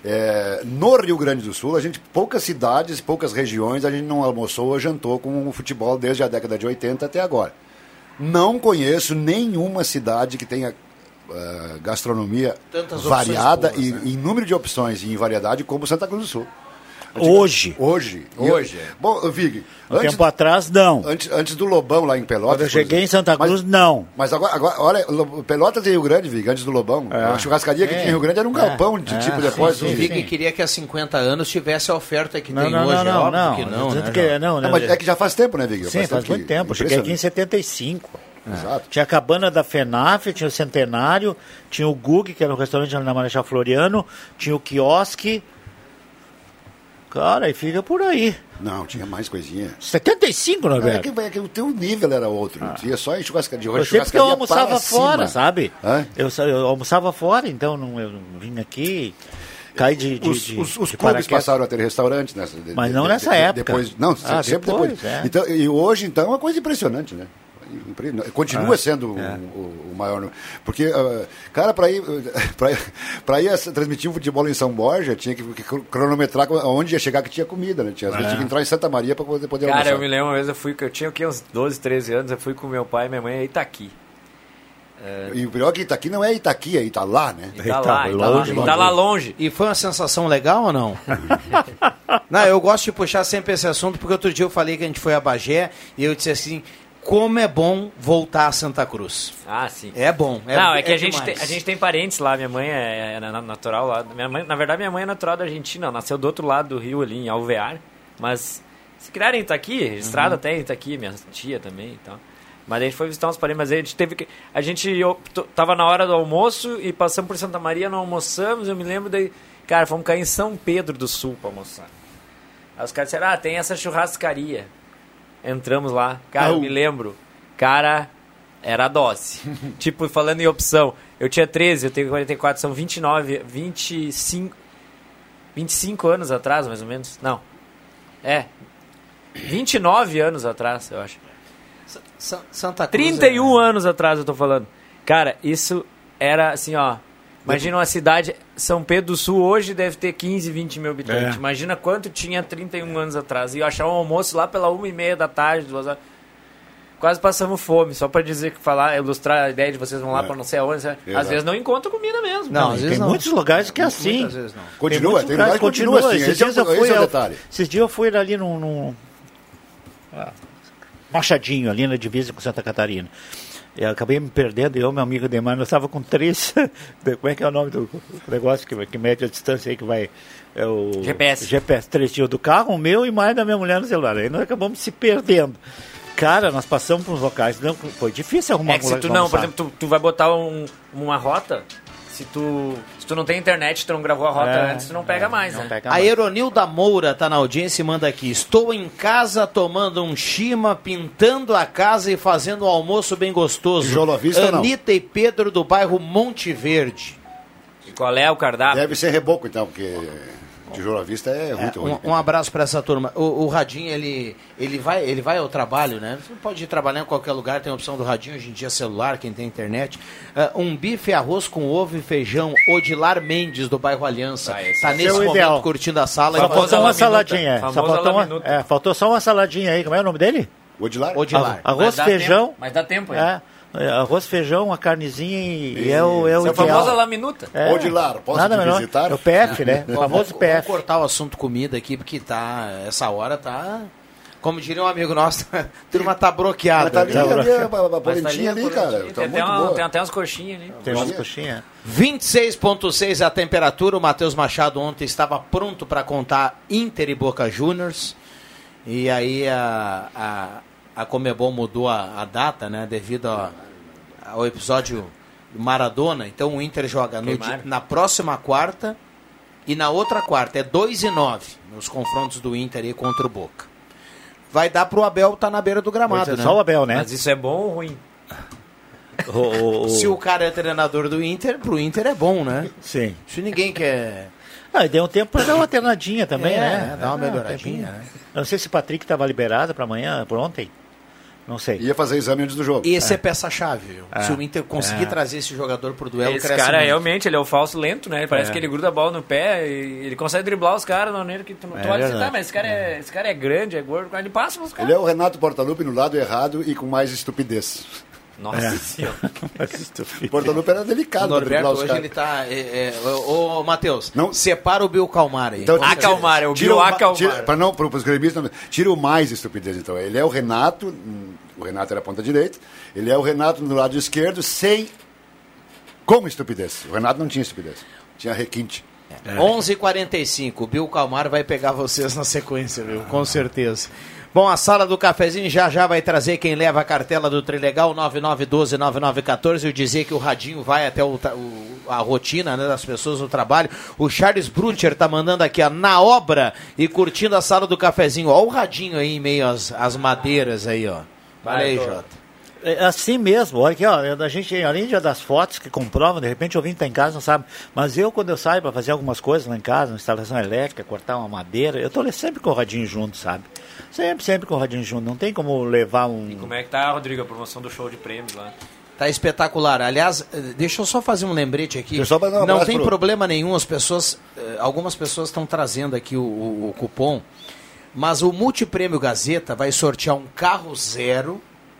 [SPEAKER 7] é, no Rio Grande do Sul, a gente, poucas cidades, poucas regiões, a gente não almoçou ou jantou com o futebol desde a década de oitenta até agora. Não conheço nenhuma cidade que tenha ah, gastronomia
[SPEAKER 2] Tantas opções
[SPEAKER 7] variada
[SPEAKER 2] boas,
[SPEAKER 7] e
[SPEAKER 2] né?
[SPEAKER 7] em número de opções e em variedade como Santa Cruz do Sul.
[SPEAKER 5] Hoje.
[SPEAKER 7] Hoje.
[SPEAKER 2] Hoje.
[SPEAKER 7] E- Bom, Vig,
[SPEAKER 5] Um
[SPEAKER 7] antes,
[SPEAKER 5] tempo atrás, não.
[SPEAKER 7] antes, antes do Lobão lá em Pelotas...
[SPEAKER 5] Quando eu
[SPEAKER 7] por
[SPEAKER 5] cheguei em
[SPEAKER 7] exemplo.
[SPEAKER 5] Santa Cruz,
[SPEAKER 7] Mas-
[SPEAKER 5] não.
[SPEAKER 7] Mas agora, agora, olha, Lo- Pelotas e Rio Grande, Vig, antes do Lobão,
[SPEAKER 5] É.
[SPEAKER 7] a churrascaria que
[SPEAKER 5] É.
[SPEAKER 7] tinha em Rio Grande era um
[SPEAKER 5] É.
[SPEAKER 7] galpão de
[SPEAKER 5] É.
[SPEAKER 7] tipo
[SPEAKER 5] Sim,
[SPEAKER 7] depósito.
[SPEAKER 2] O
[SPEAKER 5] sim,
[SPEAKER 2] Vig
[SPEAKER 5] sim.
[SPEAKER 2] queria que há cinquenta anos tivesse a oferta que
[SPEAKER 5] Não,
[SPEAKER 2] tem
[SPEAKER 5] não,
[SPEAKER 2] hoje.
[SPEAKER 5] não,
[SPEAKER 2] é
[SPEAKER 5] não,
[SPEAKER 2] óbvio
[SPEAKER 5] não.
[SPEAKER 2] que não,
[SPEAKER 5] Tanto
[SPEAKER 2] né,
[SPEAKER 5] que-
[SPEAKER 2] João?
[SPEAKER 5] não,
[SPEAKER 7] Não,
[SPEAKER 5] não,
[SPEAKER 7] mas é que já faz tempo, né, Vig?
[SPEAKER 5] Sim, faz muito tempo. Cheguei aqui em setenta e cinco.
[SPEAKER 7] Exato.
[SPEAKER 5] Tinha a cabana da FENAF, tinha o Centenário, tinha o Gug, que era um restaurante ali na Marechal Floriano, tinha o quiosque. Cara, e fica por aí.
[SPEAKER 7] Não, tinha mais coisinha.
[SPEAKER 5] setenta e cinco,
[SPEAKER 7] É
[SPEAKER 5] Norberto?
[SPEAKER 7] que, é que o teu nível era outro. Tinha só em churrascaria.
[SPEAKER 5] Eu sei porque eu almoçava
[SPEAKER 7] para
[SPEAKER 5] fora,
[SPEAKER 7] cima.
[SPEAKER 5] sabe?
[SPEAKER 7] Hã?
[SPEAKER 5] Eu, sa- eu almoçava fora, então não, eu não vim aqui, caí de, de,
[SPEAKER 7] Os,
[SPEAKER 5] de,
[SPEAKER 7] os, os
[SPEAKER 5] de
[SPEAKER 7] clubes
[SPEAKER 5] paraquedas.
[SPEAKER 7] passaram a ter restaurantes nessa. de-
[SPEAKER 5] Mas
[SPEAKER 7] de-
[SPEAKER 5] não
[SPEAKER 7] de-
[SPEAKER 5] nessa
[SPEAKER 7] de-
[SPEAKER 5] época.
[SPEAKER 7] Depois, não,
[SPEAKER 5] Ah,
[SPEAKER 7] sempre
[SPEAKER 5] depois,
[SPEAKER 7] depois.
[SPEAKER 5] é.
[SPEAKER 7] Então, e hoje, então, é uma coisa impressionante, né? Impre- Continua
[SPEAKER 5] Ah,
[SPEAKER 7] sendo
[SPEAKER 5] é.
[SPEAKER 7] o, o- o maior. número. Porque, ah, cara, para ir, pra, pra ir essa- transmitir um futebol em São Borja, tinha que, que cronometrar onde ia chegar que tinha comida, né? Tinha, às vezes
[SPEAKER 9] É.
[SPEAKER 7] tinha que entrar em Santa Maria para poder, poder
[SPEAKER 9] Cara,
[SPEAKER 7] almoçar.
[SPEAKER 9] eu me lembro uma vez, eu fui, eu tinha o quê, uns doze, treze anos, eu fui com meu pai e minha mãe a Itaqui. É,
[SPEAKER 7] E o pior é que Itaqui não é Itaqui, é Italá, né?
[SPEAKER 9] Tá lá, tá lá, tá lá longe.
[SPEAKER 2] E foi uma sensação legal ou não? Não, eu gosto de puxar sempre esse assunto, porque outro dia eu falei que a gente foi a Bagé e eu disse assim, como é bom voltar a Santa Cruz.
[SPEAKER 9] Ah, sim.
[SPEAKER 2] É bom. É,
[SPEAKER 9] não, é que a, gente
[SPEAKER 2] demais.
[SPEAKER 9] tem, a gente tem parentes lá, minha mãe é, é na- natural lá. Minha mãe, na verdade, minha mãe é natural da Argentina, ela nasceu do outro lado do rio ali, em Alvear, mas se criaram em Itaqui, registrado
[SPEAKER 2] Uhum.
[SPEAKER 9] até em Itaqui, minha tia também e tal. Mas a gente foi visitar uns parentes, mas a gente teve que... A gente optou- tava na hora do almoço e passamos por Santa Maria, não almoçamos, eu me lembro daí... Cara, fomos cair em São Pedro do Sul pra almoçar. Aí os caras disseram, ah, tem essa churrascaria. Entramos lá, cara, eu me lembro, cara, era a dose. Tipo, falando em opção, eu tinha treze, eu tenho quarenta e quatro, são vinte e nove, vinte e cinco, vinte e cinco anos atrás, mais ou menos. Não, é, vinte e nove anos atrás, eu acho.
[SPEAKER 2] Sa- Santa Cruz
[SPEAKER 9] trinta e um
[SPEAKER 2] é-
[SPEAKER 9] anos atrás eu tô falando. Cara, isso era assim, ó. Imagina uma cidade, São Pedro do Sul hoje deve ter quinze, vinte mil habitantes.
[SPEAKER 5] É.
[SPEAKER 9] Imagina quanto tinha trinta e um anos atrás. E eu achar um almoço lá pela uma e meia da tarde, duas horas. Quase passamos fome, só pra dizer que falar, ilustrar a ideia de vocês vão lá
[SPEAKER 7] É.
[SPEAKER 9] pra não sei aonde. Às
[SPEAKER 7] Exato.
[SPEAKER 9] vezes não encontram comida mesmo.
[SPEAKER 2] Não, às
[SPEAKER 5] tem
[SPEAKER 2] vezes não.
[SPEAKER 5] muitos lugares que é
[SPEAKER 2] Muitas
[SPEAKER 5] assim.
[SPEAKER 2] vezes não.
[SPEAKER 7] Continua,
[SPEAKER 5] muitos
[SPEAKER 7] tem
[SPEAKER 5] lugares
[SPEAKER 7] lugares que continua assim.
[SPEAKER 5] Esses
[SPEAKER 7] Esse é,
[SPEAKER 5] dias eu
[SPEAKER 7] o- esse
[SPEAKER 5] fui
[SPEAKER 7] é o
[SPEAKER 5] ao-
[SPEAKER 7] detalhe.
[SPEAKER 5] Esses dias eu fui ali num, num ah, Machadinho, ali na divisa com Santa Catarina. Eu acabei me perdendo, eu, meu amigo Demar, nós estávamos com três. Como é que é o nome do negócio que, que mede a distância aí que vai. É o
[SPEAKER 9] G P S.
[SPEAKER 5] G P S, três dias do carro, o meu e mais da minha mulher no celular. Aí nós acabamos se perdendo. Cara, nós passamos por uns locais, não, foi difícil arrumar
[SPEAKER 9] É que
[SPEAKER 5] um
[SPEAKER 9] se
[SPEAKER 5] lugar
[SPEAKER 9] tu
[SPEAKER 5] pra
[SPEAKER 9] não, por
[SPEAKER 5] almoçar.
[SPEAKER 9] exemplo, tu, tu vai botar um- uma rota, se tu, se tu não tem internet, tu não gravou a rota
[SPEAKER 5] É,
[SPEAKER 9] antes, tu não pega mais, né?
[SPEAKER 5] pega
[SPEAKER 2] A
[SPEAKER 5] mais.
[SPEAKER 2] Eronilda Moura tá na audiência e manda aqui. Estou em casa tomando um chima, pintando a casa e fazendo um almoço bem gostoso.
[SPEAKER 7] Tijolo à vista ou não?
[SPEAKER 2] Anitta e Pedro do bairro Monte Verde.
[SPEAKER 9] E qual é o cardápio?
[SPEAKER 7] Deve ser reboco, então, porque... Tijolo à vista é muito
[SPEAKER 2] é,
[SPEAKER 7] ruim.
[SPEAKER 2] Um, um abraço para essa turma. O, o Radinho, ele, ele, vai, ele vai ao trabalho, né? Você pode ir trabalhar em qualquer lugar, tem a opção do Radinho, hoje em dia celular, quem tem internet. Uh, um bife, arroz com ovo e feijão, Odilar Mendes, do bairro Aliança. Ah, tá nesse momento ideal. curtindo a sala.
[SPEAKER 5] Só faltou uma saladinha. Só faltou, uma, é, faltou só uma saladinha aí. Como é o nome dele?
[SPEAKER 7] Odilar.
[SPEAKER 2] Odilar.
[SPEAKER 5] Arroz, feijão.
[SPEAKER 9] Tempo. Mas dá tempo aí.
[SPEAKER 5] É. Arroz, feijão, uma carnezinha e, e é o, é o
[SPEAKER 9] ideal. É a famosa laminuta.
[SPEAKER 7] É. Odilar, posso
[SPEAKER 5] Nada
[SPEAKER 7] te
[SPEAKER 5] menor.
[SPEAKER 7] visitar?
[SPEAKER 5] É o P F, né? O famoso P F.
[SPEAKER 2] Vamos cortar o assunto comida aqui, porque tá, essa hora tá... Como diria um amigo nosso, a turma tá bloqueada.
[SPEAKER 7] Mas tá ali,
[SPEAKER 2] tá
[SPEAKER 7] ali a, a, a
[SPEAKER 9] tá
[SPEAKER 7] polentinha ali, cara. Tá
[SPEAKER 9] tem,
[SPEAKER 7] muito
[SPEAKER 9] até uma,
[SPEAKER 7] boa.
[SPEAKER 9] tem até umas coxinhas ali.
[SPEAKER 5] Tem umas coxinhas.
[SPEAKER 2] vinte e seis vírgula seis a temperatura. O Matheus Machado ontem estava pronto para contar Inter e Boca Juniors. E aí a, a, a Conmebol mudou a, a data, né? Devido a, ao episódio Maradona. Então o Inter joga no, na próxima quarta e na outra quarta. É dois e nove nos confrontos do Inter aí contra o Boca. Vai dar pro Abel estar tá na beira do gramado,
[SPEAKER 5] é
[SPEAKER 2] né?
[SPEAKER 5] Só o Abel, né?
[SPEAKER 9] Mas isso é bom ou ruim?
[SPEAKER 5] o, o, o...
[SPEAKER 2] Se o cara é treinador do Inter, pro Inter é bom, né?
[SPEAKER 5] Sim.
[SPEAKER 2] Se ninguém quer...
[SPEAKER 5] Ah, e deu um tempo para dar uma alternadinha também,
[SPEAKER 2] é,
[SPEAKER 5] né?
[SPEAKER 2] Dar uma
[SPEAKER 5] ah,
[SPEAKER 2] melhoradinha, né?
[SPEAKER 5] Eu não sei se o Patrick estava liberado para amanhã, por ontem. Não sei.
[SPEAKER 7] Ia fazer exame antes do jogo.
[SPEAKER 2] E esse é,
[SPEAKER 5] é
[SPEAKER 2] peça-chave.
[SPEAKER 5] É.
[SPEAKER 2] Se o Inter conseguir
[SPEAKER 5] É.
[SPEAKER 2] trazer esse jogador pro duelo,
[SPEAKER 9] Esse
[SPEAKER 2] cresce
[SPEAKER 9] cara
[SPEAKER 2] muito.
[SPEAKER 9] realmente, ele é o falso lento, né? Parece
[SPEAKER 2] É.
[SPEAKER 9] que ele gruda a bola no pé e ele consegue driblar os caras na maneira que tu não
[SPEAKER 5] É
[SPEAKER 9] tu olha e diz,
[SPEAKER 5] verdade.
[SPEAKER 9] tá, mas esse cara é, esse cara é grande, é gordo, ele passa pros caras.
[SPEAKER 7] Ele é o Renato Portaluppi no lado errado e com mais estupidez.
[SPEAKER 9] Nossa
[SPEAKER 5] É.
[SPEAKER 9] senhora.
[SPEAKER 7] O Portaluppi era delicado pra
[SPEAKER 2] Norberto,
[SPEAKER 7] driblar os
[SPEAKER 2] hoje
[SPEAKER 7] caras.
[SPEAKER 2] ele tá... É, é, ô, ô, Matheus, separa o Bill Calmar aí.
[SPEAKER 7] Então,
[SPEAKER 2] Com
[SPEAKER 9] Acalmar, é o
[SPEAKER 7] Tira
[SPEAKER 9] Bill
[SPEAKER 7] o ma-
[SPEAKER 9] acalmar.
[SPEAKER 7] tira- Para não, para os gremistas, não, tira o mais estupidez, então. Ele é o Renato, hum, o Renato era a ponta direita, ele é o Renato no lado esquerdo, sem, com estupidez. O Renato não tinha estupidez, tinha requinte.
[SPEAKER 2] É. onze e quarenta e cinco, o Bill Calmar vai pegar vocês na sequência, viu? Com certeza. Bom, a sala do cafezinho já já vai trazer quem leva a cartela do Trilegal, nove nove um dois, nove nove um quatro, e dizer que o radinho vai até o, o, a rotina, né, das pessoas no trabalho. O Charles Brutcher tá mandando aqui, ó, na obra e curtindo a sala do cafezinho. Ó o radinho aí em meio às, às madeiras aí, ó. Olha aí, Jota.
[SPEAKER 5] É assim mesmo, olha aqui, ó, a gente, além de das fotos que comprovam, de repente o ouvinte está em casa, não sabe, mas eu, quando eu saio para fazer algumas coisas lá em casa, uma instalação elétrica, cortar uma madeira, eu estou sempre com o radinho junto, sabe? Sempre, sempre com o radinho junto, não tem como levar um...
[SPEAKER 9] E como é que tá, Rodrigo, a promoção do show de prêmios lá?
[SPEAKER 2] Tá espetacular. Aliás, deixa eu só fazer um lembrete aqui.
[SPEAKER 7] Eu só vou dar um
[SPEAKER 2] não
[SPEAKER 7] abraço
[SPEAKER 2] tem
[SPEAKER 7] pro-
[SPEAKER 2] problema nenhum, as pessoas, eh, algumas pessoas estão trazendo aqui o, o- o cupom, mas o Multiprêmio Gazeta vai sortear um carro zero,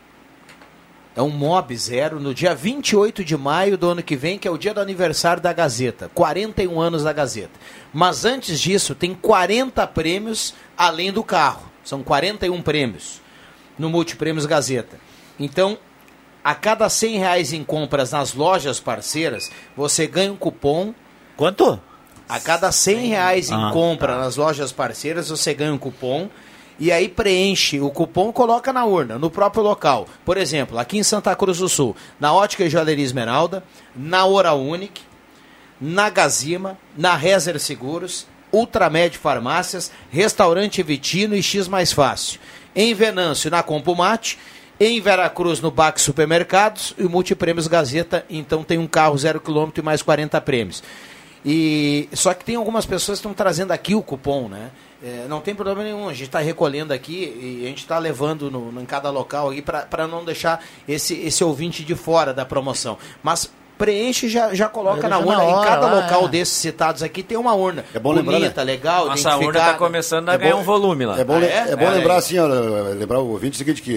[SPEAKER 2] é um Mob zero, no dia vinte e oito de maio do ano que vem, que é o dia do aniversário da Gazeta, quarenta e um anos da Gazeta. Mas antes disso, tem quarenta prêmios além do carro. São quarenta e um prêmios no Multiprêmios Gazeta. Então, a cada cem reais em compras nas lojas parceiras, você ganha um cupom.
[SPEAKER 5] Quanto?
[SPEAKER 2] A cada cem reais em
[SPEAKER 5] Ah,
[SPEAKER 2] compra nas lojas parceiras, você ganha um cupom. E aí preenche o cupom e coloca na urna, no próprio local. Por exemplo, aqui em Santa Cruz do Sul, na Ótica e Joalheria Esmeralda, na Oral Unique, na Gazima, na Rezer Seguros, Ultramed Farmácias, Restaurante Vitino e X Mais Fácil. Em Venâncio, na Compumate, em Veracruz, no Bax Supermercados, e o Multiprêmios Gazeta, então tem um carro zero quilômetro e mais quarenta prêmios. E só que tem algumas pessoas que estão trazendo aqui o cupom, né? É, não tem problema nenhum, a gente está recolhendo aqui e a gente está levando no, no, em cada local aí para não deixar esse, esse ouvinte de fora da promoção. Mas preenche e já, já coloca na urna.
[SPEAKER 5] na hora,
[SPEAKER 2] em cada
[SPEAKER 5] lá,
[SPEAKER 2] local
[SPEAKER 5] é.
[SPEAKER 2] desses citados aqui tem uma urna.
[SPEAKER 7] É bom
[SPEAKER 2] bonita,
[SPEAKER 7] lembrar, né?
[SPEAKER 2] legal,
[SPEAKER 9] Nossa, a urna
[SPEAKER 2] identificada.
[SPEAKER 9] tá começando a
[SPEAKER 7] É
[SPEAKER 9] ganhar
[SPEAKER 7] bom-
[SPEAKER 9] um volume lá.
[SPEAKER 7] É bom,
[SPEAKER 2] Ah,
[SPEAKER 7] le-
[SPEAKER 2] é?
[SPEAKER 7] é bom
[SPEAKER 2] É,
[SPEAKER 7] lembrar
[SPEAKER 2] é.
[SPEAKER 7] assim, ó, lembrar o ouvinte o seguinte, que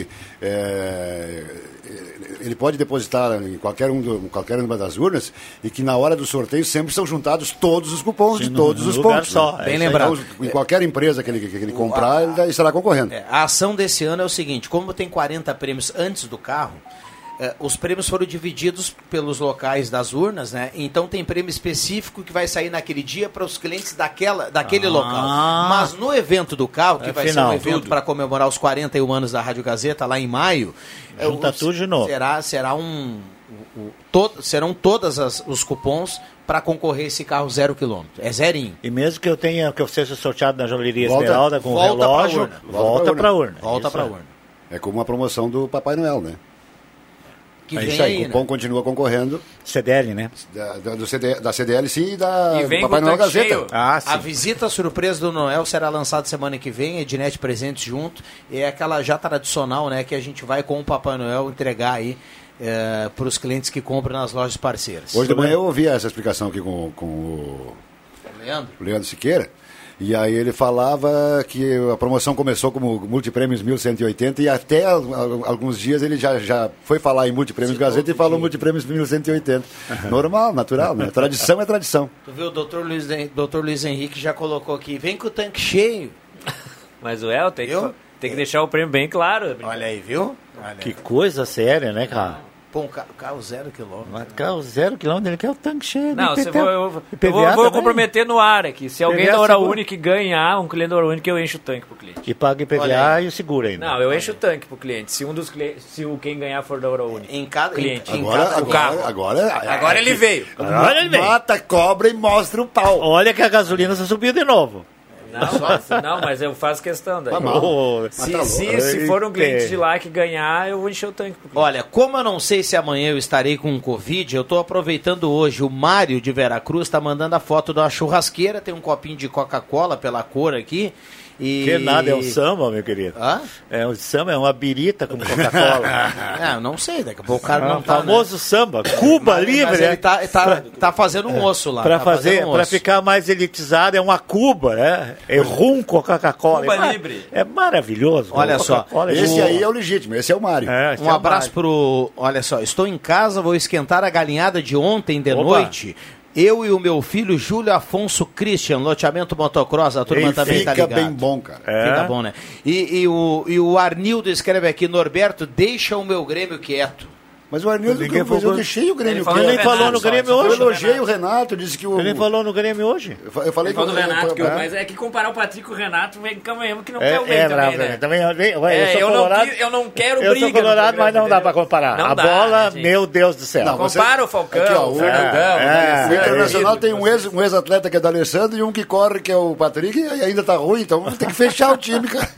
[SPEAKER 7] é, ele pode depositar em qualquer, um do, qualquer uma das urnas e que na hora do sorteio sempre são juntados todos os cupons
[SPEAKER 5] Sim,
[SPEAKER 7] de
[SPEAKER 5] num-
[SPEAKER 7] todos
[SPEAKER 5] num
[SPEAKER 7] os
[SPEAKER 5] lugar
[SPEAKER 7] pontos.
[SPEAKER 5] só,
[SPEAKER 7] né?
[SPEAKER 5] é
[SPEAKER 2] Bem
[SPEAKER 5] isso aí.
[SPEAKER 2] lembrado.
[SPEAKER 7] Então, em qualquer empresa que ele, que ele comprar, ele estará concorrendo.
[SPEAKER 2] É, a ação desse ano é o seguinte, como tem quarenta prêmios antes do carro, eh, os prêmios foram divididos pelos locais das urnas, né? Então tem prêmio específico que vai sair naquele dia para os clientes daquela, daquele
[SPEAKER 5] Ah.
[SPEAKER 2] local. Mas no evento do carro, que
[SPEAKER 5] É
[SPEAKER 2] vai
[SPEAKER 5] final,
[SPEAKER 2] ser um evento
[SPEAKER 5] tudo.
[SPEAKER 2] para comemorar os quarenta e um anos da Rádio Gazeta, lá em maio, eh,
[SPEAKER 5] Junta
[SPEAKER 2] os-
[SPEAKER 5] tudo de novo.
[SPEAKER 2] Será, será um... o- o- to- serão todos os cupons para concorrer esse carro zero quilômetro. É zerinho.
[SPEAKER 5] E mesmo que eu tenha, que eu seja sorteado na joalheria
[SPEAKER 7] Volta-
[SPEAKER 5] Esmeralda com o
[SPEAKER 2] volta pra
[SPEAKER 5] relógio,
[SPEAKER 2] urna.
[SPEAKER 5] volta para a urna.
[SPEAKER 2] Volta
[SPEAKER 5] Isso
[SPEAKER 2] para a
[SPEAKER 5] é.
[SPEAKER 2] urna.
[SPEAKER 7] É como uma promoção do Papai Noel, né?
[SPEAKER 2] Que
[SPEAKER 7] é
[SPEAKER 2] vem
[SPEAKER 7] isso aí,
[SPEAKER 2] aí,
[SPEAKER 7] o Cupom
[SPEAKER 2] né?
[SPEAKER 7] continua concorrendo.
[SPEAKER 5] C D L, né?
[SPEAKER 7] Da, da, do C D, da C D L, sim, e da
[SPEAKER 2] E vem
[SPEAKER 7] do Papai
[SPEAKER 2] com
[SPEAKER 7] Noel
[SPEAKER 2] tanque
[SPEAKER 7] Gazeta.
[SPEAKER 2] cheio.
[SPEAKER 5] Ah, sim.
[SPEAKER 2] A visita surpresa do Noel será lançada semana que vem, Ednet Presentes junto. É aquela já tradicional, né? Que a gente vai com o Papai Noel entregar aí é, para os clientes que compram nas lojas parceiras.
[SPEAKER 7] Hoje de manhã eu ouvi essa explicação aqui com, com o
[SPEAKER 2] Leandro?
[SPEAKER 7] o Leandro Siqueira. E aí ele falava que a promoção começou como Multiprêmios mil cento e oitenta e até al- alguns dias ele já, já foi falar em Multiprêmios Gazeta e falou Multiprêmios mil cento e oitenta. Normal, natural, né? Tradição é tradição.
[SPEAKER 2] Tu viu, o doutor Luiz, doutor Luiz Henrique já colocou aqui, vem com o tanque cheio.
[SPEAKER 9] Mas o El tem que, tem que deixar o prêmio bem claro.
[SPEAKER 2] Olha aí, viu? Olha
[SPEAKER 5] Que coisa séria, né, cara?
[SPEAKER 2] Pô, um ca- carro zero quilômetro.
[SPEAKER 5] Mas carro zero quilômetro, ele quer o tanque cheio.
[SPEAKER 9] Não,
[SPEAKER 5] de
[SPEAKER 9] se
[SPEAKER 5] P T.
[SPEAKER 9] for, eu, eu
[SPEAKER 5] E P V
[SPEAKER 9] vou,
[SPEAKER 5] A
[SPEAKER 9] vou
[SPEAKER 5] também.
[SPEAKER 9] comprometer no ar aqui. Se alguém
[SPEAKER 5] P V A
[SPEAKER 9] da Hora
[SPEAKER 5] seguro.
[SPEAKER 9] Única ganhar, um cliente da Hora Única, eu encho o tanque pro cliente.
[SPEAKER 5] E paga I P V A e o seguro ainda.
[SPEAKER 9] Não, eu encho o tanque pro cliente. Se um dos clientes, se o quem ganhar for da Hora Única.
[SPEAKER 2] Em cada
[SPEAKER 9] cliente.
[SPEAKER 2] em
[SPEAKER 7] Agora,
[SPEAKER 2] cada-
[SPEAKER 7] agora,
[SPEAKER 2] o carro.
[SPEAKER 7] agora,
[SPEAKER 9] Agora ele veio.
[SPEAKER 5] Agora ele veio.
[SPEAKER 7] Mata, cobra e mostra o pau.
[SPEAKER 5] Olha que a gasolina só subiu de novo.
[SPEAKER 9] Não, não, mas eu faço questão daí.
[SPEAKER 5] Tá mal.
[SPEAKER 9] Se,
[SPEAKER 5] Mas tá
[SPEAKER 9] se,
[SPEAKER 5] louco.
[SPEAKER 9] se for um cliente
[SPEAKER 5] Eita.
[SPEAKER 9] de lá que ganhar, eu vou encher o tanque pro cliente.
[SPEAKER 2] Olha, como eu não sei se amanhã eu estarei com Covid, eu estou aproveitando hoje. O Mário de Veracruz está mandando a foto da churrasqueira, tem um copinho de Coca-Cola pela cor aqui. E...
[SPEAKER 5] Que nada, é um samba, meu querido.
[SPEAKER 2] Hã?
[SPEAKER 5] É um samba, é uma birita com Coca-Cola.
[SPEAKER 2] Ah, não sei, daqui a pouco o cara
[SPEAKER 5] É
[SPEAKER 2] não
[SPEAKER 5] um
[SPEAKER 2] tá,
[SPEAKER 5] famoso
[SPEAKER 2] né?
[SPEAKER 5] samba, Cuba
[SPEAKER 2] Mas-
[SPEAKER 5] Livre.
[SPEAKER 2] mas
[SPEAKER 5] né?
[SPEAKER 2] ele tá, tá, tá fazendo um osso lá.
[SPEAKER 5] Para
[SPEAKER 2] tá
[SPEAKER 5] fazer,
[SPEAKER 2] fazendo um
[SPEAKER 5] para
[SPEAKER 2] osso.
[SPEAKER 5] ficar mais elitizado, é uma Cuba, né? É rum com Coca-Cola.
[SPEAKER 2] Cuba
[SPEAKER 5] é, mar-
[SPEAKER 2] Livre.
[SPEAKER 5] É maravilhoso.
[SPEAKER 2] Olha só,
[SPEAKER 5] Coca-Cola é
[SPEAKER 7] Esse
[SPEAKER 5] boa.
[SPEAKER 7] aí é o legítimo, esse é o Mário.
[SPEAKER 5] É, esse
[SPEAKER 2] Um
[SPEAKER 5] é o
[SPEAKER 2] abraço
[SPEAKER 5] Mário.
[SPEAKER 2] pro. Olha só, estou em casa, vou esquentar a galinhada de ontem de
[SPEAKER 5] Opa.
[SPEAKER 2] noite. Eu e o meu filho Júlio Afonso Christian, loteamento motocross, a turma
[SPEAKER 7] Ei,
[SPEAKER 2] também tá
[SPEAKER 7] fica
[SPEAKER 2] ligado.
[SPEAKER 7] bem bom, cara.
[SPEAKER 5] É.
[SPEAKER 2] Fica bom, né? E, e o, e o Arnildo escreve aqui, Norberto, deixa o meu Grêmio quieto.
[SPEAKER 7] Mas o Arnildo,
[SPEAKER 5] Ninguém
[SPEAKER 7] que eu,
[SPEAKER 5] falou-
[SPEAKER 7] eu deixei o Grêmio
[SPEAKER 9] Ele falou
[SPEAKER 5] Ele
[SPEAKER 7] quieto.
[SPEAKER 5] nem falou no
[SPEAKER 9] só,
[SPEAKER 5] Grêmio
[SPEAKER 9] só
[SPEAKER 7] Eu
[SPEAKER 5] hoje.
[SPEAKER 7] elogiei o Renato, disse que o...
[SPEAKER 5] Ele nem falou no Grêmio hoje.
[SPEAKER 7] Eu fa- eu falei
[SPEAKER 9] Ele falou do
[SPEAKER 7] que o-
[SPEAKER 9] Renato, que
[SPEAKER 7] é.
[SPEAKER 9] o- mas é que comparar o Patrick com o Renato, vem mesmo que não
[SPEAKER 5] É,
[SPEAKER 9] quer o bem
[SPEAKER 5] é
[SPEAKER 9] também,
[SPEAKER 5] bravo,
[SPEAKER 9] né?
[SPEAKER 5] né? Também, eu, eu,
[SPEAKER 9] É,
[SPEAKER 5] sou
[SPEAKER 9] eu, não,
[SPEAKER 5] colorado,
[SPEAKER 9] quis- eu não quero
[SPEAKER 5] eu
[SPEAKER 9] briga
[SPEAKER 5] sou colorado,
[SPEAKER 9] no
[SPEAKER 5] mas não dá
[SPEAKER 9] programa,
[SPEAKER 5] pra comparar.
[SPEAKER 9] Não
[SPEAKER 5] a
[SPEAKER 9] dá,
[SPEAKER 5] bola,
[SPEAKER 9] gente.
[SPEAKER 5] meu Deus do céu.
[SPEAKER 7] Não, você-
[SPEAKER 9] Compara o Falcão,
[SPEAKER 7] Aqui, ó,
[SPEAKER 9] o
[SPEAKER 7] o-
[SPEAKER 9] Fernandão,
[SPEAKER 5] é,
[SPEAKER 7] O
[SPEAKER 5] é,
[SPEAKER 7] Internacional
[SPEAKER 9] é,
[SPEAKER 7] tem um ex- um ex-atleta que é da Alessandro e um que corre, que é o Patrick, e ainda tá ruim, então tem que fechar o time, cara.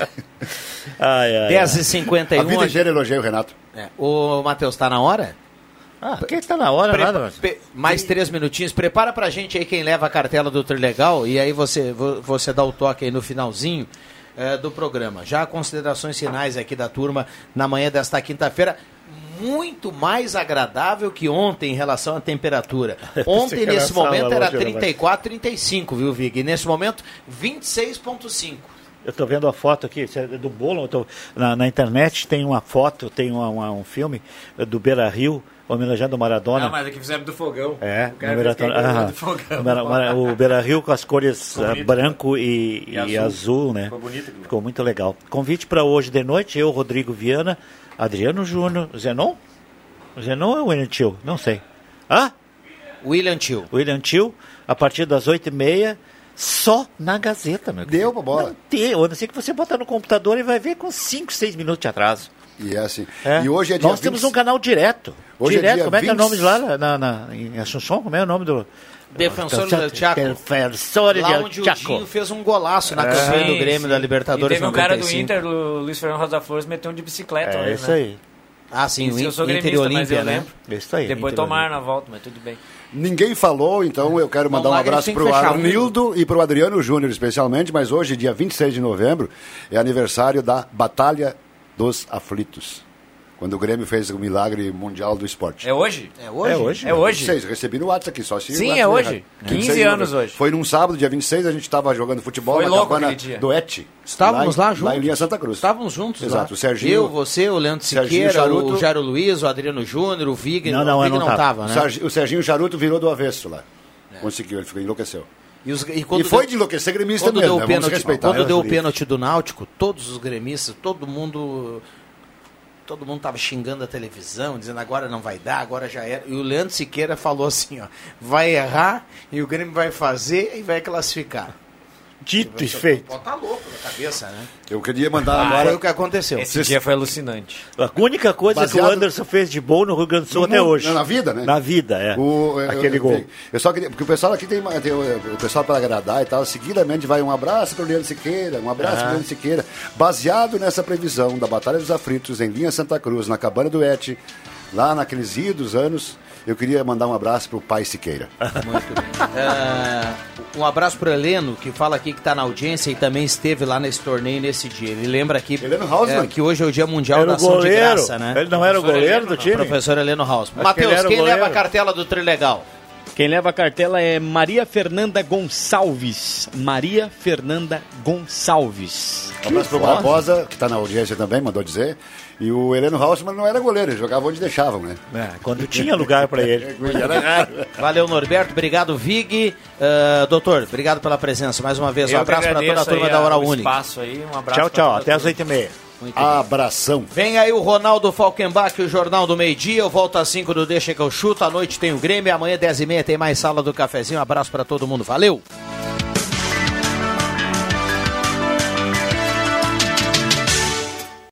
[SPEAKER 5] Ai, ai,
[SPEAKER 2] dez
[SPEAKER 5] ai.
[SPEAKER 2] e cinquenta e
[SPEAKER 7] A
[SPEAKER 2] um.
[SPEAKER 7] vida inteira elogiei o Renato.
[SPEAKER 2] É. Ô, Matheus, tá na hora?
[SPEAKER 5] Ah, quem tá na hora,
[SPEAKER 2] Pre-
[SPEAKER 5] nada, mas...
[SPEAKER 2] pe- mais três minutinhos. Prepara pra gente aí quem leva a cartela do Trilegal e aí você, vo- você dá o toque aí no finalzinho eh, do programa. Já considerações finais aqui da turma na manhã desta quinta-feira. Muito mais agradável que ontem em relação à temperatura. Ontem,
[SPEAKER 5] Você
[SPEAKER 2] nesse
[SPEAKER 5] quer na
[SPEAKER 2] momento,
[SPEAKER 5] sala
[SPEAKER 2] era
[SPEAKER 5] hoje, né,
[SPEAKER 2] trinta e quatro, trinta e cinco, viu, Vig? E nesse momento, vinte e seis vírgula cinco.
[SPEAKER 5] Eu tô vendo a foto aqui isso é do bolo. Eu tô- na, na internet tem uma foto, tem uma- uma- um filme eh, do Beira Rio, homenageando o Maradona.
[SPEAKER 9] Não, mas aqui fizeram do fogão.
[SPEAKER 5] É,
[SPEAKER 9] o cara
[SPEAKER 5] no
[SPEAKER 9] fez
[SPEAKER 5] Maratona-
[SPEAKER 9] que é
[SPEAKER 5] aham.
[SPEAKER 9] do fogão.
[SPEAKER 5] O Mara- Mara- o Beira Rio com as cores
[SPEAKER 9] Ficou
[SPEAKER 5] ah,
[SPEAKER 9] bonito,
[SPEAKER 5] branco e,
[SPEAKER 9] E
[SPEAKER 5] e
[SPEAKER 9] azul.
[SPEAKER 5] azul, né?
[SPEAKER 9] Ficou bonito aquilo.
[SPEAKER 5] Ficou muito legal. Convite para hoje de noite, eu, Rodrigo Viana, Adriano Júnior, Zenon? Zenon ou William Tio? Não sei. Ah?
[SPEAKER 2] William Tio.
[SPEAKER 5] William Tio, a partir das oito e meia, só na Gazeta, meu querido.
[SPEAKER 7] Deu pra bola.
[SPEAKER 5] Não tem, a não ser que você botar no computador e vai ver com cinco, seis minutos de atraso.
[SPEAKER 7] E é assim.
[SPEAKER 5] É.
[SPEAKER 7] E hoje é dia
[SPEAKER 5] Nós temos
[SPEAKER 7] vinte
[SPEAKER 5] um canal direto.
[SPEAKER 7] Hoje é
[SPEAKER 5] direto.
[SPEAKER 7] dia
[SPEAKER 5] Como é que é o
[SPEAKER 7] vinte
[SPEAKER 5] nome de lá na, na, em Assunção? Como é o nome do...
[SPEAKER 2] Defensor del Chaco.
[SPEAKER 5] Defensor
[SPEAKER 2] Lá
[SPEAKER 5] del
[SPEAKER 2] onde o
[SPEAKER 5] Chaco.
[SPEAKER 2] Dinho fez um golaço na
[SPEAKER 5] É.
[SPEAKER 2] campanha do
[SPEAKER 9] Sim,
[SPEAKER 2] Grêmio
[SPEAKER 9] sim.
[SPEAKER 2] da Libertadores
[SPEAKER 9] E teve um cara do
[SPEAKER 2] noventa e cinco.
[SPEAKER 9] Inter, o Luiz Fernando Rosa Flores, meteu um de bicicleta.
[SPEAKER 5] É
[SPEAKER 9] ali,
[SPEAKER 5] isso
[SPEAKER 9] né?
[SPEAKER 5] aí.
[SPEAKER 2] Ah, sim, o
[SPEAKER 9] Isso, eu sou
[SPEAKER 2] Inter e
[SPEAKER 9] gremista, mas
[SPEAKER 2] Olímpia,
[SPEAKER 9] eu
[SPEAKER 2] né?
[SPEAKER 9] lembro.
[SPEAKER 5] Isso aí.
[SPEAKER 9] Depois
[SPEAKER 5] Inter e
[SPEAKER 9] tomaram na volta, mas tudo bem.
[SPEAKER 7] Ninguém falou, então eu quero mandar um
[SPEAKER 2] Vamos lá, que a
[SPEAKER 7] abraço
[SPEAKER 2] gente
[SPEAKER 7] para
[SPEAKER 2] tem
[SPEAKER 7] o
[SPEAKER 2] que fechar.
[SPEAKER 7] Arnildo e para o Adriano Júnior especialmente, mas hoje, dia vinte e seis de novembro, é aniversário da Batalha dos Aflitos, quando o Grêmio fez o milagre mundial do esporte.
[SPEAKER 9] É hoje?
[SPEAKER 2] É hoje?
[SPEAKER 5] É hoje.
[SPEAKER 9] É hoje?
[SPEAKER 7] vinte e seis, recebi no WhatsApp aqui, só se
[SPEAKER 9] Sim,
[SPEAKER 7] o WhatsApp
[SPEAKER 9] é
[SPEAKER 7] for
[SPEAKER 9] hoje.
[SPEAKER 7] errado.
[SPEAKER 9] quinze
[SPEAKER 7] vinte e seis de
[SPEAKER 9] anos
[SPEAKER 7] novembro.
[SPEAKER 9] hoje.
[SPEAKER 7] Foi num sábado, dia vinte e seis, a gente estava jogando futebol
[SPEAKER 9] Foi
[SPEAKER 7] na
[SPEAKER 9] louco
[SPEAKER 7] cabana
[SPEAKER 9] aquele dia.
[SPEAKER 7] do Et.
[SPEAKER 2] Estávamos lá,
[SPEAKER 7] em-
[SPEAKER 2] juntos.
[SPEAKER 7] Lá em Linha Santa Cruz.
[SPEAKER 2] Estávamos juntos
[SPEAKER 7] Exato,
[SPEAKER 2] lá.
[SPEAKER 7] o Serginho-
[SPEAKER 2] Eu, você, o Leandro
[SPEAKER 7] Serginho
[SPEAKER 2] Siqueira,
[SPEAKER 7] Charuto-
[SPEAKER 2] o Jairo Luiz, o Adriano Júnior, o Vig.
[SPEAKER 5] Não, não,
[SPEAKER 2] o
[SPEAKER 5] eu
[SPEAKER 2] Vig
[SPEAKER 5] não
[SPEAKER 2] não
[SPEAKER 5] tava.
[SPEAKER 2] tava,
[SPEAKER 7] O
[SPEAKER 2] né?
[SPEAKER 7] Sergi- O Serginho Charuto virou do avesso lá. Conseguiu, ele ficou, enlouqueceu.
[SPEAKER 2] E, os, e,
[SPEAKER 7] E
[SPEAKER 2] quando
[SPEAKER 7] foi
[SPEAKER 2] deu-
[SPEAKER 7] de enlouquecer gremista
[SPEAKER 2] quando
[SPEAKER 7] mesmo,
[SPEAKER 2] deu o
[SPEAKER 7] né? Vamos
[SPEAKER 2] pênalti,
[SPEAKER 7] respeitar.
[SPEAKER 2] quando
[SPEAKER 7] Deus
[SPEAKER 2] deu o
[SPEAKER 7] livre.
[SPEAKER 2] pênalti do Náutico, todos os gremistas, todo mundo todo mundo tava xingando a televisão, dizendo agora não vai dar, agora já era. E o Leandro Siqueira falou assim, ó, vai errar e o Grêmio vai fazer e vai classificar.
[SPEAKER 5] Dito e feito.
[SPEAKER 2] Pô, tá louco na cabeça, né?
[SPEAKER 7] Eu queria mandar
[SPEAKER 2] Ah,
[SPEAKER 7] agora...
[SPEAKER 2] foi o que aconteceu.
[SPEAKER 9] Esse dia foi alucinante.
[SPEAKER 5] A única coisa que
[SPEAKER 7] Baseado-
[SPEAKER 5] o Anderson fez de bom no Rio Grande do Sul
[SPEAKER 7] No
[SPEAKER 5] até
[SPEAKER 7] mundo-
[SPEAKER 5] hoje.
[SPEAKER 7] na vida, né?
[SPEAKER 5] Na vida, é.
[SPEAKER 7] O, eu-
[SPEAKER 5] Aquele
[SPEAKER 7] eu,
[SPEAKER 5] gol.
[SPEAKER 7] Eu, eu só queria, porque o pessoal aqui tem, uma- tem o, o pessoal para agradar e tal, seguidamente vai um abraço para o Leandro Siqueira, um abraço
[SPEAKER 5] Ah.
[SPEAKER 7] para o Leandro Siqueira, baseado nessa previsão da Batalha dos Aflitos em Linha Santa Cruz, na Cabana do Et, lá naqueles idos anos, eu queria mandar um abraço pro pai Siqueira.
[SPEAKER 2] Muito bem. É, um abraço pro Heleno, que fala aqui que está na audiência e também esteve lá nesse torneio nesse dia. Ele lembra aqui é, que hoje é o Dia Mundial
[SPEAKER 5] era
[SPEAKER 2] da Ação
[SPEAKER 5] goleiro.
[SPEAKER 2] de Graça, né?
[SPEAKER 5] Ele não era o goleiro Heleno, do time?
[SPEAKER 2] Professor Heleno Hausmann. Matheus, que quem leva a cartela do Trilegal?
[SPEAKER 8] Quem leva a cartela é Maria Fernanda Gonçalves. Maria Fernanda Gonçalves.
[SPEAKER 7] Um abraço pro Barbosa, que está na audiência também, mandou dizer. E o Heleno Hausmann não era goleiro, ele jogava onde deixavam, né?
[SPEAKER 5] É, quando tinha lugar para ele.
[SPEAKER 7] Era raro.
[SPEAKER 2] Valeu, Norberto. Obrigado, Vig. Uh, doutor, obrigado pela presença. Mais uma vez, um
[SPEAKER 9] Eu
[SPEAKER 2] abraço para toda a turma da Hora Única.
[SPEAKER 9] Espaço aí, um abraço
[SPEAKER 5] tchau, tchau. Até às oito e meia.
[SPEAKER 7] Abração.
[SPEAKER 2] Vem aí o Ronaldo Falkenbach, o Jornal do Meio Dia. Eu volto às cinco do Deixa que eu chuto. À noite tem o Grêmio. Amanhã, dez e meia, tem mais Sala do Cafezinho. Um abraço para todo mundo. Valeu!